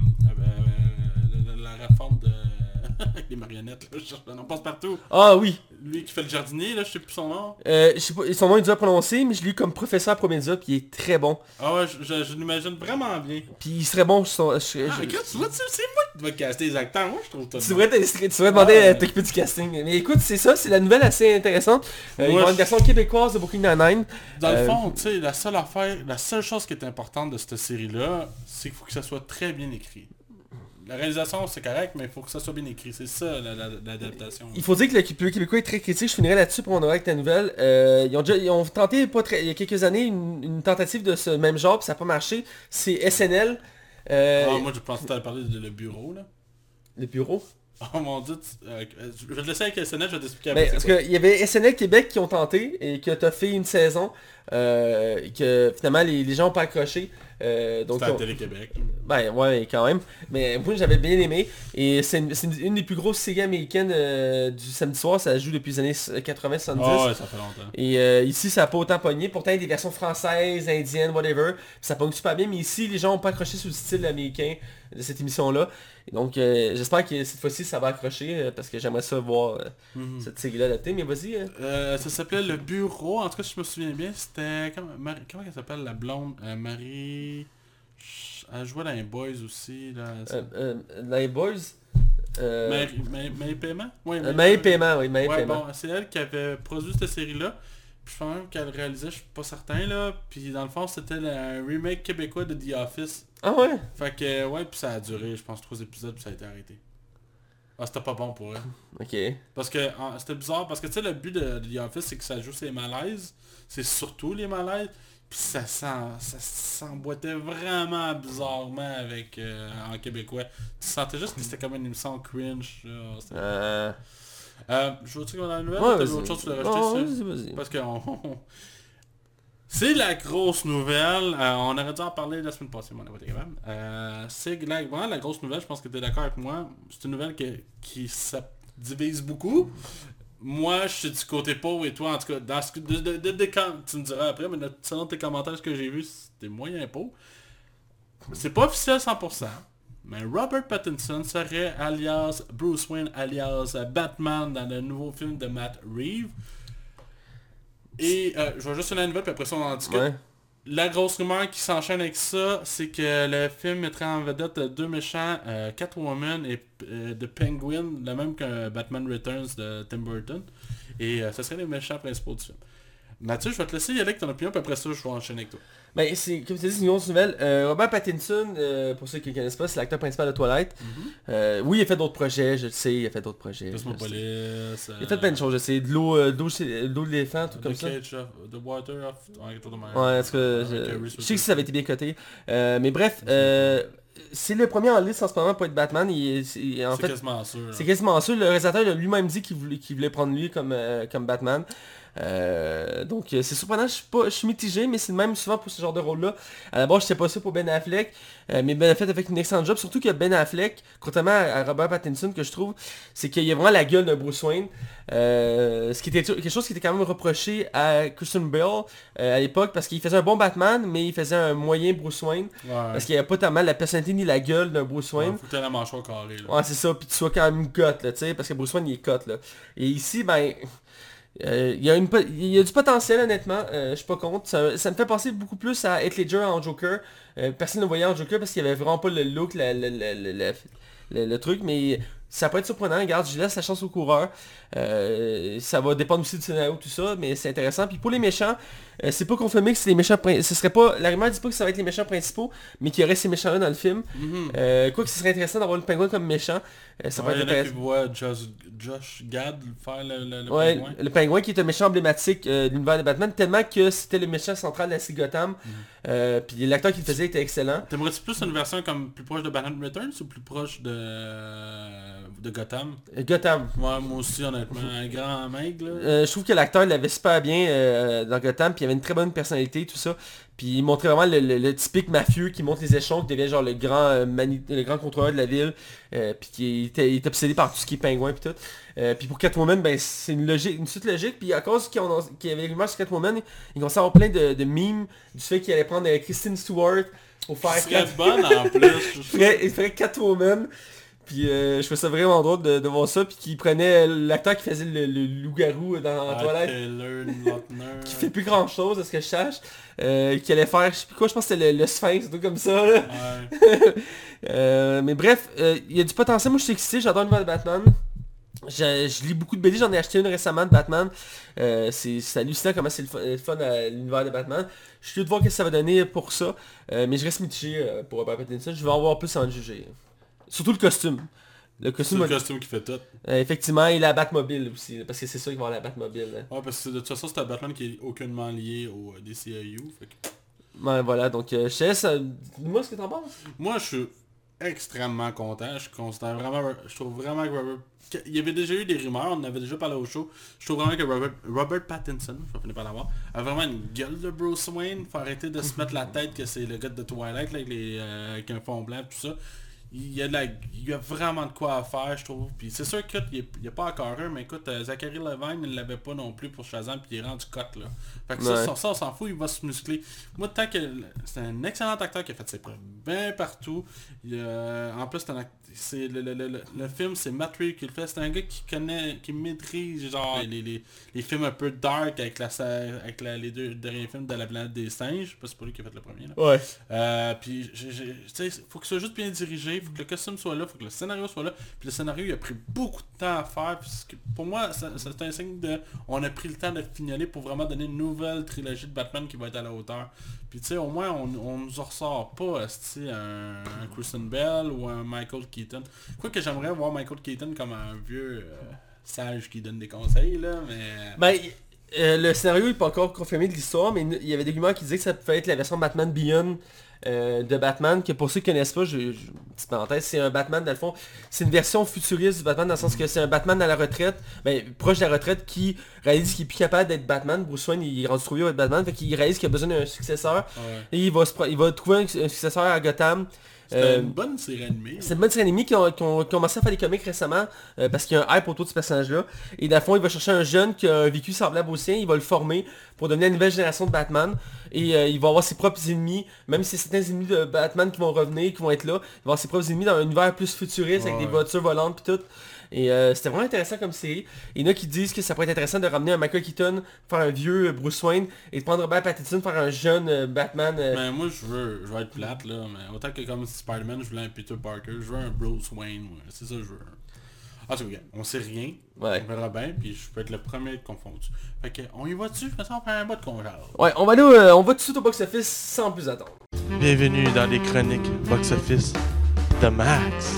B: la réforme de... avec les marionnettes, là, je cherche le nom, passe partout.
A: Ah oui.
B: Lui qui fait le jardinier, là, je sais plus son nom.
A: Je sais pas, son nom est dur à prononcer, mais je l'ai eu comme professeur à Promédia, puis il est très bon.
B: Ah ouais, je l'imagine vraiment bien.
A: Puis il serait bon,
B: Ah, écoute, tu vois, c'est moi qui dois caster les acteurs, moi je trouve ça
A: tu devrais demander à t'occuper du casting. Mais écoute, c'est ça, c'est la nouvelle assez intéressante. Il va y avoir une version québécoise de Brooklyn Nine-Nine.
B: Dans le fond, tu sais, la seule chose qui est importante de cette série-là, c'est qu'il faut que ça soit très bien écrit. La réalisation, c'est correct, mais il faut que ça soit bien écrit. C'est ça, l'adaptation.
A: Il faut dire que le québécois est très critique, je finirai là-dessus pour mon oreille avec ta nouvelle. Ils ont tenté il y a quelques années une tentative de ce même genre, puis ça n'a pas marché. C'est SNL.
B: Moi, je pensais que tu allais parler de Le Bureau, là.
A: Le bureau.
B: Oh mon dieu, je vais te laisser avec SNL, je vais t'expliquer
A: Ben,
B: après.
A: parce qu'il y avait SNL Québec qui ont tenté et qui a fait une saison et que finalement les gens n'ont pas accroché. Donc
B: C'était à Télé-Québec.
A: Ben ouais, quand même. Mais moi j'avais bien aimé. Et c'est une des plus grosses séries américaines du samedi soir. Ça joue depuis les années 80-70.
B: Oh ouais, ça fait longtemps.
A: Et ici ça n'a pas autant pogné. Pourtant il y a des versions françaises, indiennes, whatever. Puis ça pogne super bien. Mais ici les gens n'ont pas accroché sur le style américain de cette émission-là. Et donc j'espère que cette fois-ci ça va accrocher. Parce que j'aimerais ça voir cette série-là adaptée. Mais vas-y.
B: Ça s'appelait Le Bureau, en tout cas si je me souviens bien, c'était... Comment elle s'appelle la blonde Marie... Elle jouait dans les Boys aussi, là.
A: Les Boys.
B: Marie Paiement? Oui,
A: Marie Paiement, oui, Marie
B: ouais,
A: Paiement.
B: bon, c'est elle qui avait produit cette série-là. Puis je pense même qu'elle réalisait, je suis pas certain, là. Puis dans le fond, c'était un remake québécois de The Office.
A: Ah ouais?
B: Fait que, ouais, puis ça a duré, je pense, 3 épisodes, puis ça a été arrêté. Ah, c'était pas bon pour elle.
A: Ok.
B: Parce que, c'était bizarre, parce que, tu sais, le but de The Office, c'est que ça joue ses malaises. C'est surtout les malaises. Puis ça s'emboîtait vraiment bizarrement avec en québécois. Tu sentais juste que c'était comme une émission cringe. Là, je veux dire qu'on a la nouvelle,
A: Ouais,
B: t'avais autre chose que tu l'as rajouté,
A: vas-y.
B: parce que c'est la grosse nouvelle. On aurait dû en parler la semaine passée, mais on n'a pas été capable. C'est vraiment la grosse nouvelle, je pense que tu es d'accord avec moi. C'est une nouvelle qui ça divise beaucoup. Moi, je suis du côté pauvre et toi, en tout cas, dans ce quand tu me diras après, mais selon tes commentaires, ce que j'ai vu, c'était moyen pauvre. C'est pas officiel 100%, mais Robert Pattinson serait alias Bruce Wayne, alias Batman dans le nouveau film de Matt Reeves. Et je vais juste donner la nouvelle, puis après ça on en discute.
A: Ouais.
B: La grosse rumeur qui s'enchaîne avec ça, c'est que le film mettrait en vedette 2 méchants, Catwoman et The Penguin, le même que Batman Returns de Tim Burton. Et ce serait les méchants principaux du film. Mathieu, je vais te laisser y aller avec ton opinion, puis après ça, je vais enchaîner avec toi.
A: Ben, c'est, comme tu as dit, c'est une grosse nouvelle. Robert Pattinson, pour ceux qui ne connaissent pas, c'est l'acteur principal de Twilight. Oui, il a fait d'autres projets, je le sais, il a fait d'autres projets.
B: Cosmopolis,
A: Il a fait plein de choses, je sais. De l'eau de l'éléphant, tout comme ça.
B: The Water of...
A: Ouais, en tout cas, je sais que ça avait été bien coté. Mais bref, c'est le premier en liste en ce moment pour être Batman.
B: C'est
A: en fait,
B: quasiment sûr.
A: c'est quasiment sûr. Le réalisateur il a lui-même dit qu'il voulait prendre lui comme Batman. Donc c'est surprenant, je suis mitigé, mais c'est le même souvent pour ce genre de rôle-là. À la base, je sais pas ça pour Ben Affleck, mais Ben Affleck a fait une excellente job, surtout que Ben Affleck, contrairement à Robert Pattinson que je trouve, c'est qu'il a vraiment la gueule d'un Bruce Wayne. Ce qui était quelque chose qui était quand même reproché à Christian Bale à l'époque, parce qu'il faisait un bon Batman, mais il faisait un moyen Bruce Wayne, parce qu'il n'y avait pas tellement la personnalité ni la gueule d'un Bruce Wayne.
B: Faut que t'aies la mâchoire carrée, là.
A: Ouais, c'est ça, puis tu sois quand même cut, là, tu sais, parce que Bruce Wayne il est cut, là. Et ici, ben... il y a du potentiel honnêtement, je suis pas contre. Ça me fait penser beaucoup plus à Heath Ledger en Joker. Personne ne le voyait en Joker parce qu'il avait vraiment pas le look, le truc, mais ça peut être surprenant. Regarde, je laisse la chance au coureur. Ça va dépendre aussi du scénario, tout ça, mais c'est intéressant. Puis pour les méchants, c'est pas confirmé que c'est les méchants ce serait pas. La rumeur dit pas que ça va être les méchants principaux, mais qu'il y aurait ces méchants-là dans le film. Quoi que ce serait intéressant d'avoir le pingouin comme méchant. Ça peut être intéressant.
B: Qui voit Josh Gad faire le
A: pingouin. Le pingouin qui est un méchant emblématique de l'univers de Batman, tellement que c'était le méchant central de la série Gotham. Puis l'acteur qui le faisait était excellent.
B: T'aimerais-tu plus une version comme plus proche de Batman Returns ou plus proche de Gotham?
A: Gotham.
B: Ouais, moi aussi honnêtement, un grand mec là.
A: Je trouve que l'acteur l'avait super bien dans Gotham, puis il avait une très bonne personnalité, tout ça. Puis il montrait vraiment le typique mafieux qui monte les échelons, qui devient genre le grand contrôleur de la ville, puis qui est obsédé par tout ce qui est pingouin puis tout. Puis pour Catwoman, ben c'est une suite logique. Puis à cause qu'il y avait les rumeurs sur Catwoman, il commençait à avoir plein de memes du fait qu'il allait prendre Kristen Stewart pour faire
B: bonne en plus.
A: il ferait Catwoman. Puis je trouvais ça vraiment drôle de voir ça, puis qu'il prenait l'acteur qui faisait le loup-garou dans la toilette, qui fait plus grand chose à ce que je sache, qui allait faire, je sais plus quoi, je pense que c'était le Sphinx, un truc comme ça là. Mais bref, il y a du potentiel, moi je suis excité, j'adore l'univers de Batman. Je lis beaucoup de BD, j'en ai acheté une récemment de Batman. C'est hallucinant comment c'est le fun à l'univers de Batman. Je suis curieux de voir ce que ça va donner pour ça, mais je reste mitigé pour Robert Pattinson, je vais en voir plus en juger. Surtout le costume.
B: C'est le costume qui fait tout.
A: Effectivement, et la Batmobile aussi, parce que c'est ça qui va avoir la Batmobile.
B: Ouais, parce que de toute façon, c'est un Batman qui est aucunement lié au DCAU. Fait que...
A: Ouais, voilà, donc je te laisse. Dis-moi ce que t'en penses.
B: Moi, je suis extrêmement content. Je trouve vraiment que Robert... Il y avait déjà eu des rumeurs, on en avait déjà parlé au show. Je trouve vraiment que Robert Pattinson, je vais finir par l'avoir, a vraiment une gueule de Bruce Wayne. Faut arrêter de se mettre la tête que c'est le gars de Twilight là, avec un fond blanc tout ça. Il y a vraiment de quoi à faire, je trouve. Puis c'est sûr qu'il n'y a pas encore un, mais écoute, Zachary Levine ne l'avait pas non plus pour Shazam, puis il est rendu cut là. Fait que ça, on s'en fout, il va se muscler. Moi, tant que c'est un excellent acteur qui a fait ses preuves bien partout. En plus, c'est le film, c'est Matt Reeves qui le fait. C'est un gars qui maîtrise genre les films un peu dark avec les deux derniers films de la planète des singes. Je sais pas si c'est pas lui qui a fait le premier là.
A: Ouais.
B: Puis tu sais, faut que ce soit juste bien dirigé, faut que le costume soit là, faut que le scénario soit là. Puis le scénario, il a pris beaucoup de temps à faire. Puisque pour moi, c'est un signe de... On a pris le temps de fignoler pour vraiment donner une nouvelle trilogie de Batman qui va être à la hauteur. Puis tu sais, au moins, on nous en ressort pas un Christian Bale ou un Michael Keaton. Quoique j'aimerais voir Michael Keaton comme un vieux sage qui donne des conseils, là, mais...
A: Ben, le scénario n'est pas encore confirmé de l'histoire, mais il y avait des rumeurs qui disaient que ça pouvait être la version Batman Beyond de Batman, que pour ceux qui connaissent pas, petite parenthèse, c'est un Batman dans le fond, c'est une version futuriste du Batman dans le sens que c'est un Batman à la retraite, proche de la retraite, qui réalise qu'il est plus capable d'être Batman. Bruce Wayne il est rendu trop vieux à être Batman, fait qu'il réalise qu'il a besoin d'un successeur, et il va trouver un successeur à Gotham.
B: C'est une bonne série animée.
A: C'est une bonne série animée qui ont commencé à faire des comics récemment parce qu'il y a un hype autour de ce personnage-là. Et dans le fond, il va chercher un jeune qui a un vécu semblable au sien, il va le former pour devenir une nouvelle génération de Batman. Et il va avoir ses propres ennemis, même si c'est certains ennemis de Batman qui vont revenir, qui vont être là, il va avoir ses propres ennemis dans un univers plus futuriste avec des voitures volantes et tout. Et c'était vraiment intéressant comme série. Il y en a qui disent que ça pourrait être intéressant de ramener un Michael Keaton, faire un vieux Bruce Wayne, et de prendre Robert Pattinson, faire un jeune Batman.
B: Mais moi je veux être plate là, mais autant que comme Spider-Man, je voulais un Peter Parker, je veux un Bruce Wayne, c'est ça que je veux. Ah c'est ok, on sait rien, on verra bien, puis je peux être le premier à être confondu. Fait que, on y va dessus, de toute façon on fait un bout de congé.
A: Ouais, on va aller, on va tout de suite au box-office sans plus attendre.
C: Bienvenue dans les chroniques box-office de Max.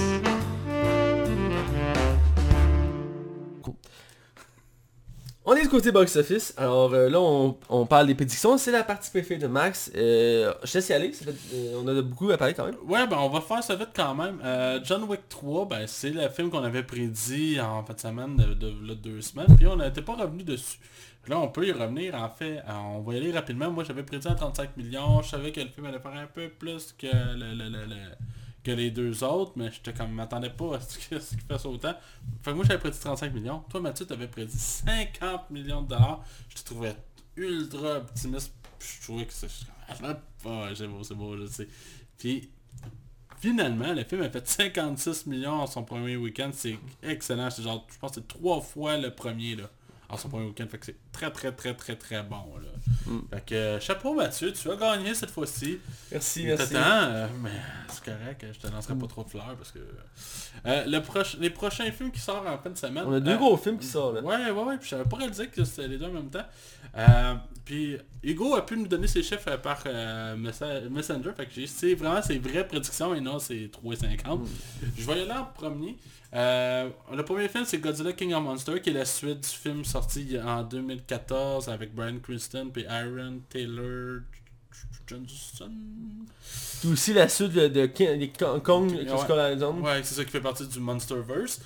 A: On est du côté box-office. Alors là, on parle des prédictions. C'est la partie préférée de Max. Je te laisse y aller. On a beaucoup à parler quand même.
B: Ouais, ben on va faire ça vite quand même. John Wick 3, ben c'est le film qu'on avait prédit en fin de semaine de 2 semaines. Puis on n'était pas revenu dessus. Là, on peut y revenir. En fait, on va y aller rapidement. Moi, j'avais prédit à 35 millions. Je savais que le film allait faire un peu plus que que les deux autres, mais j'étais comme, m'attendais pas à ce qu'il fasse autant. Fait que moi, j'avais prédit 35 millions. Toi, Mathieu, t'avais prédit 50 millions de dollars. Je te trouvais ultra optimiste. Je trouvais que c'est... c'est beau, je sais. Puis, finalement, le film a fait 56 millions en son premier week-end. C'est excellent. C'est genre, je pense que c'est 3 fois le premier, là. En son premier week-end, fait que c'est très bon là. Fait que chapeau Mathieu, tu as gagné cette fois-ci.
A: Merci.
B: Mais c'est correct, je te lancerai pas trop de fleurs parce que les prochains films qui sortent en fin de semaine.
A: On a 2 gros films qui sortent là.
B: Ouais, puis j'avais pas réalisé que c'était les deux en même temps. Puis Hugo a pu nous donner ses chiffres par Messenger, fait que c'est vraiment ses vraies prédictions et non c'est 3,50. Je vais y aller en premier. Le premier film c'est Godzilla King of Monsters qui est la suite du film sorti en 2014 avec Bryan Cranston et Aaron Taylor Johnson.
A: Puis aussi la suite de Kong
B: Ouais.
A: Island.
B: Ouais, c'est ça qui fait partie du Monsterverse.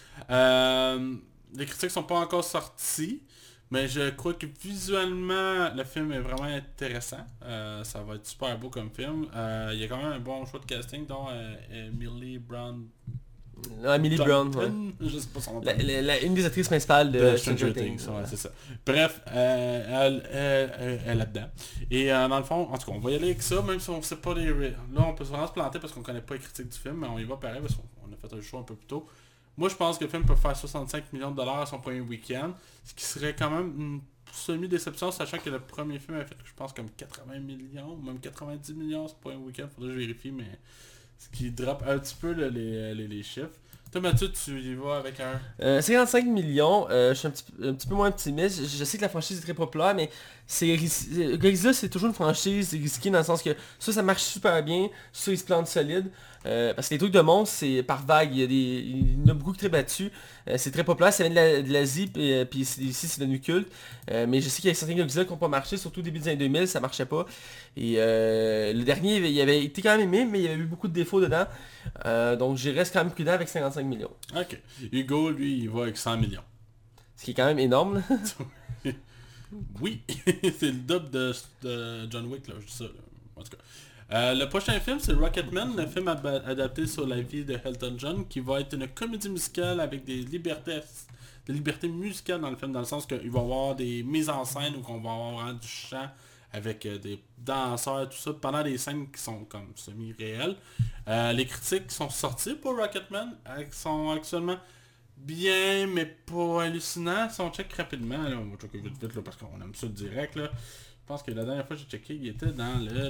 B: Les critiques sont pas encore sorties, mais je crois que visuellement le film est vraiment intéressant. Ça va être super beau comme film. Il y a quand même un bon choix de casting dont Millie Brown.
A: Millie Brown, ouais.
B: Je sais pas son nom.
A: Une des actrices principales de Stranger Things.
B: Ouais, c'est ça. Bref, elle est là-dedans. Et dans le fond, en tout cas, on va y aller avec ça, même si on sait pas les... Là, on peut vraiment se planter parce qu'on connaît pas les critiques du film, mais on y va pareil parce qu'on a fait un choix un peu plus tôt. Moi, je pense que le film peut faire 65 millions de dollars à son premier week-end, ce qui serait quand même une semi-déception, sachant que le premier film a fait, je pense, comme 80 millions, même 90 millions son premier week-end. Faudrait que je vérifie, mais... Ce qui drop un petit peu là, les chiffres. Toi Mathieu, tu y vas avec un...
A: 55 millions, je suis un petit peu moins optimiste. Je sais que la franchise est très populaire, mais Godzilla c'est toujours une franchise risquée dans le sens que ça marche super bien, ça il se plante solide. Parce que les trucs de monstres c'est par vague, il y en a beaucoup qui sont très battus. C'est très populaire, ça vient de l'Asie, puis ici c'est devenu culte. Mais je sais qu'il y a certains Godzilla qui n'ont pas marché, surtout au début des années 2000, ça marchait pas. Et le dernier, il avait été quand même aimé, mais il y avait eu beaucoup de défauts dedans. Donc je reste quand même prudent avec 55 millions.
B: Ok. Hugo, lui, il va avec 100 millions.
A: Ce qui est quand même énorme. Là.
B: Oui, c'est le double de John Wick, là, je dis ça. Là. En tout cas. Le prochain film, c'est Rocketman, le film adapté sur la vie de Elton John, qui va être une comédie musicale avec des libertés musicales dans le film, dans le sens qu'il va y avoir des mises en scène où on va avoir du chant avec des danseurs, tout ça, pendant des scènes qui sont comme semi-réelles. Les critiques qui sont sorties pour Rocketman sont actuellement bien, mais pas hallucinants. Si on check rapidement, là, on va checker vite là, parce qu'on aime ça direct. Là. Je pense que la dernière fois que j'ai checké, il était dans le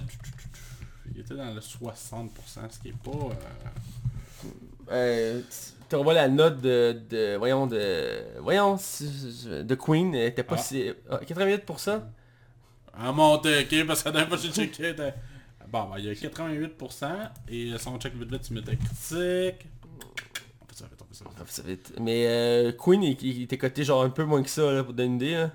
B: 60%, ce qui est pas...
A: Tu revois la note de Queen, elle était pas si... 88%.
B: En montée, ok, parce que la dernière fois que j'ai checké, bon, il y a 88%, et si on check vite, tu mets ta critique...
A: On fait ça vite. Mais Queen, il était coté genre un peu moins que ça, là, pour donner une idée. Là.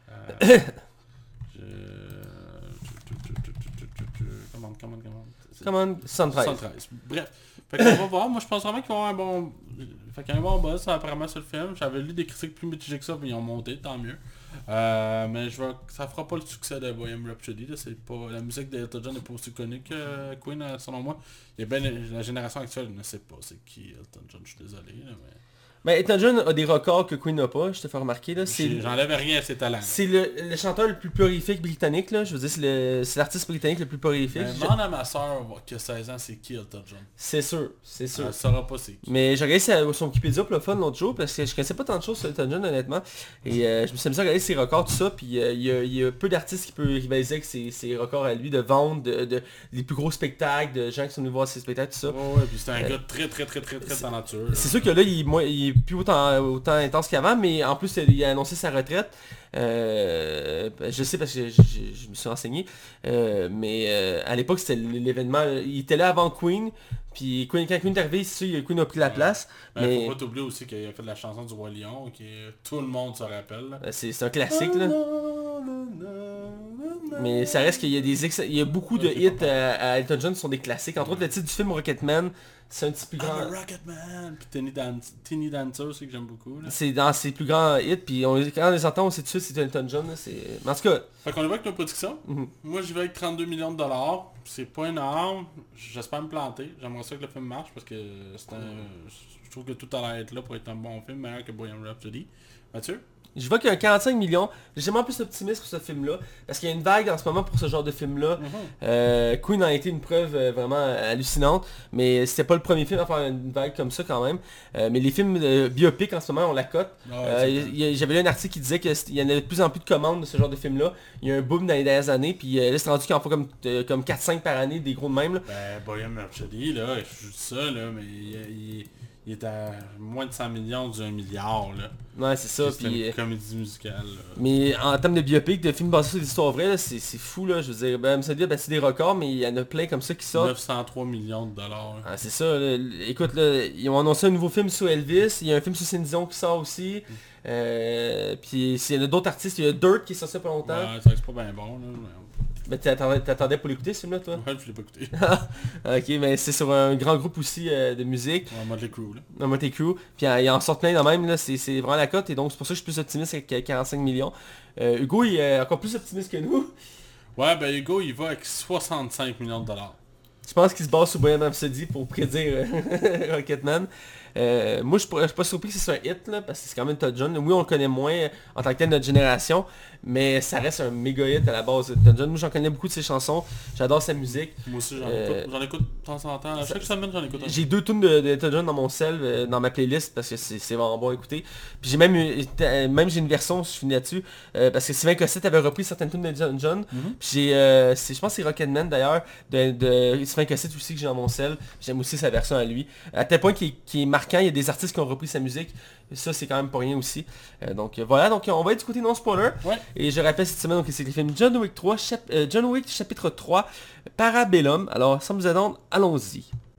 A: Comment 73.
B: Bref. Fait qu'on va voir. Moi, je pense vraiment qu'il va y avoir un bon... Fait qu'il y a un bon buzz, apparemment, sur le film. J'avais lu des critiques plus mitigées que ça, puis ils ont monté, tant mieux. Mais ça fera pas le succès de Bohemian Rhapsody. Là. C'est pas... La musique d'Elton John n'est pas aussi connue que Queen, selon moi. Il y a bien la génération actuelle ne sait pas c'est qui Elton John, je suis désolé. Là,
A: mais Elton John a des records que Queen n'a pas, je te fais remarquer. Là.
B: J'enlève rien à ses talents.
A: C'est le chanteur le plus prolifique britannique, là. Je veux dire, c'est l'artiste britannique le plus prolifique.
B: Demande à ma soeur qui a 16 ans, c'est qui Elton John.
A: C'est sûr.
B: Elle saura pas c'est qui.
A: Mais j'ai regardé son Wikipédia pour le fun l'autre jour, parce que je connaissais pas tant de choses sur Elton John, honnêtement. Et je me suis amusé à regarder ses records, tout ça, puis il y a peu d'artistes qui peuvent rivaliser avec ses records à lui, de vente, les plus gros spectacles, de gens qui sont venus voir ses spectacles, tout ça.
B: Ouais, puis c'est un gars très talentueux.
A: C'est sûr que là, il est plus autant intense qu'avant, mais en plus il a annoncé sa retraite. Je sais parce que je me suis renseigné, mais à l'époque c'était l'événement, il était là avant Queen, puis quand Queen est arrivé, c'est sûr, Queen a pris la place. Mais
B: faut pas t'oublier aussi qu'il a fait la chanson du Roi Lion, qui tout le monde se rappelle. Là.
A: C'est un classique là. Mais ça reste qu'il y a il y a beaucoup de hits à Elton John qui sont des classiques. Entre autres le titre du film Rocketman, c'est un petit plus grand...
B: Rocketman, puis Tiny Dancer aussi que j'aime beaucoup.
A: C'est dans ses plus grands hits, puis quand on les entend, on sait tout de suite c'est Elton John. Là, mais en tout cas...
B: Fait qu'on y va avec nos prédictions. Moi j'y vais avec 32 millions de dollars. C'est pas énorme. J'espère me planter. J'aimerais ça que le film marche parce que je trouve que tout a l'air être là pour être un bon film, meilleur que Bohemian Rhapsody. Mathieu?
A: Je vois qu'il y a 45 millions. J'ai jamais plus optimiste pour ce film-là. Parce qu'il y a une vague en ce moment pour ce genre de film-là. Queen a été une preuve vraiment hallucinante. Mais c'était pas le premier film à faire une vague comme ça quand même. Mais les films biopiques en ce moment, on la cote. J'avais lu un article qui disait qu'il y en avait de plus en plus de commandes de ce genre de film-là. Il y a un boom dans les dernières années. Puis là, c'est rendu qu'il en faut comme 4-5 par année, des gros de même. Là.
B: Ben, Bohemian Rhapsody, là, je dis ça, là, mais il est à moins de 100 millions d'1 milliard, là.
A: Ouais, c'est ça.
B: C'est une comédie musicale, là.
A: Mais en termes de biopic, de films basés sur des histoires vraies, c'est fou, là. Je veux dire, ben, MCD a battu des records, mais il y en a plein comme ça qui sortent.
B: 903 millions de dollars.
A: Ah, c'est ça. Là. Écoute, là, ils ont annoncé un nouveau film sur Elvis. Il y a un film sur Céline Dion qui sort aussi. Puis il y a d'autres artistes. Il y a Dirt qui est sorti il y a pas longtemps.
B: Ouais, c'est pas bien bon, là.
A: Mais t'attendais pour l'écouter ce film-là, toi?
B: Ouais, je l'ai pas écouté.
A: Ok, mais c'est sur un grand groupe aussi de musique.
B: Ouais, Motley Crue, là.
A: Motley Crue. Puis il en sort plein de même, là. C'est vraiment la cote. Et donc c'est pour ça que je suis plus optimiste avec 45 millions. Hugo, il est encore plus optimiste que nous.
B: Ouais, ben Hugo, il va avec 65 millions de dollars.
A: Je pense qu'il se base sur Bohemian Rhapsody pour prédire Rocketman. Moi, je suis pas surpris que ce soit un hit, là, parce que c'est quand même Elton John. Oui, on le connaît moins en tant que tel de notre génération, mais ça reste un méga hit à la base. Elton John, moi, j'en connais beaucoup de ses chansons. J'adore sa musique.
B: Moi aussi, j'en écoute de temps en temps. Chaque semaine, j'en écoute un.
A: J'ai 2 tunes d'Elton John dans mon cell, dans ma playlist, parce que c'est vraiment bon à écouter. Puis j'ai même j'ai une version, je finis là-dessus, parce que Sylvain Cossette avait repris certaines tunes d'Elton John. Puis je pense que c'est Rocketman d'ailleurs, de Sylvain Cossette aussi que j'ai dans mon cell. J'aime aussi sa version à lui. À tel point qu'il est marquant, il y a des artistes qui ont repris sa musique. Ça, c'est quand même pas rien aussi. Donc voilà, donc on va être du côté non-spoiler. Ouais. Et je rappelle cette semaine, donc c'est le film John Wick 3, John Wick chapitre 3, Parabellum. Alors, sans vous attendre, allons-y.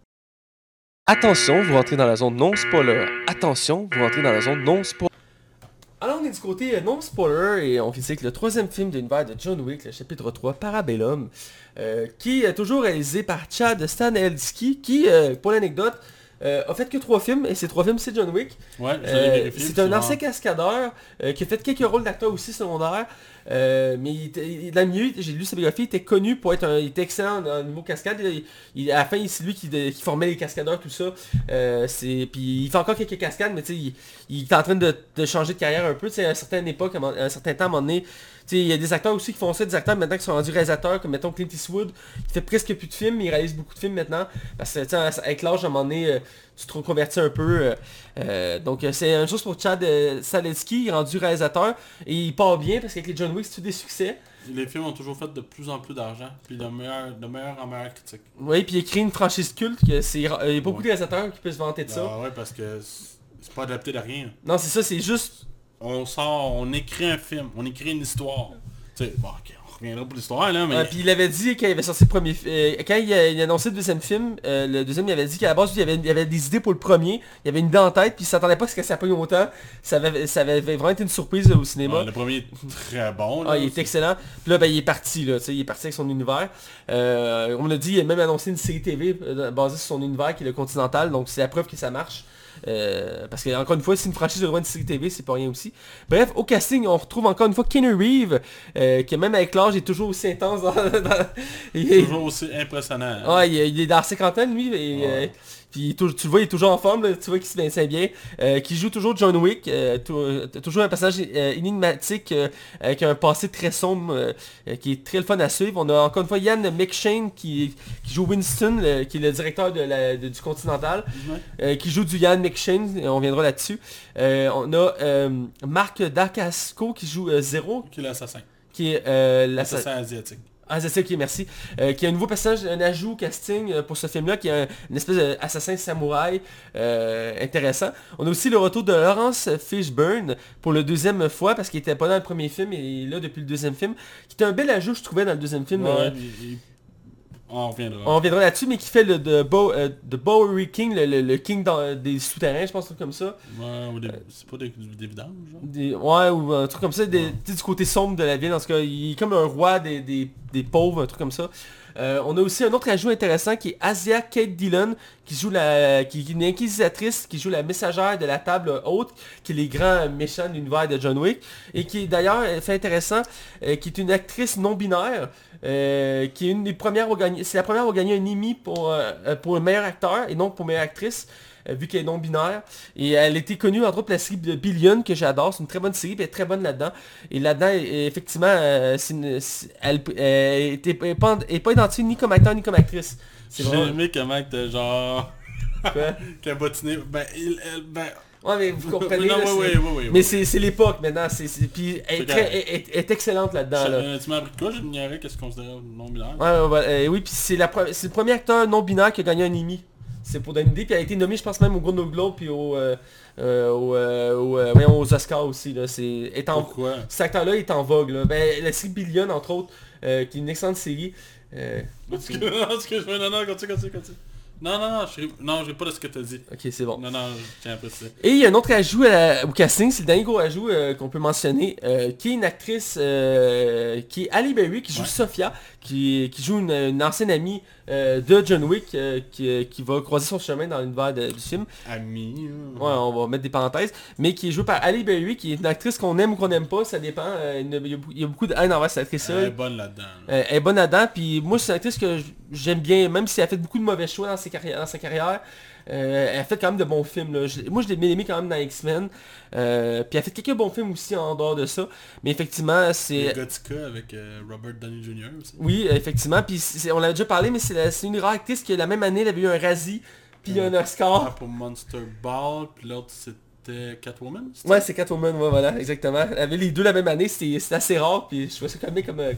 A: Attention, vous rentrez dans la zone non-spoiler. Attention, vous rentrez dans la zone non-spoiler. Alors on est du côté non-spoiler et on finit avec le troisième film de l'univers de John Wick, le chapitre 3, Parabellum, qui est toujours réalisé par Chad Stahelski, qui, pour l'anecdote, a fait que 3 films, et ces 3 films c'est John Wick.
B: Ouais,
A: c'est un ancien cascadeur qui a fait quelques rôles d'acteur aussi secondaires, mais dans le milieu, j'ai lu sa biographie, il était connu pour être il était excellent au niveau cascade. À la fin, c'est lui qui formait les cascadeurs, tout ça. Puis il fait encore quelques cascades, mais il est en train de changer de carrière un peu. À une certaine époque, à un certain temps, à un moment donné, il y a des acteurs aussi qui font ça, des acteurs maintenant qui sont rendus réalisateurs, comme mettons Clint Eastwood, qui fait presque plus de films, mais il réalise beaucoup de films maintenant. Parce que avec l'âge, à un moment donné, tu te reconvertis un peu. Donc c'est une chose pour Chad Stahelski, il est rendu réalisateur, et il part bien parce qu'avec les John Wick, c'est tout des succès.
B: Les films ont toujours fait de plus en plus d'argent, puis de meilleur en meilleure critique.
A: Oui, puis il a créé une franchise culte, il y a beaucoup de réalisateurs qui peuvent se vanter de ça.
B: Ah ouais, parce que c'est pas adapté de rien.
A: Non, c'est ça, c'est juste...
B: On écrit un film, on écrit une histoire. Tu sais, bon, ok, on reviendra pour l'histoire là, mais...
A: puis il avait dit quand il avait sorti le premier quand il a annoncé le deuxième film, le deuxième il avait dit qu'à la base il avait des idées pour le premier, il avait une idée en tête, puis il s'attendait pas à ce que ça pogne autant. Ça avait vraiment été une surprise au cinéma.
B: Le premier est très bon là.
A: Il est excellent. Puis là il est parti là, il est parti avec son univers. On l'a dit, il a même annoncé une série TV basée sur son univers qui est le Continental, donc c'est la preuve que ça marche. Parce que encore une fois, si une franchise de loin de série TV, c'est pas rien aussi. Bref, au casting, on retrouve encore une fois Keanu Reeves, qui même avec l'âge est toujours aussi intense.
B: Toujours aussi impressionnant.
A: Hein. Ouais, il est dans la cinquantaine lui. Puis tu le vois, il est toujours en forme, là, tu vois qu'il se maintient bien. Qui joue toujours John Wick, toujours un personnage énigmatique, avec un passé très sombre, qui est très le fun à suivre. On a encore une fois Ian McShane qui joue Winston, qui est le directeur du Continental, qui joue du Ian McShane, on viendra là-dessus. On a Marc Dacascos qui joue Zero.
B: Qui est l'assassin.
A: Qui est
B: l'assassin asiatique.
A: Ah, c'est ça, ok, merci. Qui a un nouveau personnage, un ajout au casting pour ce film-là, qui est une espèce d'assassin samouraï intéressant. On a aussi le retour de Laurence Fishburne pour le deuxième fois, parce qu'il était pas dans le premier film, et il est là depuis le deuxième film. Qui était un bel ajout, je trouvais, dans le deuxième film.
B: Ouais, on reviendra.
A: On reviendra là-dessus, mais qui fait de Bowery King, le king des souterrains, je pense, un truc comme ça.
B: Ouais, c'est pas des vidanges, genre.
A: Ouais, ou un truc comme ça, du côté sombre de la ville, en tout cas, il est comme un roi des pauvres, un truc comme ça. On a aussi un autre ajout intéressant qui est Asia Kate Dillon, qui est une inquisitrice, qui joue la messagère de la table haute, qui est les grands méchants de l'univers de John Wick, et qui est d'ailleurs, fait intéressant, qui est une actrice non-binaire, qui est une des premières à gagner, c'est la première à gagner un Emmy pour le meilleur acteur, et non pour meilleure actrice. Vu qu'elle est non-binaire. Et elle était connue entre autres pour la série de Billion, que j'adore. C'est une très bonne série, puis elle est très bonne là-dedans. Et là-dedans, effectivement, elle est pas identifiée ni comme acteur ni comme actrice.
B: J'ai aimé comment t'es genre...
A: Quoi?
B: Qu'elle a botiné...
A: Ouais, mais vous comprenez,
B: non,
A: là,
B: oui.
A: Mais c'est l'époque maintenant. Puis elle est excellente là-dedans. Là.
B: Tu m'as appris de quoi? J'ignorais qu'est-ce qu'on considérait non-binaire.
A: Oui, puis c'est le premier acteur non-binaire qui a gagné un Emmy. C'est pour donner une idée, puis elle a été nommée, je pense même au Golden Globe puis aux Oscars aussi. Là.
B: Pourquoi?
A: Cet acteur-là est en vogue. Là. Ben, la série Billion, entre autres, qui est une excellente série.
B: Excuse-moi, non, continue. Non, j'ai pas de ce que t'as dit.
A: Ok, c'est bon.
B: Non, je tiens à préciser.
A: Et il y a un autre ajout au casting, c'est le dernier gros ajout qu'on peut mentionner, qui est une actrice qui est Halle Berry, qui joue Sophia, qui joue une ancienne amie de John Wick, qui va croiser son chemin dans l'univers du film.
B: Amie.
A: Ouais, on va mettre des parenthèses. Mais qui est jouée par Halle Berry, qui est une actrice qu'on aime ou qu'on n'aime pas, ça dépend. Il y a beaucoup de haine envers cette actrice-là.
B: Elle est bonne là-dedans.
A: Elle est bonne là-dedans, puis moi c'est une actrice que j'aime bien, même si elle a fait beaucoup de mauvais choix dans sa carrière. Elle a fait quand même de bons films. Là. Moi je l'ai bien aimé quand même dans X-Men. Puis elle a fait quelques bons films aussi en dehors de ça. Mais effectivement c'est...
B: Gothica avec Robert Downey Jr. aussi.
A: Oui, effectivement. Puis on l'avait déjà parlé, mais c'est une rare actrice qui la même année elle avait eu un Razzie, puis un Oscar.
B: Pour Monster Ball, puis l'autre c'était Catwoman?
A: Ouais, c'est Catwoman, ouais, voilà, exactement. Elle avait les deux la même année, c'était assez rare, puis je trouvais ça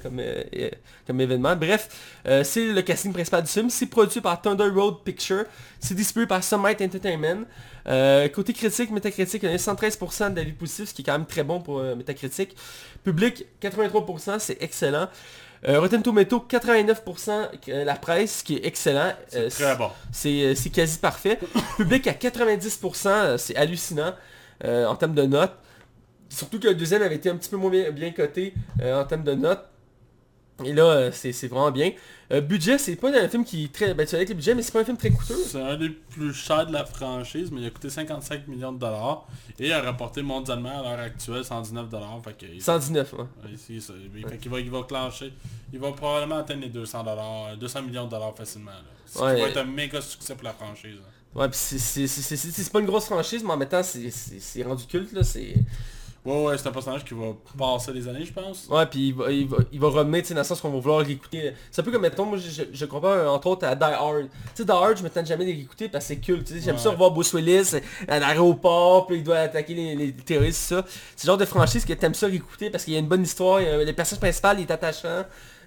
A: comme événement. Bref, c'est le casting principal du film. C'est produit par Thunder Road Pictures. C'est distribué par Summit Entertainment. Côté critique, Metacritic, il y a 113% d'avis positifs, ce qui est quand même très bon pour Metacritic. Public, 83%, c'est excellent. Rotten Tomato, 89% la presse, ce qui est excellent.
B: C'est très bon.
A: C'est quasi parfait. Public à 90%, c'est hallucinant en termes de notes. Surtout que le deuxième avait été un petit peu moins bien coté en termes de notes. Et là, c'est vraiment bien. Budget, c'est pas un film qui est très... Ben tu avec le budget, mais c'est pas un film très coûteux.
B: C'est un des plus chers de la franchise, mais il a coûté 55 millions de dollars. Et il a rapporté mondialement à l'heure actuelle 119 dollars.
A: 119, ouais.
B: Il va clencher. Il va probablement atteindre les 200 millions de dollars facilement. Ça va être un méga succès pour la franchise. Là.
A: Ouais, pis c'est pas une grosse franchise, mais en même temps, c'est rendu culte, là.
B: Ouais, c'est un personnage qui va passer les années, je pense.
A: Ouais, puis il va revenir, tu sais, dans le sens qu'on va vouloir l'écouter. C'est un peu comme, mettons, moi, je compare entre autres à Die Hard. Tu sais, Die Hard, je me tente jamais de l'écouter parce que c'est culte, tu sais. J'aime ça revoir Bruce Willis à l'aéroport, puis il doit attaquer les terroristes, ça. C'est le genre de franchise que t'aimes ça réécouter parce qu'il y a une bonne histoire, le personnage principal, il est attachant.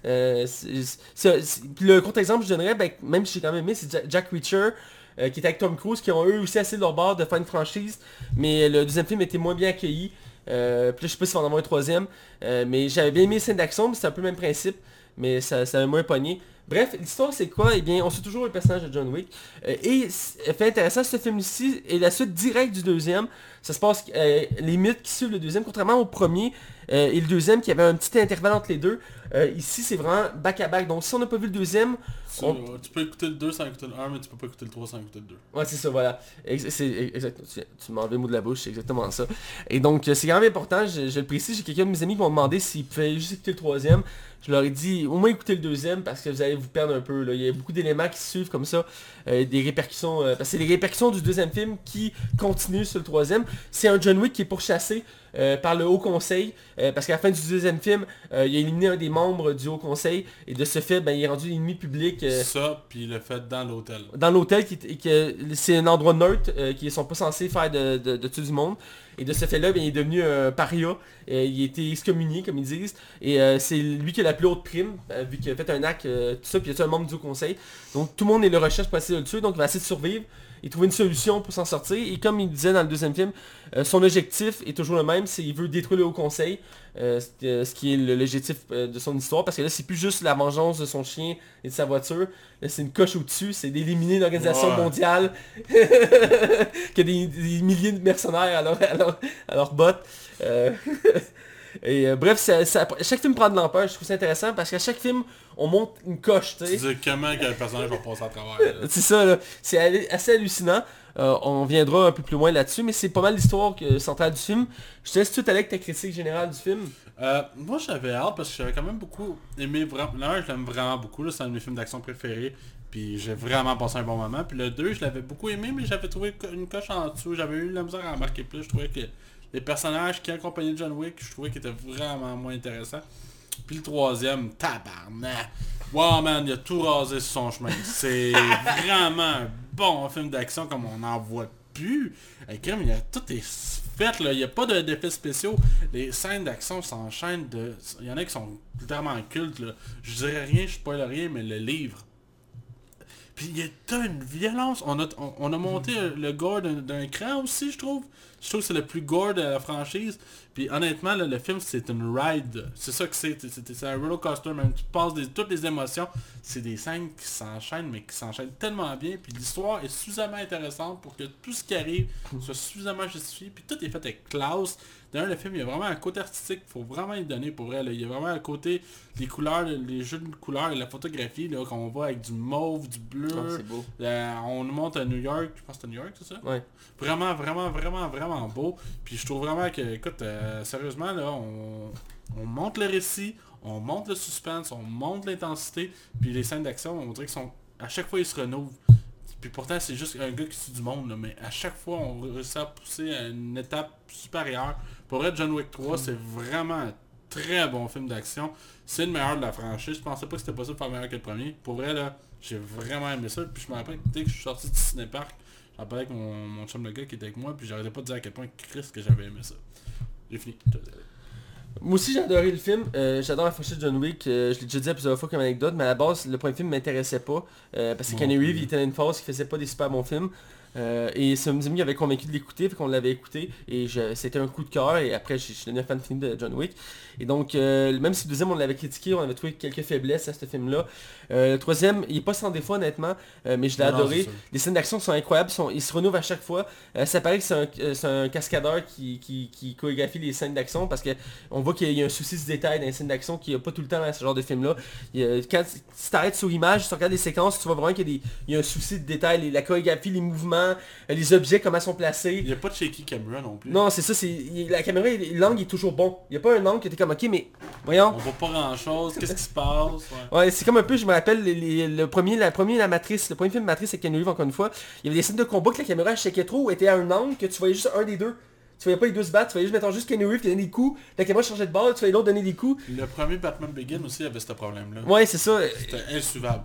A: Puis le contre-exemple, je donnerais, ben, même si j'ai quand même aimé, c'est Jack Reacher. Qui était avec Tom Cruise, qui ont eux aussi assez de leur bord de faire une franchise, mais le deuxième film était moins bien accueilli. Puis là, je sais pas si on va en avoir un troisième, mais j'avais bien aimé les scènes d'action, mais c'est un peu le même principe, mais ça m'a moins pogné. Bref, l'histoire c'est quoi? Eh bien, on suit toujours le personnage de John Wick. Et fait intéressant, ce film-ci est la suite directe du deuxième. Ça se passe les mythes qui suivent le deuxième, contrairement au premier et le deuxième qui avait un petit intervalle entre les deux. Ici, c'est vraiment back-à-back. Donc si on n'a pas vu le deuxième...
B: Tu peux écouter le 2 sans écouter le 1, mais tu peux pas écouter le 3 sans écouter le 2.
A: Ouais, c'est ça, voilà. Exactement. Tu m'as enlevé le mot de la bouche, c'est exactement ça. Et donc, c'est quand même important, je le précise, j'ai quelqu'un de mes amis qui m'ont demandé s'ils pouvaient juste écouter le troisième. Je leur ai dit, au moins écoutez le deuxième, parce que vous allez vous perdre un peu. Là. Il y a beaucoup d'éléments qui suivent comme ça, des répercussions. Parce que c'est les répercussions du deuxième film qui continuent sur le troisième. C'est un John Wick qui est pourchassé par le Haut Conseil, parce qu'à la fin du deuxième film, il a éliminé un des membres du Haut Conseil, et de ce fait, ben, il est rendu ennemi public.
B: Ça, puis le fait dans l'hôtel.
A: Dans l'hôtel, c'est un endroit neutre, qui sont pas censés faire de tuer du monde. Et de ce fait-là, ben, il est devenu un paria. Il a été excommunié, comme ils disent. Et c'est lui qui a la plus haute prime, vu qu'il a fait un acte, tout ça, puis il y a un membre du Haut Conseil. Donc tout le monde est le recherche pour essayer de le tuer, donc il va essayer de survivre et trouver une solution pour s'en sortir. Et comme il disait dans le deuxième film, son objectif est toujours le même, c'est qu'il veut détruire le Haut Conseil, ce qui est l'objectif de son histoire, parce que là c'est plus juste la vengeance de son chien et de sa voiture, là c'est une coche au-dessus, c'est d'éliminer l'organisation mondiale qui a des milliers de mercenaires à leur botte. Et bref, chaque film prend de l'ampleur, je trouve ça intéressant parce qu'à chaque film, on monte une coche, tu sais.
B: Tu dis comment que le personnage va passer à travers.
A: C'est ça, là. C'est assez hallucinant. On viendra un peu plus loin là-dessus, mais c'est pas mal l'histoire centrale du film. Je te laisse tout aller avec ta critique générale du film.
B: Moi j'avais hâte parce que j'avais quand même beaucoup aimé vraiment. L'un je l'aime vraiment beaucoup, c'est un de mes films d'action préférés. Puis j'ai vraiment passé un bon moment. Puis le 2 je l'avais beaucoup aimé, mais j'avais trouvé une coche en dessous. J'avais eu la misère à en marquer plus. Je trouvais que les personnages qui accompagnaient John Wick, je trouvais qu'ils étaient vraiment moins intéressants. Puis le troisième, tabarnak. Wow man, il a tout rasé sur son chemin. C'est vraiment un bon film d'action comme on n'en voit plus. Et comme tout est fait là, il n'y a pas d'effets spéciaux. Les scènes d'action s'enchaînent de. Il y en a qui sont littéralement cultes là. Je dirais rien, je spoil rien, mais le livre. Puis il y a une violence. On a monté le gore d'un cran aussi, je trouve. Je trouve que c'est le plus gore de la franchise. Puis honnêtement, là, le film, c'est une ride. C'est ça que c'est. C'est un roller coaster, même. Tu passes toutes les émotions. C'est des scènes qui s'enchaînent, mais qui s'enchaînent tellement bien. Puis l'histoire est suffisamment intéressante pour que tout ce qui arrive soit suffisamment justifié. Puis tout est fait avec classe. D'ailleurs, le film, il y a vraiment un côté artistique. Il faut vraiment y donner pour elle. Il y a vraiment un côté, les couleurs, les jeux de couleurs et la photographie, là, qu'on voit avec du mauve, du bleu.
A: Oh, c'est beau.
B: On nous montre à New York. Je pense que c'est à New York, c'est ça?
A: Ouais.
B: Vraiment, vraiment, vraiment, vraiment beau. Puis je trouve vraiment que, écoute, sérieusement, là, on monte le récit, on monte le suspense, on monte l'intensité, puis les scènes d'action, on dirait qu'ils sont... À chaque fois, ils se renouvelent. Puis pourtant, c'est juste un gars qui tue du monde, là, mais à chaque fois, on réussit à pousser à une étape supérieure. Pour vrai, John Wick 3, c'est vraiment un très bon film d'action. C'est le meilleur de la franchise. Je pensais pas que c'était possible de faire meilleur que le premier. Pour vrai, là, j'ai vraiment aimé ça. Puis je me rappelle que dès que je suis sorti du cinéparc, j'en parlais avec mon chum le gars qui était avec moi, puis j'arrêtais pas de dire à quel point Chris que j'avais aimé ça. J'ai fini.
A: Moi aussi j'ai adoré le film, j'adore la franchise de John Wick, je l'ai déjà dit à plusieurs fois comme anecdote, mais à la base le premier film m'intéressait pas, parce que Keanu Reeves il était dans une phase qui faisait pas des super bons films, et ça me avait convaincu de l'écouter, fait qu'on l'avait écouté, et c'était un coup de cœur, et après je suis devenu un fan fini de John Wick, et donc même si le deuxième on l'avait critiqué, on avait trouvé quelques faiblesses à ce film là, le troisième il est pas sans défaut honnêtement, mais je l'ai adoré, les scènes d'action sont incroyables, ils se renouvelent à chaque fois, ça paraît que c'est un cascadeur qui chorégraphie les scènes d'action, parce que on voit qu'il y a un souci de détail dans les scènes d'action qu'il n'y a pas tout le temps dans ce genre de film là, quand tu t'arrêtes sur image, tu regardes les séquences, tu vois vraiment qu'il y a un souci de détail, la chorégraphie, les mouvements, les objets, comment ils sont placés. Il
B: n'y a pas de shaky camera non plus.
A: Non, c'est ça, la caméra, l'angle est toujours bon. Il n'y a pas un angle qui était comme, ok, mais voyons.
B: On voit pas grand chose, qu'est-ce qui se passe?
A: Ouais, c'est comme un peu, je me rappelle, le premier film Matrice avec Keanu Reeves, encore une fois, il y avait des scènes de combat que la caméra checkait trop, ou était à un angle que tu voyais juste un des deux. Tu voyais pas les deux se battre, tu voyais juste, mettons, juste Keanu Reeves qui donnait des coups, la caméra changeait de bord, tu voyais l'autre donner des coups.
B: Le premier Batman Begins aussi avait ce problème-là.
A: Ouais, c'est ça.
B: C'était insuivable.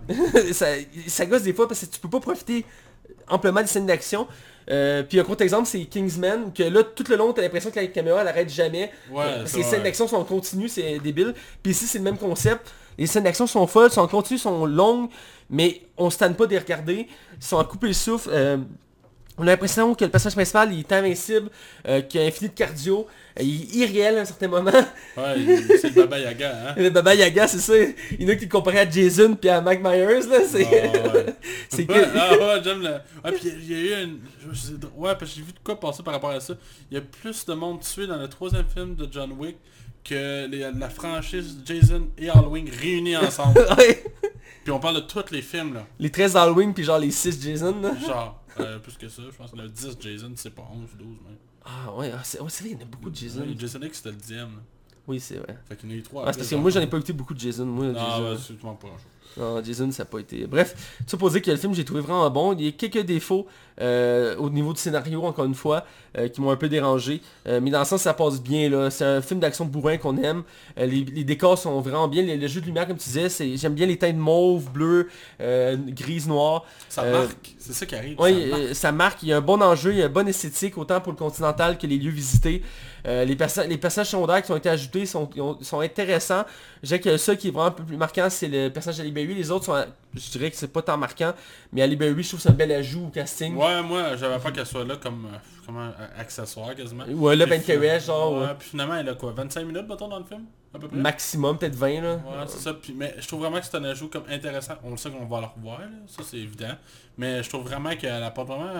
A: ça gosse des fois parce que tu peux pas profiter amplement des scènes d'action. Puis un gros exemple c'est Kingsman, que là tout le long t'as l'impression que la caméra elle arrête jamais. Parce que les scènes d'action sont en continu, c'est débile. Puis ici c'est le même concept. Les scènes d'action sont folles, sont en continu, sont longues, mais on se tanne pas de les regarder. Ils sont à couper le souffle. On a l'impression que le personnage principal il est invincible, qu'il a infini de cardio, il est irréel à un certain moment.
B: Ouais, c'est le Baba Yaga, hein.
A: Le Baba Yaga, c'est ça. Il y en a qui le comparaient à Jason puis à Mike Myers, là. C'est
B: c'est que... ouais, j'aime le... Ouais, puis il y a eu une... Ouais, parce que j'ai vu de quoi passer par rapport à ça. Il y a plus de monde tué dans le troisième film de John Wick que la franchise Jason et Halloween réunis ensemble.
A: Ouais.
B: Puis on parle de tous les films, là.
A: Les 13 Halloween puis genre les 6 Jason, là.
B: Genre, plus que ça, je pense que le 10 Jason, c'est pas 11 ou 12 même.
A: Ah ouais, c'est vrai, il y en a beaucoup de Jason.
B: Ouais, Jason X c'était le 10ème.
A: Oui, c'est vrai.
B: Fait qu'il y en a eu 3.
A: Ah, c'est parce que moi j'en ai pas écouté beaucoup de Jason. Moi,
B: non,
A: Jason.
B: ouais, c'est pas grand chose.
A: Non, Jason, ça n'a pas été... Bref, tout ça pour dire que le film, j'ai trouvé vraiment bon. Il y a quelques défauts au niveau du scénario, encore une fois, qui m'ont un peu dérangé. Mais dans le sens, ça passe bien, là. C'est un film d'action bourrin qu'on aime. Les décors sont vraiment bien. Le jeu de lumière, comme tu disais, j'aime bien les teintes mauve, bleu, grise, noire.
B: Ça marque, c'est ça qui arrive.
A: Oui, ça marque. Il y a un bon enjeu, il y a une bonne esthétique, autant pour le continental que les lieux visités. Les personnages secondaires qui ont été ajoutés sont intéressants. Je dirais que le seul qui est vraiment un peu plus marquant, c'est le personnage d'Halle Berry. Les autres sont, je dirais que c'est pas tant marquant, mais Halle Berry, je trouve que c'est un bel ajout au casting.
B: Ouais, moi, j'avais pas qu'elle soit là comme un accessoire quasiment.
A: Ouais, là, ben carré, genre.
B: Ouais, puis finalement, elle a quoi, 25 minutes, mettons, dans le film, à peu près?
A: Maximum, peut-être 20, là.
B: Ouais, c'est ça. Puis, mais je trouve vraiment que c'est un ajout comme intéressant. On le sait qu'on va le revoir, là. Ça c'est évident. Mais je trouve vraiment qu'elle apporte vraiment...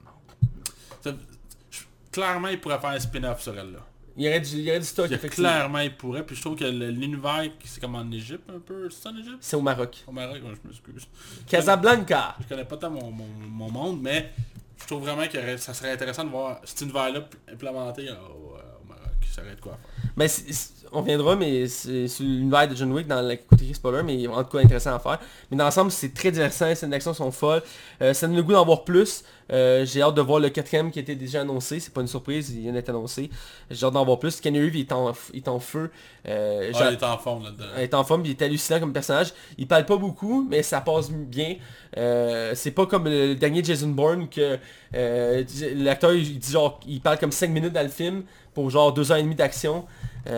B: Clairement, il pourrait faire un spin-off sur elle, là.
A: Il y aurait du stock, effectivement.
B: Clairement, il pourrait. Puis je trouve que l'univers, c'est comme en Égypte un peu. C'est en Égypte?
A: C'est au Maroc.
B: Au Maroc, ouais, je m'excuse.
A: Casablanca.
B: Je connais pas tant mon monde, mais je trouve vraiment que ça serait intéressant de voir cet univers-là implémenté au Maroc. Ça aurait de quoi faire.
A: Ben, on viendra, mais c'est l'univers de John Wick dans la catégorie spoiler, mais il y a vraiment de quoi intéressant à faire. Mais dans l'ensemble, c'est très divertissant, les scènes d'action sont folles. Ça donne le goût d'en voir plus. J'ai hâte de voir le 4ème qui était déjà annoncé, c'est pas une surprise, il vient d'être annoncé. J'ai hâte d'en voir plus. Kenny Reeves, il est en feu.
B: Il est en forme là-dedans.
A: Il est en forme, il est hallucinant comme personnage. Il parle pas beaucoup, mais ça passe bien. C'est pas comme le dernier Jason Bourne que l'acteur il dit genre il parle comme 5 minutes dans le film pour genre 2h30 d'action.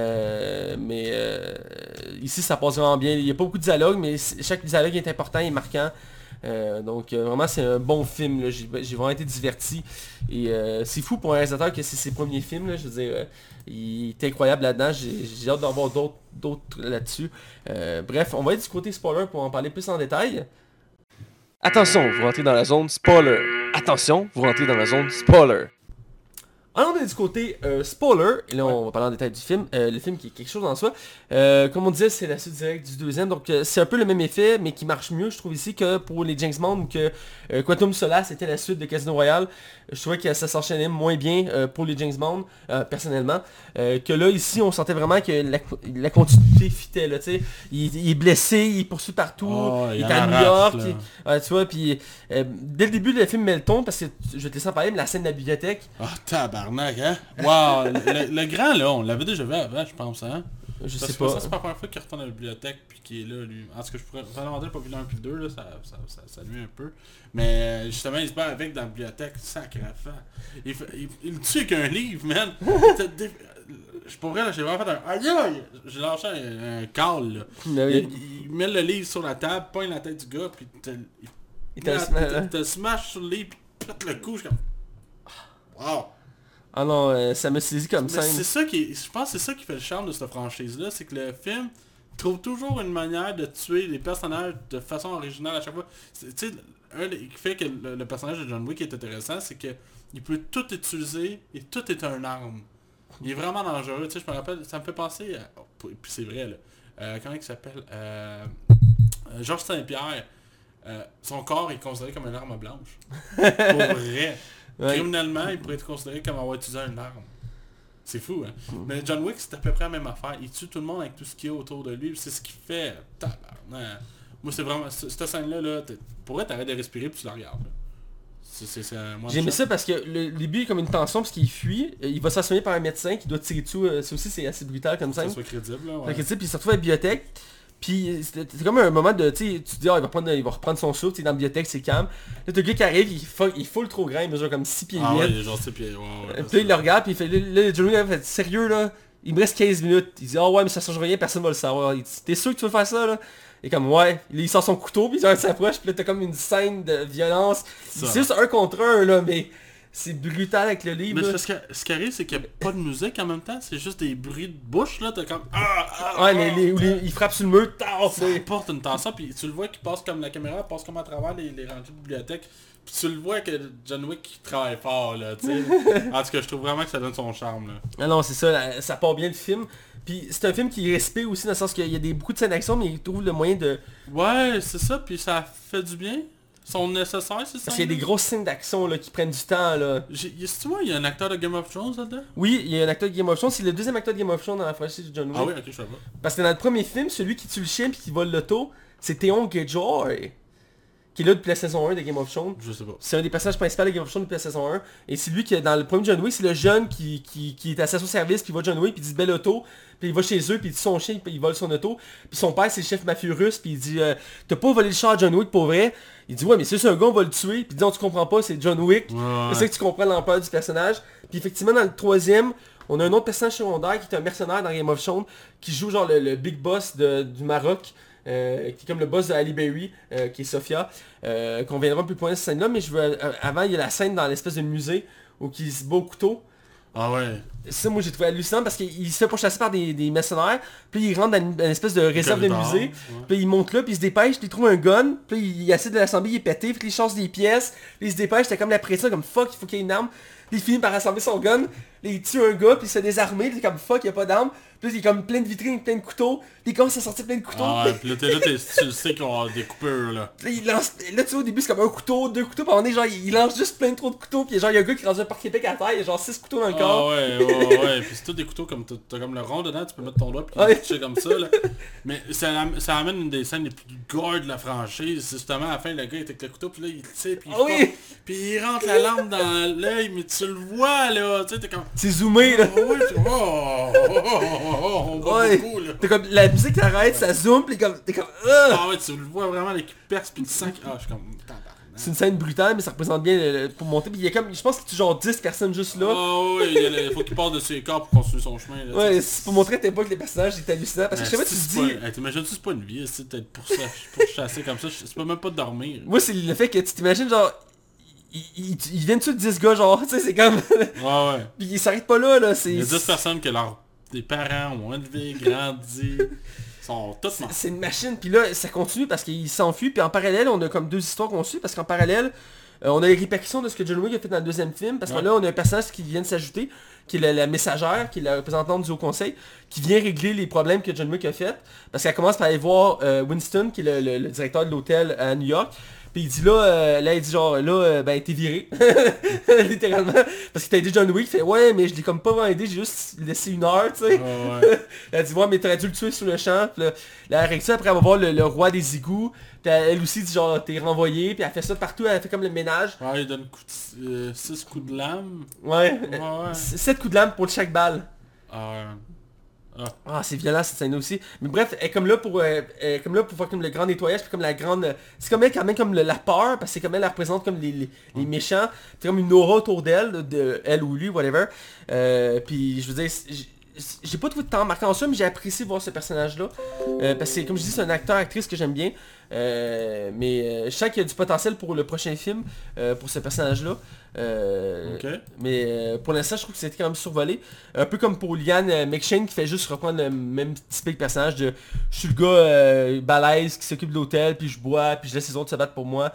A: Ici ça passe vraiment bien. Il n'y a pas beaucoup de dialogue, mais chaque dialogue est important et marquant. Donc vraiment c'est un bon film, là. J'ai vraiment été diverti. Et c'est fou pour un réalisateur que c'est ses premiers films, là. Je veux dire, il est incroyable là-dedans. J'ai hâte d'en voir d'autres là-dessus. Bref, on va être du côté spoiler pour en parler plus en détail. Attention, vous rentrez dans la zone spoiler. Attention, vous rentrez dans la zone spoiler. Alors on est du côté spoiler, et là on va parler en détail du film, le film qui est quelque chose en soi. Comme on disait, c'est la suite directe du deuxième, donc c'est un peu le même effet, mais qui marche mieux, je trouve ici, que pour les James Bond, que Quantum Solace était la suite de Casino Royale. Je trouvais que ça s'enchaînait moins bien pour les James Bond, personnellement, que là, ici, on sentait vraiment que la continuité fitait, là, tu sais. Il est blessé, il poursuit partout, il est à New York, tu vois, puis dès le début, le film met le ton, parce que, je vais te laisser en parler, mais la scène de la bibliothèque...
B: Tabarnak, hein? Wow, le grand, là, on l'avait déjà vu avant, je pense, hein?
A: Je sais pas.
B: Ça, c'est pas la première fois qu'il retourne à la bibliothèque puis qu'il est là, lui. En tout cas, je pourrais demander pas vu le 1 puis le 2, là, ça nuit un peu. Mais justement, il se bat avec dans la bibliothèque, sacré-fan. Il le tue avec un livre, man. Je pourrais, là, j'ai vraiment fait un... Aïe aïe! J'ai lâché un call, là. Il met le livre sur la table, pogne la tête du gars, puis il te smash sur le livre, puis pète le cou, je suis comme... Wow!
A: Ah non, ça me saisit comme ça.
B: C'est ça qui, je pense que c'est ça qui fait le charme de cette franchise-là, c'est que le film trouve toujours une manière de tuer les personnages de façon originale à chaque fois. Tu sais, un qui fait que le personnage de John Wick est intéressant, c'est que il peut tout utiliser et tout est un arme. Il est vraiment dangereux. Tu sais, je me rappelle, ça me fait penser à... Puis c'est vrai, là. Comment il s'appelle Georges Saint-Pierre. Son corps est considéré comme une arme blanche. Pour vrai. Ouais. Criminellement, il pourrait être considéré comme avoir utilisé une arme. C'est fou, hein? Mais John Wick, c'est à peu près la même affaire. Il tue tout le monde avec tout ce qu'il y a autour de lui. C'est ce qu'il fait. Moi, c'est vraiment... Cette scène-là, là, pour vrai, t'arrêtes de respirer puis tu la regardes.
A: J'ai aimé ça parce que le début est comme une tension parce qu'il fuit. Il va s'assumer par un médecin qui doit tirer dessus. Ça aussi, c'est assez brutal comme ça.
B: Que ça soit crédible, là. Ouais.
A: Crédible, puis il se retrouve à la bibliothèque. Puis c'est comme un moment de, tu te dis, il va reprendre son souffle, dans la bibliothèque, c'est calme. Là, t'as le gars qui arrive, il est full trop grand, il mesure comme 6 pieds 8.
B: Ouais, il est genre 6 pieds,
A: puis là, il le regarde, puis il fait, là, Johnny il fait, sérieux, là, il me reste 15 minutes. Il dit, ouais, mais ça change rien, personne va le savoir. Il dit, t'es sûr que tu veux faire ça, là? Et comme, ouais, il sort son couteau, puis il s'approche, puis là, t'as comme une scène de violence. C'est juste 1 contre 1, là, mais... C'est brutal avec le livre.
B: Mais parce que ce qui arrive, c'est qu'il n'y a pas de musique en même temps. C'est juste des bruits de bouche, là. T'as comme...
A: il frappe sur le mur.
B: Ça apporte une tension. Puis tu le vois qu'il passe comme... La caméra passe comme à travers les rangées de bibliothèque. Puis tu le vois que John Wick travaille fort, là, tu sais. En tout cas, je trouve vraiment que ça donne son charme, là.
A: Ah non, c'est ça. Ça part bien le film. Puis c'est un film qui respire aussi, dans le sens qu'il y a beaucoup de scènes d'action, mais il trouve le moyen de...
B: Ouais, c'est ça. Puis ça fait du bien. Sont nécessaires, c'est ça?
A: Parce qu'il y a des grosses scènes d'action là, qui prennent du temps. Là.
B: Tu vois, il y a un acteur de Game of Thrones là-dedans?
A: Oui, il y a un acteur de Game of Thrones. C'est le deuxième acteur de Game of Thrones dans la franchise de John Wick.
B: Ah oui, ok, je sais pas.
A: Parce que dans le premier film, celui qui tue le chien puis qui vole l'auto, C'est Theon Greyjoy, qui est là depuis la saison 1 de Game of Thrones.
B: Je sais pas.
A: C'est un des personnages principaux de Game of Thrones depuis la saison 1. Et c'est lui qui est dans le premier John Wick, c'est le jeune qui est à sa service, puis il va John Wick, puis il dit belle auto, puis il va chez eux, puis il dit son chien, puis il vole son auto. Puis son père c'est le chef mafieux russe, puis il dit t'as pas volé le char à John Wick pour vrai. Il dit ouais mais c'est un gars on va le tuer, puis il dit non tu comprends pas, c'est John Wick.
B: Ouais.
A: C'est ça que tu comprends l'ampleur du personnage. Puis effectivement dans le troisième, on a un autre personnage secondaire qui est un mercenaire dans Game of Thrones, qui joue genre le big boss du Maroc. Qui est comme le boss de Halle Berry, qui est Sophia, qu'on viendra un peu plus loin de cette scène-là, mais avant il y a la scène dans l'espèce de musée où il se bat au couteau.
B: Ah ouais.
A: Ça moi j'ai trouvé hallucinant parce qu'il se fait pourchasser par des mercenaires, puis il rentre dans une espèce de réserve de musée,
B: Ouais.
A: puis il monte là, puis il se dépêche, puis il trouve un gun, puis il essaie de l'assembler, il est pété, puis il chasse des pièces, puis il se dépêche, c'était comme la pression, comme fuck, il faut qu'il y ait une arme, puis il finit par assembler son gun, puis il tue un gars, puis il se fait désarmer, puis il est comme fuck, il y a pas d'arme, puis il est comme plein de vitrines, plein de couteaux, puis il commence à sortir plein de couteaux.
B: Ah ouais, puis là, tu le sais qu'on a des coupures, là.
A: Puis il lance, là tu vois au début c'est comme un couteau, deux couteaux, puis on est genre il lance juste plein de trop de couteaux, puis genre il y a un gars qui lance un parquet à terre, il y a genre 6 couteaux dans le corps.
B: Ah ouais, puis c'est tout des couteaux comme t'as comme le rond dedans, tu peux mettre ton doigt puis
A: Ouais.
B: toucher comme ça là. Mais ça amène une des scènes les plus gore de la franchise, c'est justement à la fin le gars est avec le couteau puis là il tire puis il
A: Ah oui.
B: puis il rentre la lampe dans l'œil mais tu le vois là, tu sais t'es comme
A: C'est zoomé là.
B: oh, ouais, on voit
A: Ouais.
B: beaucoup là.
A: T'es comme la musique arrête, ça zoome, puis t'es comme
B: Ah ouais, tu le vois vraiment là qui perce puis tu sens que je suis comme tabarnak.
A: C'est une scène brutale mais ça représente bien pour monter, puis il y a comme, je pense qu'il y a genre 10 personnes juste là.
B: Oh ouais, il faut qu'il passe de ses corps pour continuer son chemin là.
A: Ouais, c'est pour montrer à tes pas que les personnages étaient hallucinants, parce que je sais pas, tu te dis...
B: T'imagines-tu c'est pas une vie, c'est peut-être pour ça, pour chasser comme ça, c'est pas même pas de dormir.
A: Moi c'est le fait que tu t'imagines genre... Ils viennent dessus de 10 gars genre, tu sais c'est comme...
B: Ouais.
A: Puis ils s'arrêtent pas là, c'est...
B: Il y a 10 personnes que des parents ont élevé, grandi, sont toutes mortes.
A: C'est une machine, puis là ça continue parce qu'il s'enfuit, puis en parallèle on a comme deux histoires qu'on suit, parce qu'en parallèle on a les répercussions de ce que John Wick a fait dans le deuxième film, parce que
B: Ouais.
A: là on a un personnage qui vient de s'ajouter, qui est la messagère, qui est la représentante du Haut Conseil, qui vient régler les problèmes que John Wick a fait, parce qu'elle commence par aller voir Winston, qui est le directeur de l'hôtel à New York, puis il dit là, il dit genre, là, ben t'es viré, littéralement, parce que t'as aidé John Wick, il fait ouais, mais je l'ai comme pas vraiment aidé, j'ai juste laissé 1 heure, tu sais.
B: Ouais.
A: Elle dit ouais mais t'aurais dû le tuer sur le champ. Puis là, elle règle ça, après elle va voir le roi des égouts. Puis elle aussi dit genre t'es renvoyé. Puis elle fait ça partout, elle fait comme le ménage.
B: Ouais, il donne 6 coups de lame.
A: Ouais.
B: Ouais.
A: 7 coups de lame pour chaque balle.
B: Ah ouais.
A: Ah c'est violent cette scène aussi. Mais bref, elle est comme là pour faire comme le grand nettoyage, puis comme la grande. C'est comme elle quand même comme la peur, parce que c'est comme elle représente comme les méchants. C'est comme une aura autour d'elle, de elle ou lui, whatever. Puis je veux dire. J'ai pas trouvé de temps marquant en ça, mais j'ai apprécié voir ce personnage-là. Parce que comme je dis, c'est un acteur-actrice que j'aime bien. Mais je sens qu'il y a du potentiel pour le prochain film, pour ce personnage-là.
B: Ok.
A: Mais pour l'instant, je trouve que c'était quand même survolé. Un peu comme pour Liam McShane qui fait juste reprendre le même typique personnage de je suis le gars balèze qui s'occupe de l'hôtel, puis je bois, puis je laisse les autres se battre pour moi.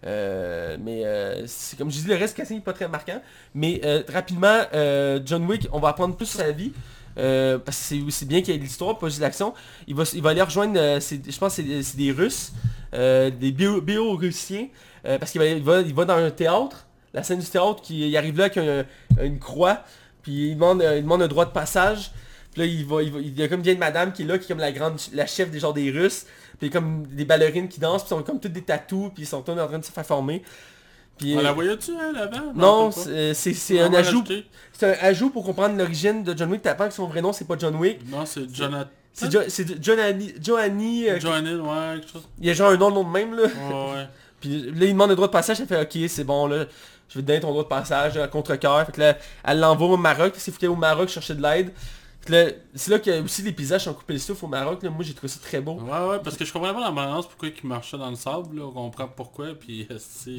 A: C'est comme je dis, le reste casting n'est pas très marquant. Mais rapidement, John Wick, on va apprendre plus sur sa vie. Parce que c'est aussi bien qu'il y ait l'histoire, pas juste l'action. Il va aller rejoindre, je pense que c'est des Russes, des Biélorussiens, parce qu'il va dans un théâtre, la scène du théâtre, il arrive là avec une croix, puis il demande un droit de passage. Puis là il y a comme une vieille madame qui est là, qui est comme la chef des Russes, puis il y a comme des ballerines qui dansent, puis ils sont comme toutes des tatous, puis ils sont tous en train de se faire former. Puis,
B: On la voyait-tu elle avant?
A: non,
B: peut-être
A: c'est
B: pas.
A: un
B: On va
A: ajout.
B: rajouter.
A: C'est un ajout pour comprendre l'origine de John Wick. T'apprends que son vrai nom c'est pas John Wick.
B: Non, c'est Jonathan.
A: C'est Johnny.
B: Joanny, ouais, quelque chose.
A: Il y a genre un nom de même là.
B: Ouais.
A: Puis là il demande le droit de passage, elle fait ok c'est bon là, je vais te donner ton droit de passage à contre-cœur. Fait que là, elle l'envoie au Maroc, parce qu'il faut qu'elle aille au Maroc chercher de l'aide. C'est là que aussi les paysages ont coupé le souffle au Maroc, là. Moi j'ai trouvé ça très beau.
B: Ouais, parce que je comprends pas la balance pourquoi il marchait dans le sable, là, on comprend pourquoi, puis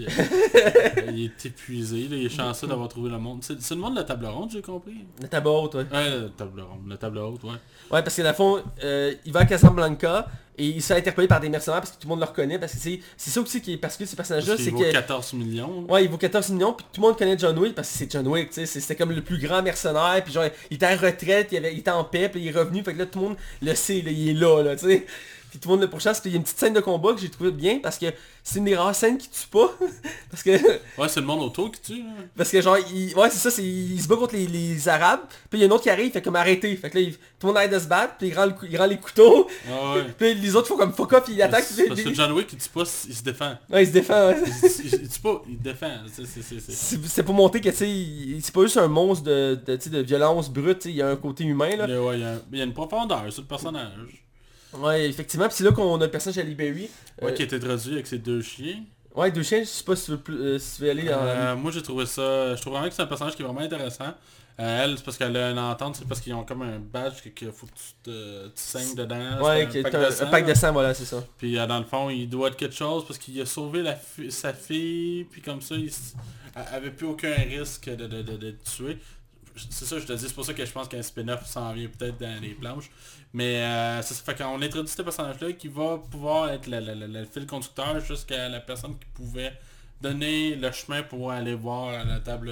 B: il est épuisé, là, il est chanceux d'avoir trouvé le monde. C'est le monde de la table ronde, j'ai compris.
A: La table haute, ouais.
B: La table haute, ouais.
A: Ouais, parce que dans le fond, il va à Casablanca et il se fait interpeller par des mercenaires parce que tout le monde le reconnaît, parce que c'est ça aussi qui est particulier de ces personnages-là,
B: Parce
A: c'est
B: qu'il vaut
A: que...
B: 14 millions.
A: Ouais, il vaut 14 millions, puis tout le monde connaît John Wick parce que c'est John Wick, tu sais, c'était comme le plus grand mercenaire, puis genre, il était en retraite, il était en paix, puis il est revenu, fait que là, tout le monde le sait, là, il est là, tu sais. puis tout le monde le pourchasse, puis il y a une petite scène de combat que j'ai trouvé bien, parce que c'est une des rares scènes qui tue pas. parce que
B: Ouais, c'est le monde autour qui tue, là.
A: parce que genre, ouais c'est ça, il se bat contre les Arabes, puis il y a un autre qui arrive, il fait comme arrêter. Fait que là, tout le monde arrête de se battre, puis il rend les couteaux,
B: Ah ouais.
A: puis les autres font comme fuck off, ils attaquent.
B: Parce que John Wick, il tue pas, il se défend.
A: Ouais, il se défend, ouais.
B: Il tue pas, il défend.
A: C'est pour montrer que, tu sais, c'est pas juste un monstre de violence brute, tu sais, il y a un côté humain, là.
B: Ouais, il y a une profondeur sur le personnage.
A: Ouais, effectivement, puis c'est là qu'on a le personnage Ali Berry.
B: Ouais, qui a été traduit avec ses 2 chiens.
A: Ouais, 2 chiens, je sais pas si tu veux, si tu veux aller
B: Moi j'ai trouvé ça, je trouve vraiment que c'est un personnage qui est vraiment intéressant. Elle, c'est parce qu'elle a une entente, c'est parce qu'ils ont comme un badge qu'il faut que tu saignes dedans.
A: Ouais,
B: c'est
A: un pack de sang, voilà, c'est ça.
B: Puis dans le fond, il doit être quelque chose parce qu'il a sauvé sa fille, puis comme ça, elle avait plus aucun risque de tuer. C'est ça, je te dis, c'est pour ça que je pense qu'un spin-off s'en vient peut-être dans les planches. Mais ça fait qu'on introduit ce personnage-là qui va pouvoir être le fil conducteur jusqu'à la personne qui pouvait donner le chemin pour aller voir la table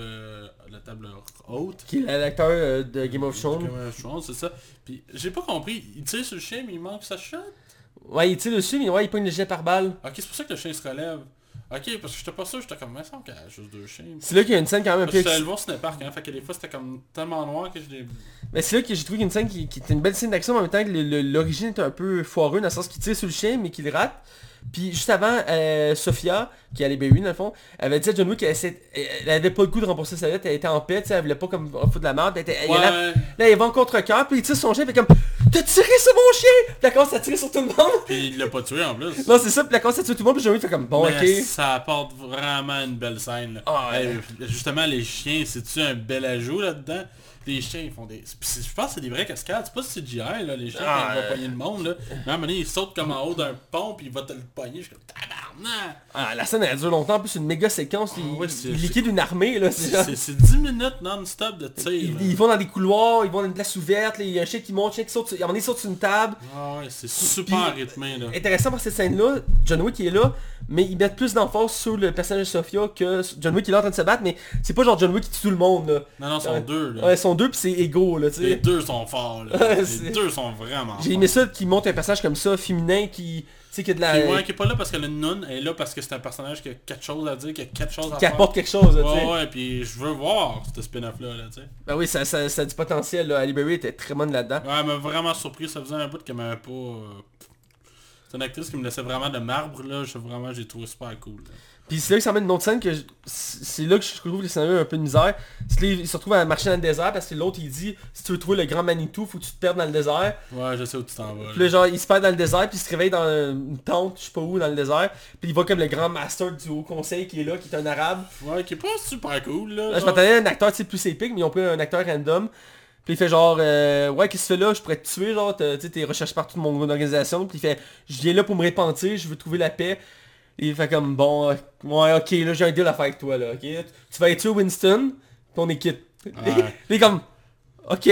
B: haute.
A: Qui est l'acteur de Game of Thrones.
B: Game of Thrones, c'est ça. Puis j'ai pas compris, il tire sur le chien mais il manque sa shot.
A: Ouais, il tire dessus, mais ouais, il pogne le jet par balle.
B: Ok, c'est pour ça que le chien se relève. Ok, parce que j'étais pas sûr, j'étais comme, mais ça me semble qu'il y a juste 2 chiens.
A: C'est là qu'il y a une scène quand même un peu...
B: J'étais allé le voir sur Cinépark, hein, fait que des fois c'était comme tellement noir que je l'ai...
A: Mais c'est là que j'ai trouvé une scène qui était une belle scène d'action, mais en même temps que l'origine est un peu foireux, dans le sens qu'il tire sur le chien, mais qu'il rate. Puis juste avant, Sophia, qui allait Berry dans le fond, avait dit à John Wick qu'elle avait pas le goût de rembourser sa dette, elle était en paix, tu sais, elle voulait pas comme foutre de la merde, là il va en contre-cœur, puis il tire son chien, fait comme t'as tiré sur mon chien! Puis la commence à tirer sur tout le monde!
B: Puis il l'a pas tué en plus.
A: Non c'est ça, puis la commence à tuer tout le monde, puis John Wick fait comme bon
B: mais
A: ok.
B: ça apporte vraiment une belle scène là.
A: Ah, ouais.
B: Justement les chiens, c'est-tu un bel ajout là-dedans? Les chiens ils font des... Je pense que c'est des vrais cascades, c'est pas CGI là, les chiens quand ils vont pogner le monde là. Mais à un moment donné, ils sautent comme en haut d'un pont puis il va te le pogner, je suis comme tabarnak!
A: Ah, la scène elle dure longtemps, en plus une méga séquence, il liquide une armée là,
B: c'est 10 minutes non-stop de tir.
A: Ils vont dans des couloirs, ils vont dans une place ouverte, il y a un chien qui monte, un chien qui saute, à un moment donné, il saute sur une table.
B: Ah ouais, c'est super rythmé là.
A: Intéressant par cette scène-là, John Wick est là, mais ils mettent plus d'emphase sur le personnage de Sophia que John Wick est là en train de se battre, mais c'est pas genre John Wick qui tue tout le monde là.
B: Non, ils sont deux là.
A: Ouais, ils sont deux puis c'est égaux là, tu sais.
B: Les deux sont forts là. Les deux sont vraiment forts.
A: J'ai aimé ça qu'ils montent un personnage comme ça, féminin, qui... Tu sais, qui a de la...
B: Qui est pas là parce qu'elle a une noune, elle est là parce que c'est un personnage qui a quelque chose à dire, qui a quelque chose à
A: qui
B: faire.
A: apporte quelque chose, là, tu sais.
B: Ouais, puis je veux voir ce spin-off là, tu sais.
A: Ben oui, ça a du potentiel, là. Ali Berry était très bonne là-dedans.
B: Ouais, elle m'a vraiment surpris, ça faisait un bout qu'elle m'avait pas... C'est une actrice qui me laissait vraiment de marbre, là, j'ai trouvé super cool. Là.
A: Puis c'est là que ça mène une autre scène que c'est là que je trouve le scénario un peu de misère. C'est là il se retrouve à marcher dans le désert parce que l'autre il dit si tu veux trouver le grand Manitou, faut que tu te perdes dans le désert.
B: Ouais, je sais où tu t'en vas.
A: Puis là genre il se perd dans le désert puis il se réveille dans une tente, je sais pas où dans le désert. Puis il voit comme le grand master du haut conseil qui est là, qui est un arabe.
B: Ouais, qui est pas super cool là.
A: Là, je m'attendais à un acteur tu sais plus épique, mais ils ont pris un acteur random. Puis il fait genre ouais qu'est-ce que tu fais là, je pourrais te tuer genre, tu sais t'es recherché par toute mon organisation. Puis il fait je viens là pour me repentir, je veux trouver la paix. Il fait comme bon ouais ok là j'ai un deal à faire avec toi là, ok. Tu vas être tuer Winston, puis on est quitte. Il est comme ok.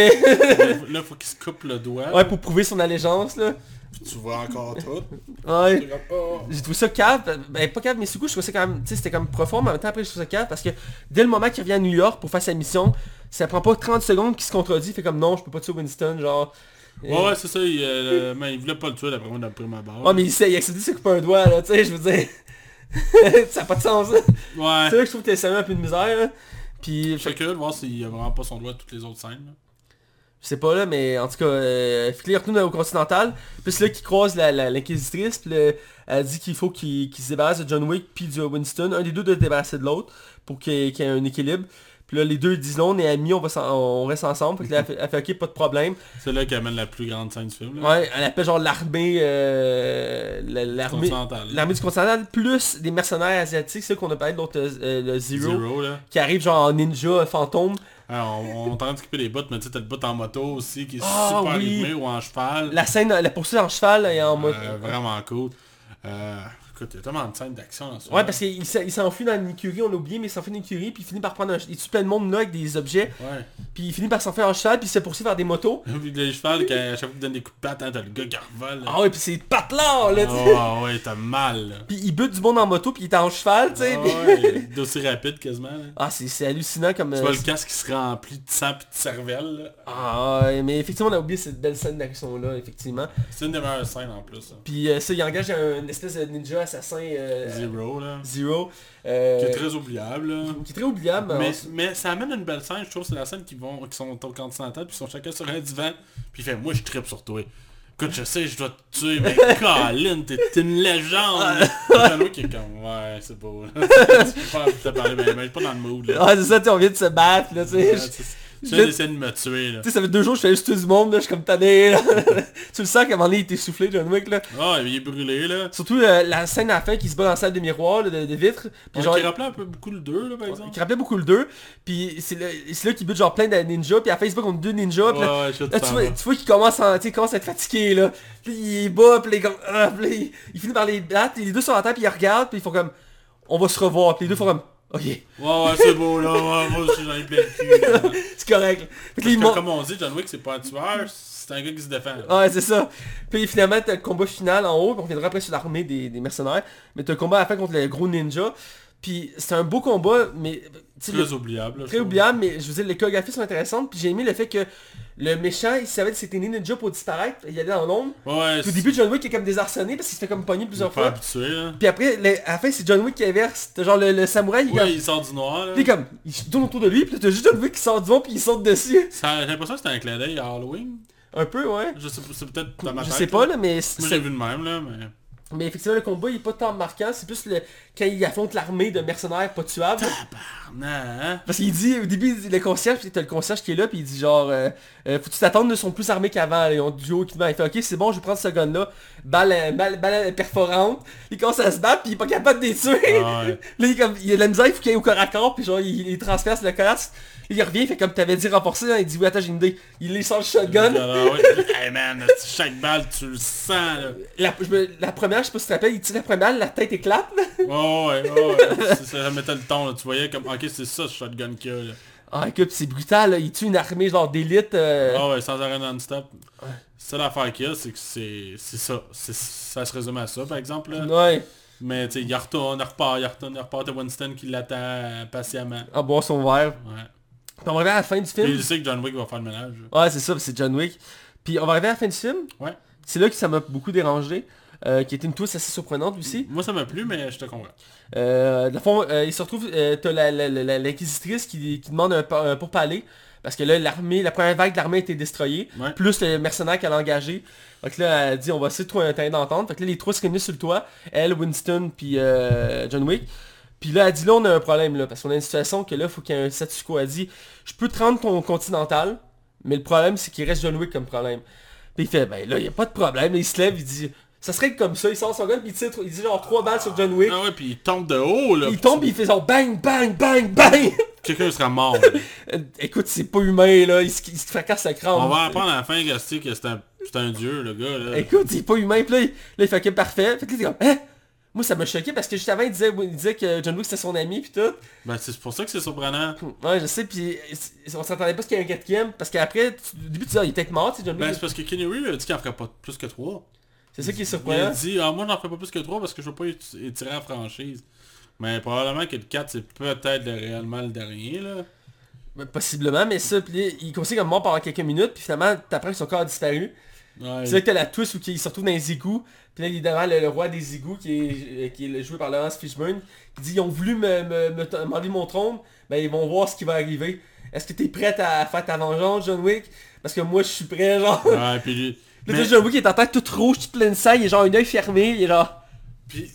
B: Là faut qu'il se coupe le doigt.
A: Ouais pour prouver son allégeance là.
B: Puis tu vois encore tout.
A: Ouais. J'ai trouvé ça cave, ben pas cave mais du coup je trouvais ça quand même, tu sais c'était comme profond mais en même temps après je trouve ça cave parce que dès le moment qu'il revient à New York pour faire sa mission, ça prend pas 30 secondes qu'il se contredit, il fait comme non je peux pas tuer Winston genre.
B: Ouais c'est ça, mais il voulait pas le tuer d'après ma barre.
A: Ouais mais il accepté de se couper un doigt là, tu sais je veux dire. Ça a pas de sens là.
B: Ouais.
A: C'est là que je trouve que t'es sérieux un peu de misère là. Puis
B: je suis curieux de voir s'il a vraiment pas son doigt à toutes les autres scènes là.
A: Je sais pas là, mais en tout cas, il retourne au Continental, puis c'est là qu'il croise l'inquisitrice, puis elle dit qu'il faut qu'il se débarrasse de John Wick puis de Winston, un des deux doit se débarrasser de l'autre, pour qu'il y ait un équilibre. Puis là, les deux disent non, on est amis, on reste ensemble, fait que là, elle fait ok, pas de problème.
B: C'est là qu'elle amène la plus grande scène du film là.
A: Ouais, elle appelle genre l'armée l'armée du Continental, plus des mercenaires asiatiques, c'est ça qu'on a parlé de l'autre, le Zero là. Qui arrive genre en ninja fantôme.
B: Alors, on est en train de s'occuper des bottes, mais tu sais, t'as le bout en moto aussi qui est super rythmé ou en cheval.
A: La scène, la poursuite en cheval et en moto.
B: Vraiment cool. Écoute, il y a tellement de scènes d'action dans ce
A: Ouais, parce qu'il s'enfuit dans une écurie, on l'a oublié, mais il s'enfuit dans une écurie, puis il finit par prendre il tue plein de monde là avec des objets,
B: Ouais.
A: puis il finit par s'enfuir en cheval, puis il se poursuit vers des motos.
B: Puis le cheval, à chaque fois qu'il donne des coups de patte, hein, t'as le gars qui revole.
A: Ah ouais, puis c'est patelard, là, tu sais.
B: Ah ouais, t'as mal, là.
A: Puis il bute du monde en moto, puis il est en cheval, tu sais.
B: Ah
A: puis-
B: ouais, d'aussi rapide quasiment, là.
A: Ah, c'est hallucinant comme...
B: Tu vois le casque qui se remplit de sang pis de cervelle, là.
A: Ah, ouais, mais effectivement, on a oublié cette belle scène d'action-là, effectivement.
B: C'est une des meilleures scènes en plus, ça.
A: Puis ça, il engage une espèce de ninja assassin...
B: Zero, là.
A: Zero.
B: Qui est très oubliable, là.
A: Qui est très oubliable.
B: Mais ça amène une belle scène, je trouve, c'est la scène qui sont au continental, puis ils sont chacun sur un divan, puis il fait « Moi, je trippe sur toi. Écoute, je sais, je dois te tuer, mais Colin, t'es une légende. » John Wick est comme « Ouais, c'est beau. » Tu peux pas te parler, mais pas dans le mood, là.
A: Ah, c'est ça, tu sais, on vient de se battre, là, tu sais.
B: Ouais, tu viens d'essayer de me tuer, là.
A: Tu sais, ça fait 2 jours que je fais juste tuer du monde, là, je suis comme tanné, là. Tu le sens qu'à un moment donné, il était soufflé, John Wick, là.
B: Ah, il est brûlé, là.
A: Surtout la scène à la fin qui se bat dans la salle de miroir, là, de vitres. Puis
B: Genre, qui rappelait un peu beaucoup le 2, là, par exemple.
A: qui rappelait beaucoup le 2. Puis c'est là qu'il bute genre plein de ninjas. Puis à la fin, il se bat contre 2 ninjas. Puis là,
B: Ouais, je sais
A: là, tu vois qu'il commence à être fatigué, là. Puis il bat, puis il est comme... puis là, il finit par les battre. Les deux sont en terre, puis ils regardent, puis ils font comme... On va se revoir. Puis les deux font comme... Ok,
B: Ouais, c'est beau, là. Ouais, moi aussi, j'en ai plein le cul, là.
A: c'est correct. Fait que
B: Parce
A: là,
B: que, comme on dit, John Wick, c'est pas un tueur, c'est un gars qui se défend. Là.
A: Ouais, c'est ça. Puis finalement, t'as le combat final en haut, puis on viendra après sur l'armée des mercenaires. Mais t'as le combat à la fin contre le gros ninja. Puis c'est un beau combat, mais... tu sais,
B: Très oubliable. Là,
A: très oubliable, mais je veux dire, les chorégraphies sont intéressantes. Puis j'ai aimé le fait que le méchant, il savait que c'était né ninja pour disparaître. Il allait dans l'ombre.
B: Ouais,
A: Puis au début, John Wick est comme désarçonné parce qu'il se fait comme pogner plusieurs
B: pas
A: fois.
B: habitué, là.
A: Puis après, à la fin, c'est John Wick qui inverse. T'as genre le samouraï,
B: Ouais, il sort du noir, là.
A: il est comme... Il tourne autour de lui, puis là, t'as juste John Wick qui sort du vent, puis il saute dessus.
B: J'ai l'impression que c'était un clin d'œil à Halloween.
A: Un peu, ouais.
B: Je sais pas, c'est peut-être dans ma
A: Je
B: tête.
A: sais pas, là, mais...
B: Moi, j'ai vu le même, là, mais...
A: Mais effectivement, le combat, il est pas tant marquant. C'est plus quand il affronte l'armée de mercenaires pas tuables.
B: Tabarnak, hein?
A: Parce qu'il dit, au début, le concierge, puis t'as le concierge qui est là, puis il dit genre, faut que tu t'attendes, ils sont plus armés qu'avant, ils ont du haut équipement. Il fait, ok, c'est bon, je vais prendre ce gun-là, balle perforante. Il commence à se battre, puis il est pas capable de les tuer.
B: Ah ouais.
A: Là, il a de la misère, il faut qu'il aille au corps à corps, puis genre, il transperce le casque. Il revient, il fait comme t'avais dit renforcer, hein, il dit, oui, attends, j'ai une idée. Il les sort le shotgun.
B: Alors, ouais. Hey man, chaque balle, tu le sens, là.
A: La première, je sais pas si tu te rappelles, il tire la première balle, la tête éclate.
B: Oh ouais. Ça mettait le ton, là. Tu voyais comme, ok, c'est ça, ce shotgun qu'il y a, là.
A: Ah, écoute, c'est brutal, là. Il tue une armée genre d'élite.
B: Ah ouais, sans arrêt non-stop. C'est l'affaire qu'il y a, c'est que c'est ça. Ça se résume à ça, par exemple, là.
A: Ouais.
B: Mais tu sais, il repart à Winston qui l'attend patiemment.
A: En boire son verre.
B: Ouais.
A: Puis on va arriver à la fin du film.
B: Et il sait que John Wick va faire le ménage. Là.
A: Ouais, c'est ça, c'est John Wick. Puis on va arriver à la fin du film.
B: Ouais.
A: C'est là que ça m'a beaucoup dérangé. Qui était une twist assez surprenante aussi.
B: Moi ça m'a plu, mais je te comprends.
A: Dans le fond, il se retrouve, t'as l'inquisitrice qui demande un pourparler. Parce que là, la première vague de l'armée a été destroyée.
B: Ouais.
A: Plus le mercenaire qu'elle a engagé. Donc là, elle dit, on va essayer de trouver un terrain d'entente. Fait que là, les trois se réunissent sur le toit. Elle, Winston, puis John Wick. Puis là, elle dit, là, on a un problème, là. Parce qu'on a une situation que là, il faut qu'il y ait un statu quo. Elle dit, je peux te rendre ton continental. Mais le problème, c'est qu'il reste John Wick comme problème. Puis il fait, ben là, il n'y a pas de problème. Là, il se lève, il dit... Ça serait comme ça, il sort son gun, puis il dit genre 3 balles sur John Wick.
B: Ah ouais, puis il tombe de haut, là.
A: Il tombe, il fait genre bang, bang, bang, bang.
B: Quelqu'un sera mort.
A: Écoute, c'est pas humain, là, il se fracasse le crâne.
B: On va apprendre à la fin que c'est un dieu, le gars, là.
A: Écoute, il est pas humain, puis là, il fait ok, parfait. Fait que là, t'es comme, hein? Moi, ça m'a choqué, parce que juste avant, il disait que John Wick c'était son ami, puis tout.
B: Ben, c'est pour ça que c'est surprenant.
A: Ouais, je sais, puis on s'attendait pas à ce qu'il y ait un quatrième, parce qu'après, au début, tu dis, il est peut-être mort, tu sais, John Wick.
B: Ben, c'est parce que Kenny Reeves a dit qu'il en ferait pas plus que 3.
A: C'est ça qui est
B: Il
A: surprenant.
B: a dit, ah, moi j'en fais pas plus que 3 parce que je veux pas étirer la franchise. Mais probablement que le 4 c'est peut-être réellement le dernier, là.
A: Ben, possiblement, mais ça, puis là, il conseille comme mort pendant quelques minutes, puis finalement, t'apprends que son corps a disparu.
B: Ouais.
A: C'est là que t'as la twist où il se retrouve dans les égouts, puis là il est devant le roi des égouts qui est joué par Laurence Fishburne, qui dit ils ont voulu m'enlever mon trône, ben ils vont voir ce qui va arriver. Est-ce que t'es prête à faire ta vengeance, John Wick? Parce que moi je suis prêt, genre.
B: Ouais, puis lui...
A: Là t'as John Wick qui est en tête toute rouge, toute pleine de sang, il est genre un œil fermé, il est genre...
B: Puis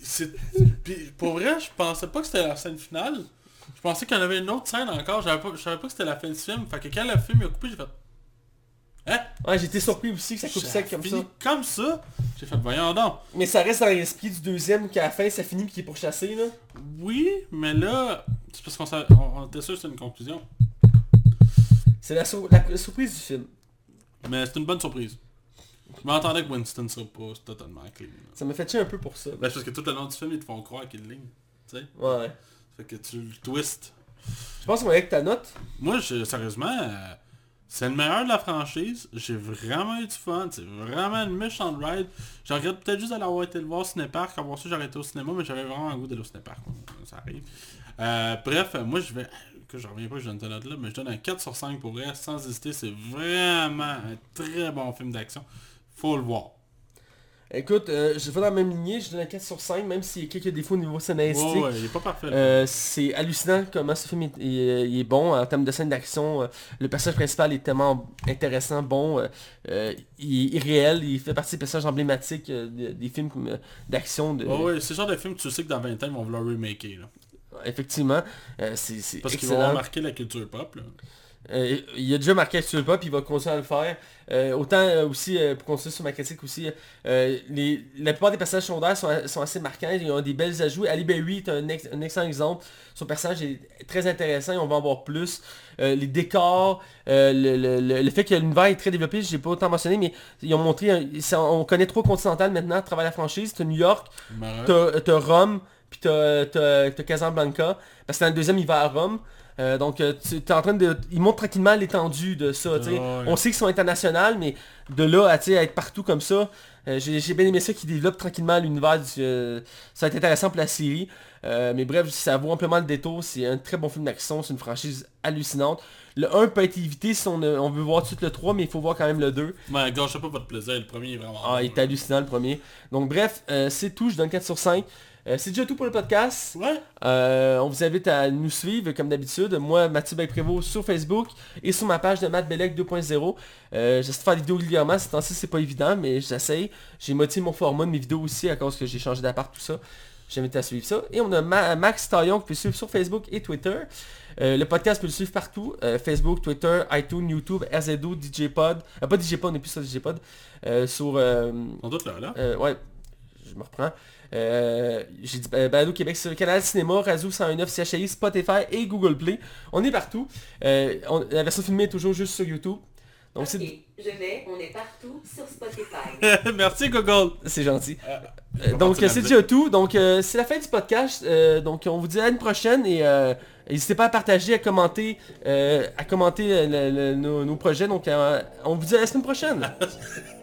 B: pour vrai, je pensais pas que c'était la scène finale. Je pensais qu'il y en avait une autre scène encore, je savais pas que c'était la fin du film. Fait que quand le film a coupé, j'ai fait... Hein?
A: Ouais, j'étais surpris aussi que ça coupe sec comme ça.
B: Comme ça, j'ai fait, voyons donc.
A: Mais ça reste dans l'esprit du deuxième qu'à la fin ça finit pis qu'il est pourchassé, là.
B: Oui, mais là, c'est parce qu'on était sûr que c'était une conclusion.
A: C'est la surprise du film.
B: Mais c'est une bonne surprise. Je m'entendais que Winston soit pas totalement clean. Là.
A: Ça m'a fait chier un peu pour ça.
B: Ben, c'est parce que tout le long du film, ils te font croire qu'il est ligne. Tu sais?
A: Ouais.
B: Fait que tu le twistes.
A: Je pense qu'on va avec ta note.
B: Moi, sérieusement, c'est le meilleur de la franchise. J'ai vraiment eu du fun. C'est vraiment une méchante ride. Je regrette peut-être juste d'aller avoir été le voir au cinépark. Avant ça, j'aurais été au cinéma, mais j'avais vraiment un goût d'aller au cinépark. Ça arrive. Bref, moi, je vais... Que je reviens pas que je donne ta note là, mais je donne un 4 sur 5 pour vrai. Sans hésiter, c'est vraiment un très bon film d'action. Faut le voir.
A: Écoute, je vais dans la même lignée, je donne un 4 sur 5, même s'il y a quelques défauts au niveau scénaristique.
B: Ouais, il est pas parfait.
A: C'est hallucinant comment ce film il est bon en termes de scène d'action. Le personnage principal est tellement intéressant, bon. Il est réel, il fait partie des personnages emblématiques des films d'action.
B: Ouais, c'est le genre de film que tu sais que dans 20 ans, ils vont vouloir remaker. Là.
A: Effectivement, c'est
B: Parce qu'ils
A: excellent.
B: vont marquer la culture pop. Là.
A: Il a déjà marqué sur le pop, il va continuer à le faire. Autant aussi, pour continuer sur ma critique aussi, la plupart des personnages secondaires sont assez marquants, ils ont des belles ajouts. Ali Berry est un excellent exemple. Son personnage est très intéressant et on va en voir plus. Les décors, le fait que l'univers est très développé, je l'ai pas autant mentionné, mais ils ont montré, on connaît 3 continentales maintenant à travers la franchise. T'as New York, t'as Rome, puis t'as Casablanca. Parce que dans le deuxième, il va à Rome. Donc tu es en train de... Ils montrent tranquillement l'étendue de ça. Ouais. On sait qu'ils sont internationaux, mais de là à être partout comme ça, j'ai bien aimé ça qu'ils développent tranquillement l'univers. Ça va être intéressant pour la série. Mais bref, ça vaut amplement le détour. C'est un très bon film d'action. C'est une franchise hallucinante. Le 1 peut être évité si on veut voir tout de suite le 3, mais il faut voir quand même le 2.
B: Ouais, gâchez pas votre plaisir. Le premier est vraiment...
A: il est hallucinant le premier. Donc bref, c'est tout. Je donne 4 sur 5. C'est déjà tout pour le podcast.
B: Ouais.
A: On vous invite à nous suivre comme d'habitude. Moi, Mathieu Bec-Prévost sur Facebook et sur ma page de Matt Bellec 2.0. J'essaie de faire des vidéos régulièrement. Ces temps-ci, c'est pas évident, mais j'essaye. J'ai modifié mon format de mes vidéos aussi à cause que j'ai changé d'appart, tout ça. J'invite à suivre ça. Et on a Max Taillon qui peut suivre sur Facebook et Twitter. Le podcast peut le suivre partout. Facebook, Twitter, iTunes, YouTube, RZO, DJPod. Pas DJPod, on n'est plus sur DJPod.
B: On doute là.
A: Ouais, je me reprends. J'ai dit Balado Québec sur le canal Cinéma, Radio 101.9, CHI, Spotify et Google Play. On est partout. La version filmée est toujours juste sur YouTube. Donc
D: on est partout sur Spotify.
B: Merci Google.
A: C'est gentil. Donc c'est déjà tout. Donc c'est la fin du podcast. Donc on vous dit à une prochaine et n'hésitez pas à partager, à commenter nos projets. Donc on vous dit à la semaine prochaine.